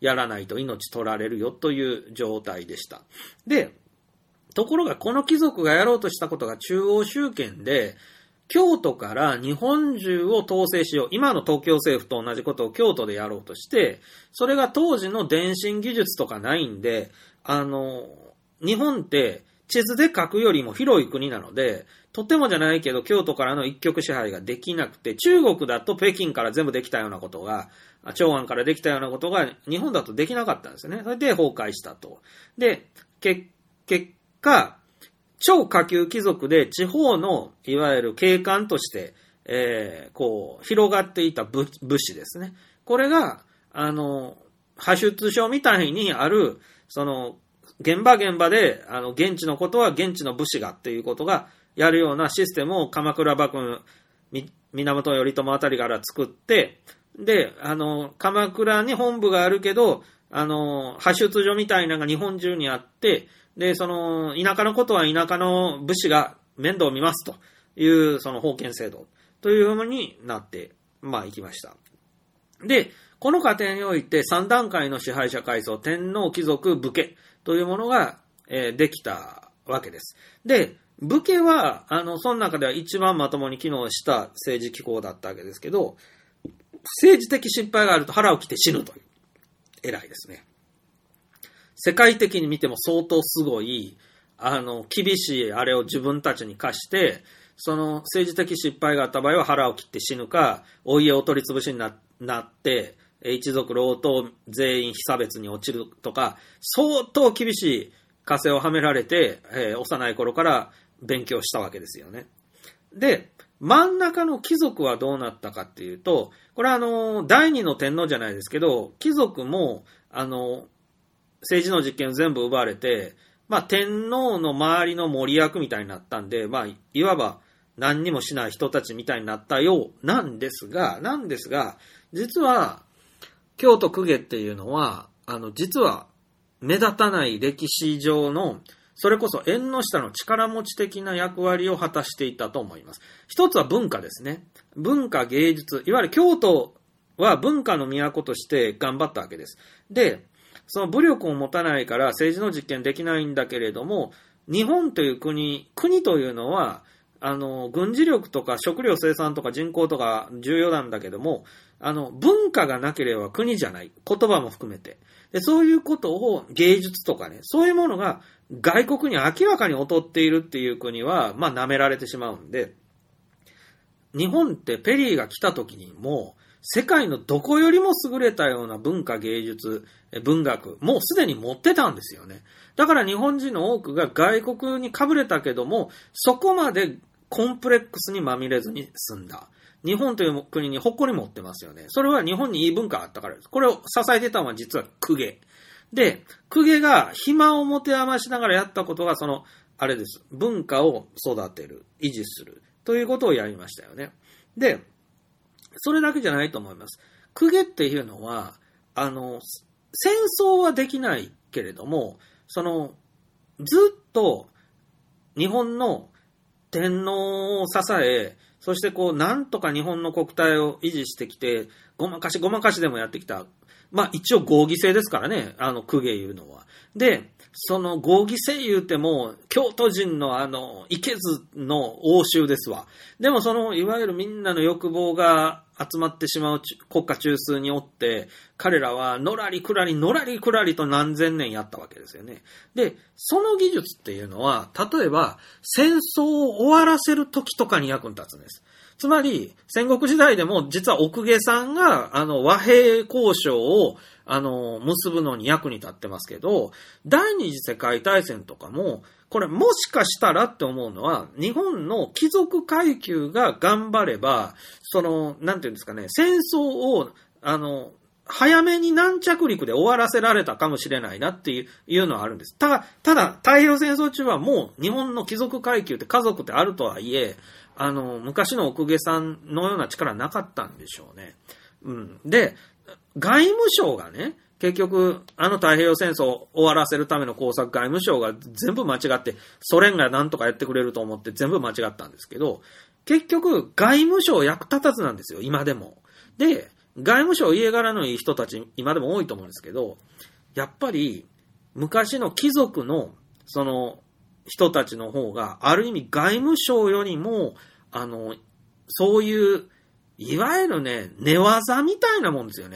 やらないと命取られるよという状態でした。で、ところがこの貴族がやろうとしたことが中央集権で、京都から日本中を統制しよう。今の東京政府と同じことを京都でやろうとして、それが当時の電信技術とかないんで、日本って地図で書くよりも広い国なので、とてもじゃないけど京都からの一極支配ができなくて、中国だと北京から全部できたようなことが、長安からできたようなことが日本だとできなかったんですよね。それで崩壊したと。で、結果、超下級貴族で地方のいわゆる警官として、広がっていた武士ですね。これが、派出所みたいにある、現場で、現地のことは現地の武士がっていうことがやるようなシステムを鎌倉幕府、源頼朝あたりから作って、で、鎌倉に本部があるけど、派出所みたいなのが日本中にあって、で、田舎のことは田舎の武士が面倒を見ますという、封建制度というふうになって、いきました。で、この過程において3段階の支配者階層、天皇、貴族、武家というものが、できたわけです。で、武家は、その中では一番まともに機能した政治機構だったわけですけど、政治的失敗があると腹を切って死ぬという。偉いですね。世界的に見ても相当すごい、厳しいあれを自分たちに課して、政治的失敗があった場合は腹を切って死ぬか、お家を取り潰しになって、一族老頭全員被差別に落ちるとか、相当厳しい枷をはめられて、幼い頃から勉強したわけですよね。で、真ん中の貴族はどうなったかっていうと、これは第二の天皇じゃないですけど、貴族も、政治の実権を全部奪われて、天皇の周りの森役みたいになったんで、いわば何にもしない人たちみたいになったようなんですが、実は、京都公家っていうのは、実は目立たない歴史上の、それこそ縁の下の力持ち的な役割を果たしていたと思います。一つは文化ですね。文化芸術。いわゆる京都は文化の都として頑張ったわけです。で、その武力を持たないから政治の実験できないんだけれども、日本という国というのは、軍事力とか食料生産とか人口とか重要なんだけども、文化がなければ国じゃない。言葉も含めて。で、そういうことを芸術とかね、そういうものが外国に明らかに劣っているっていう国は、舐められてしまうんで、日本ってペリーが来た時にもう、世界のどこよりも優れたような文化芸術、文学、もうすでに持ってたんですよね。だから日本人の多くが外国にかぶれたけども、そこまでコンプレックスにまみれずに済んだ。日本という国に誇り持ってますよね。それは日本にいい文化があったからです。これを支えてたのは実は公家。で、公家が暇を持て余しながらやったことがあれです。文化を育てる、維持するということをやりましたよね。で、それだけじゃないと思います。公家っていうのは、戦争はできないけれども、ずっと日本の天皇を支え、そしてなんとか日本の国体を維持してきて、ごまかしでもやってきた。一応合議制ですからね、公家いうのは。で、合議制言うても、京都人のいけずの欧州ですわ。でもいわゆるみんなの欲望が集まってしまう国家中枢におって、彼らはのらりくらりと何千年やったわけですよね。で、その技術っていうのは、例えば戦争を終わらせる時とかに役に立つんです。つまり、戦国時代でも実はお公家さんが和平交渉を結ぶのに役に立ってますけど、第二次世界大戦とかも、これもしかしたらって思うのは、日本の貴族階級が頑張れば、なんていうんですかね、戦争を、早めに軟着陸で終わらせられたかもしれないなっていうのはあるんです。ただ、太平洋戦争中はもう日本の貴族階級って家族ってあるとはいえ、昔のお公家さんのような力なかったんでしょうね。で、外務省がね、結局、太平洋戦争を終わらせるための工作、外務省が全部間違って、ソ連が何とかやってくれると思って全部間違ったんですけど、結局、外務省役立たずなんですよ、今でも。で、 外務省家柄のいい人たち、今でも多いと思うんですけど、やっぱり、昔の貴族の、その、人たちの方が、ある意味外務省よりも、そういう、いわゆるね、寝技みたいなもんですよね。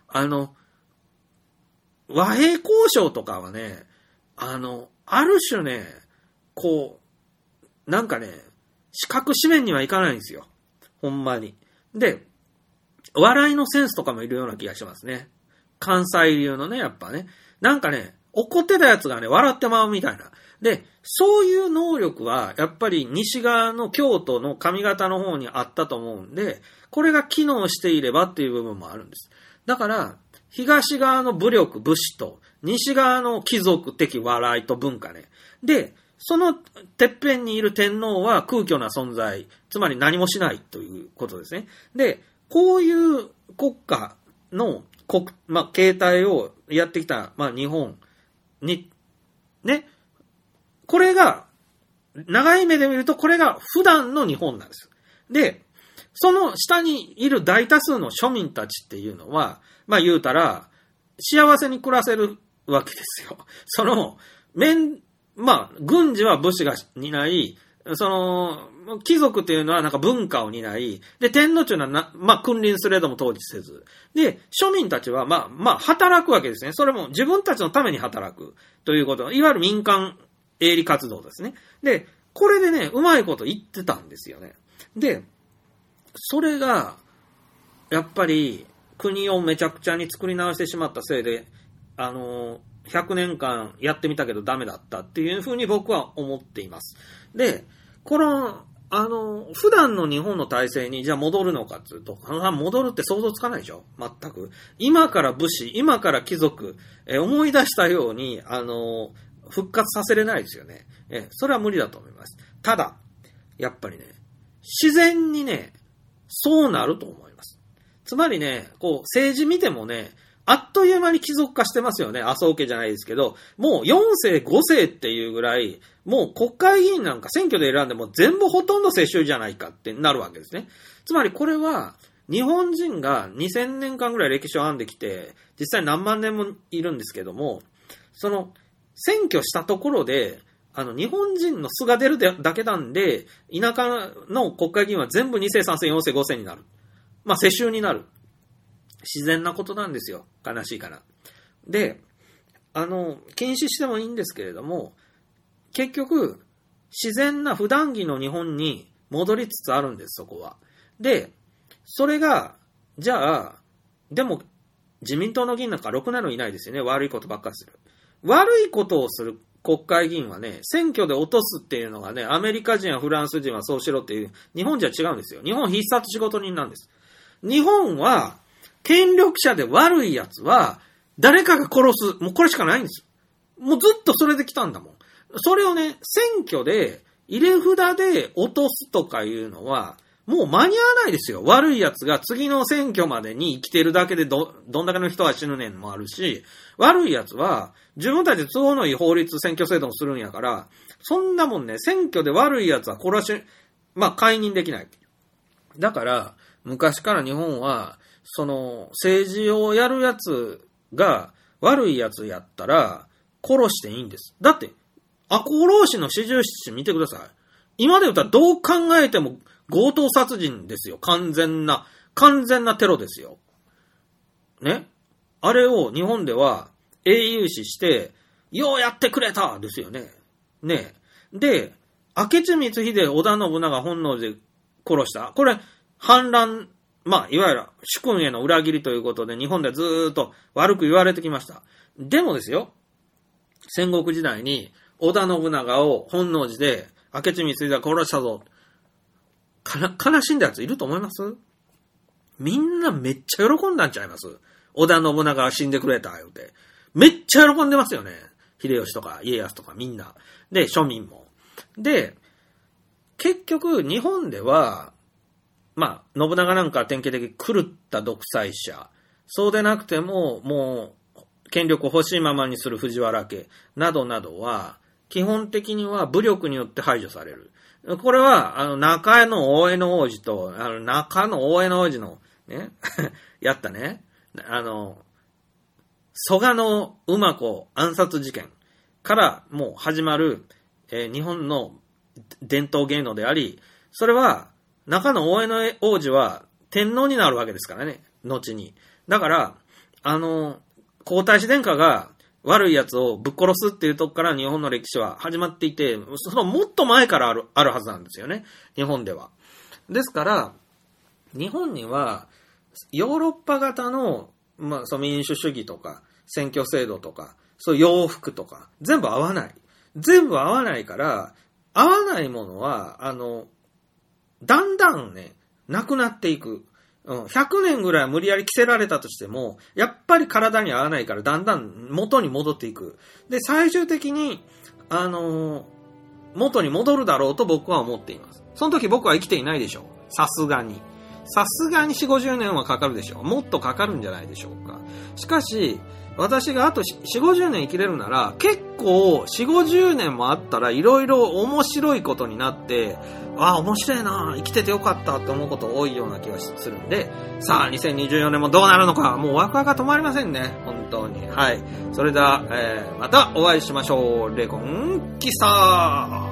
和平交渉とかはね、ある種ね、こう、なんかね、四角四面にはいかないんですよ。ほんまに。で、笑いのセンスとかもいるような気がしますね。関西流のね、やっぱね。なんかね、怒ってたやつがね、笑ってまうみたいな。で、そういう能力は、やっぱり西側の京都の上方の方にあったと思うんで、これが機能していればっていう部分もあるんです。だから、東側の武力、武士と、西側の貴族的笑いと文化ね。で、そのてっぺんにいる天皇は空虚な存在、つまり何もしないということですね。で、こういう国家の形態をやってきた、日本に、ね、これが、長い目で見るとこれが普段の日本なんです。で、その下にいる大多数の庶民たちっていうのは、言うたら、幸せに暮らせるわけですよ。その、軍事は武士が担い、その、貴族っていうのはなんか文化を担い、で、天皇っていうのは君臨すれども統治せず。で、庶民たちは働くわけですね。それも自分たちのために働くということ。いわゆる民間営利活動ですね。で、これでね、うまいこと言ってたんですよね。で、それが、やっぱり、国をめちゃくちゃに作り直してしまったせいで、100年間やってみたけどダメだったっていうふうに僕は思っています。で、この、普段の日本の体制にじゃあ戻るのかっていうと、戻るって想像つかないでしょ？全く。今から武士、今から貴族、思い出したように、復活させれないですよね。それは無理だと思います。ただ、やっぱりね、自然にね、そうなると思います。つまりね、政治見てもね、あっという間に貴族化してますよね。麻生家じゃないですけど、もう4世、5世っていうぐらい、もう国会議員なんか選挙で選んでも全部ほとんど世襲じゃないかってなるわけですね。つまりこれは、日本人が2000年間ぐらい歴史を編んできて、実際何万年もいるんですけども、その、選挙したところで、日本人の素が出るだけなんで、田舎の国会議員は全部2世、3世、4世、5世になる。世襲になる。自然なことなんですよ。悲しいから。で、禁止してもいいんですけれども、結局、自然な普段着の日本に戻りつつあるんです、そこは。で、それが、じゃあ、でも、自民党の議員なんかろくなのいないですよね。悪いことばっかりする。悪いことをする国会議員はね、選挙で落とすっていうのがね、アメリカ人やフランス人はそうしろっていう、日本じゃ違うんですよ。日本必殺仕事人なんです。日本は、権力者で悪いやつは、誰かが殺す。もうこれしかないんですよ。もうずっとそれで来たんだもん。それをね、選挙で、入れ札で落とすとかいうのは、もう間に合わないですよ。悪いやつが次の選挙までに生きてるだけでどんだけの人が死ぬねんもあるし、悪いやつは自分たちで都合のいい法律、選挙制度をするんやから、そんなもんね、選挙で悪いやつは解任できない。だから、昔から日本は、その、政治をやるやつが悪いやつやったら、殺していいんです。だって、赤穂浪士の四十七見てください。今で言ったらどう考えても強盗殺人ですよ。完全なテロですよ。ね。あれを日本では英雄視して、ようやってくれたですよね。ね。で、明智光秀、織田信長本能寺で殺した。これ、反乱、いわゆる主君への裏切りということで日本ではずーっと悪く言われてきました。でもですよ、戦国時代に織田信長を本能寺で明智光秀が殺したぞ。悲しんだやついると思います？みんなめっちゃ喜んだんちゃいます？織田信長が死んでくれた言うて。めっちゃ喜んでますよね。秀吉とか家康とかみんな。で、庶民も。で、結局日本では、信長なんか典型的狂った独裁者。そうでなくても、もう、権力を欲しいままにする藤原家などなどは、基本的には武力によって排除される。これは、中野大江の王子と、中野大江の王子の、 ね、やったね、蘇我の馬子暗殺事件からもう始まる、日本の伝統芸能であり、それは中野大江の王子は天皇になるわけですからね、後に。だから、皇太子殿下が悪い奴をぶっ殺すっていうとこから日本の歴史は始まっていて、そのもっと前からあるはずなんですよね、日本では。ですから、日本にはヨーロッパ型の、その民主主義とか選挙制度とか、そういう洋服とか、全部合わない。全部合わないから、合わないものは、だんだんね、なくなっていく。100年ぐらい無理やり着せられたとしても、やっぱり体に合わないからだんだん元に戻っていく。で、最終的に、元に戻るだろうと僕は思っています。その時僕は生きていないでしょう。さすがに。さすがに4、50年はかかるでしょう。もっとかかるんじゃないでしょうか。しかし、私があと4、50年生きれるなら、結構4、50年もあったらいろいろ面白いことになって、面白いな、生きててよかったって思うこと多いような気がするんで、さあ、2024年もどうなるのか、もうワクワクが止まりませんね。本当に。はい。それでは、またお会いしましょう。レゴンキサー。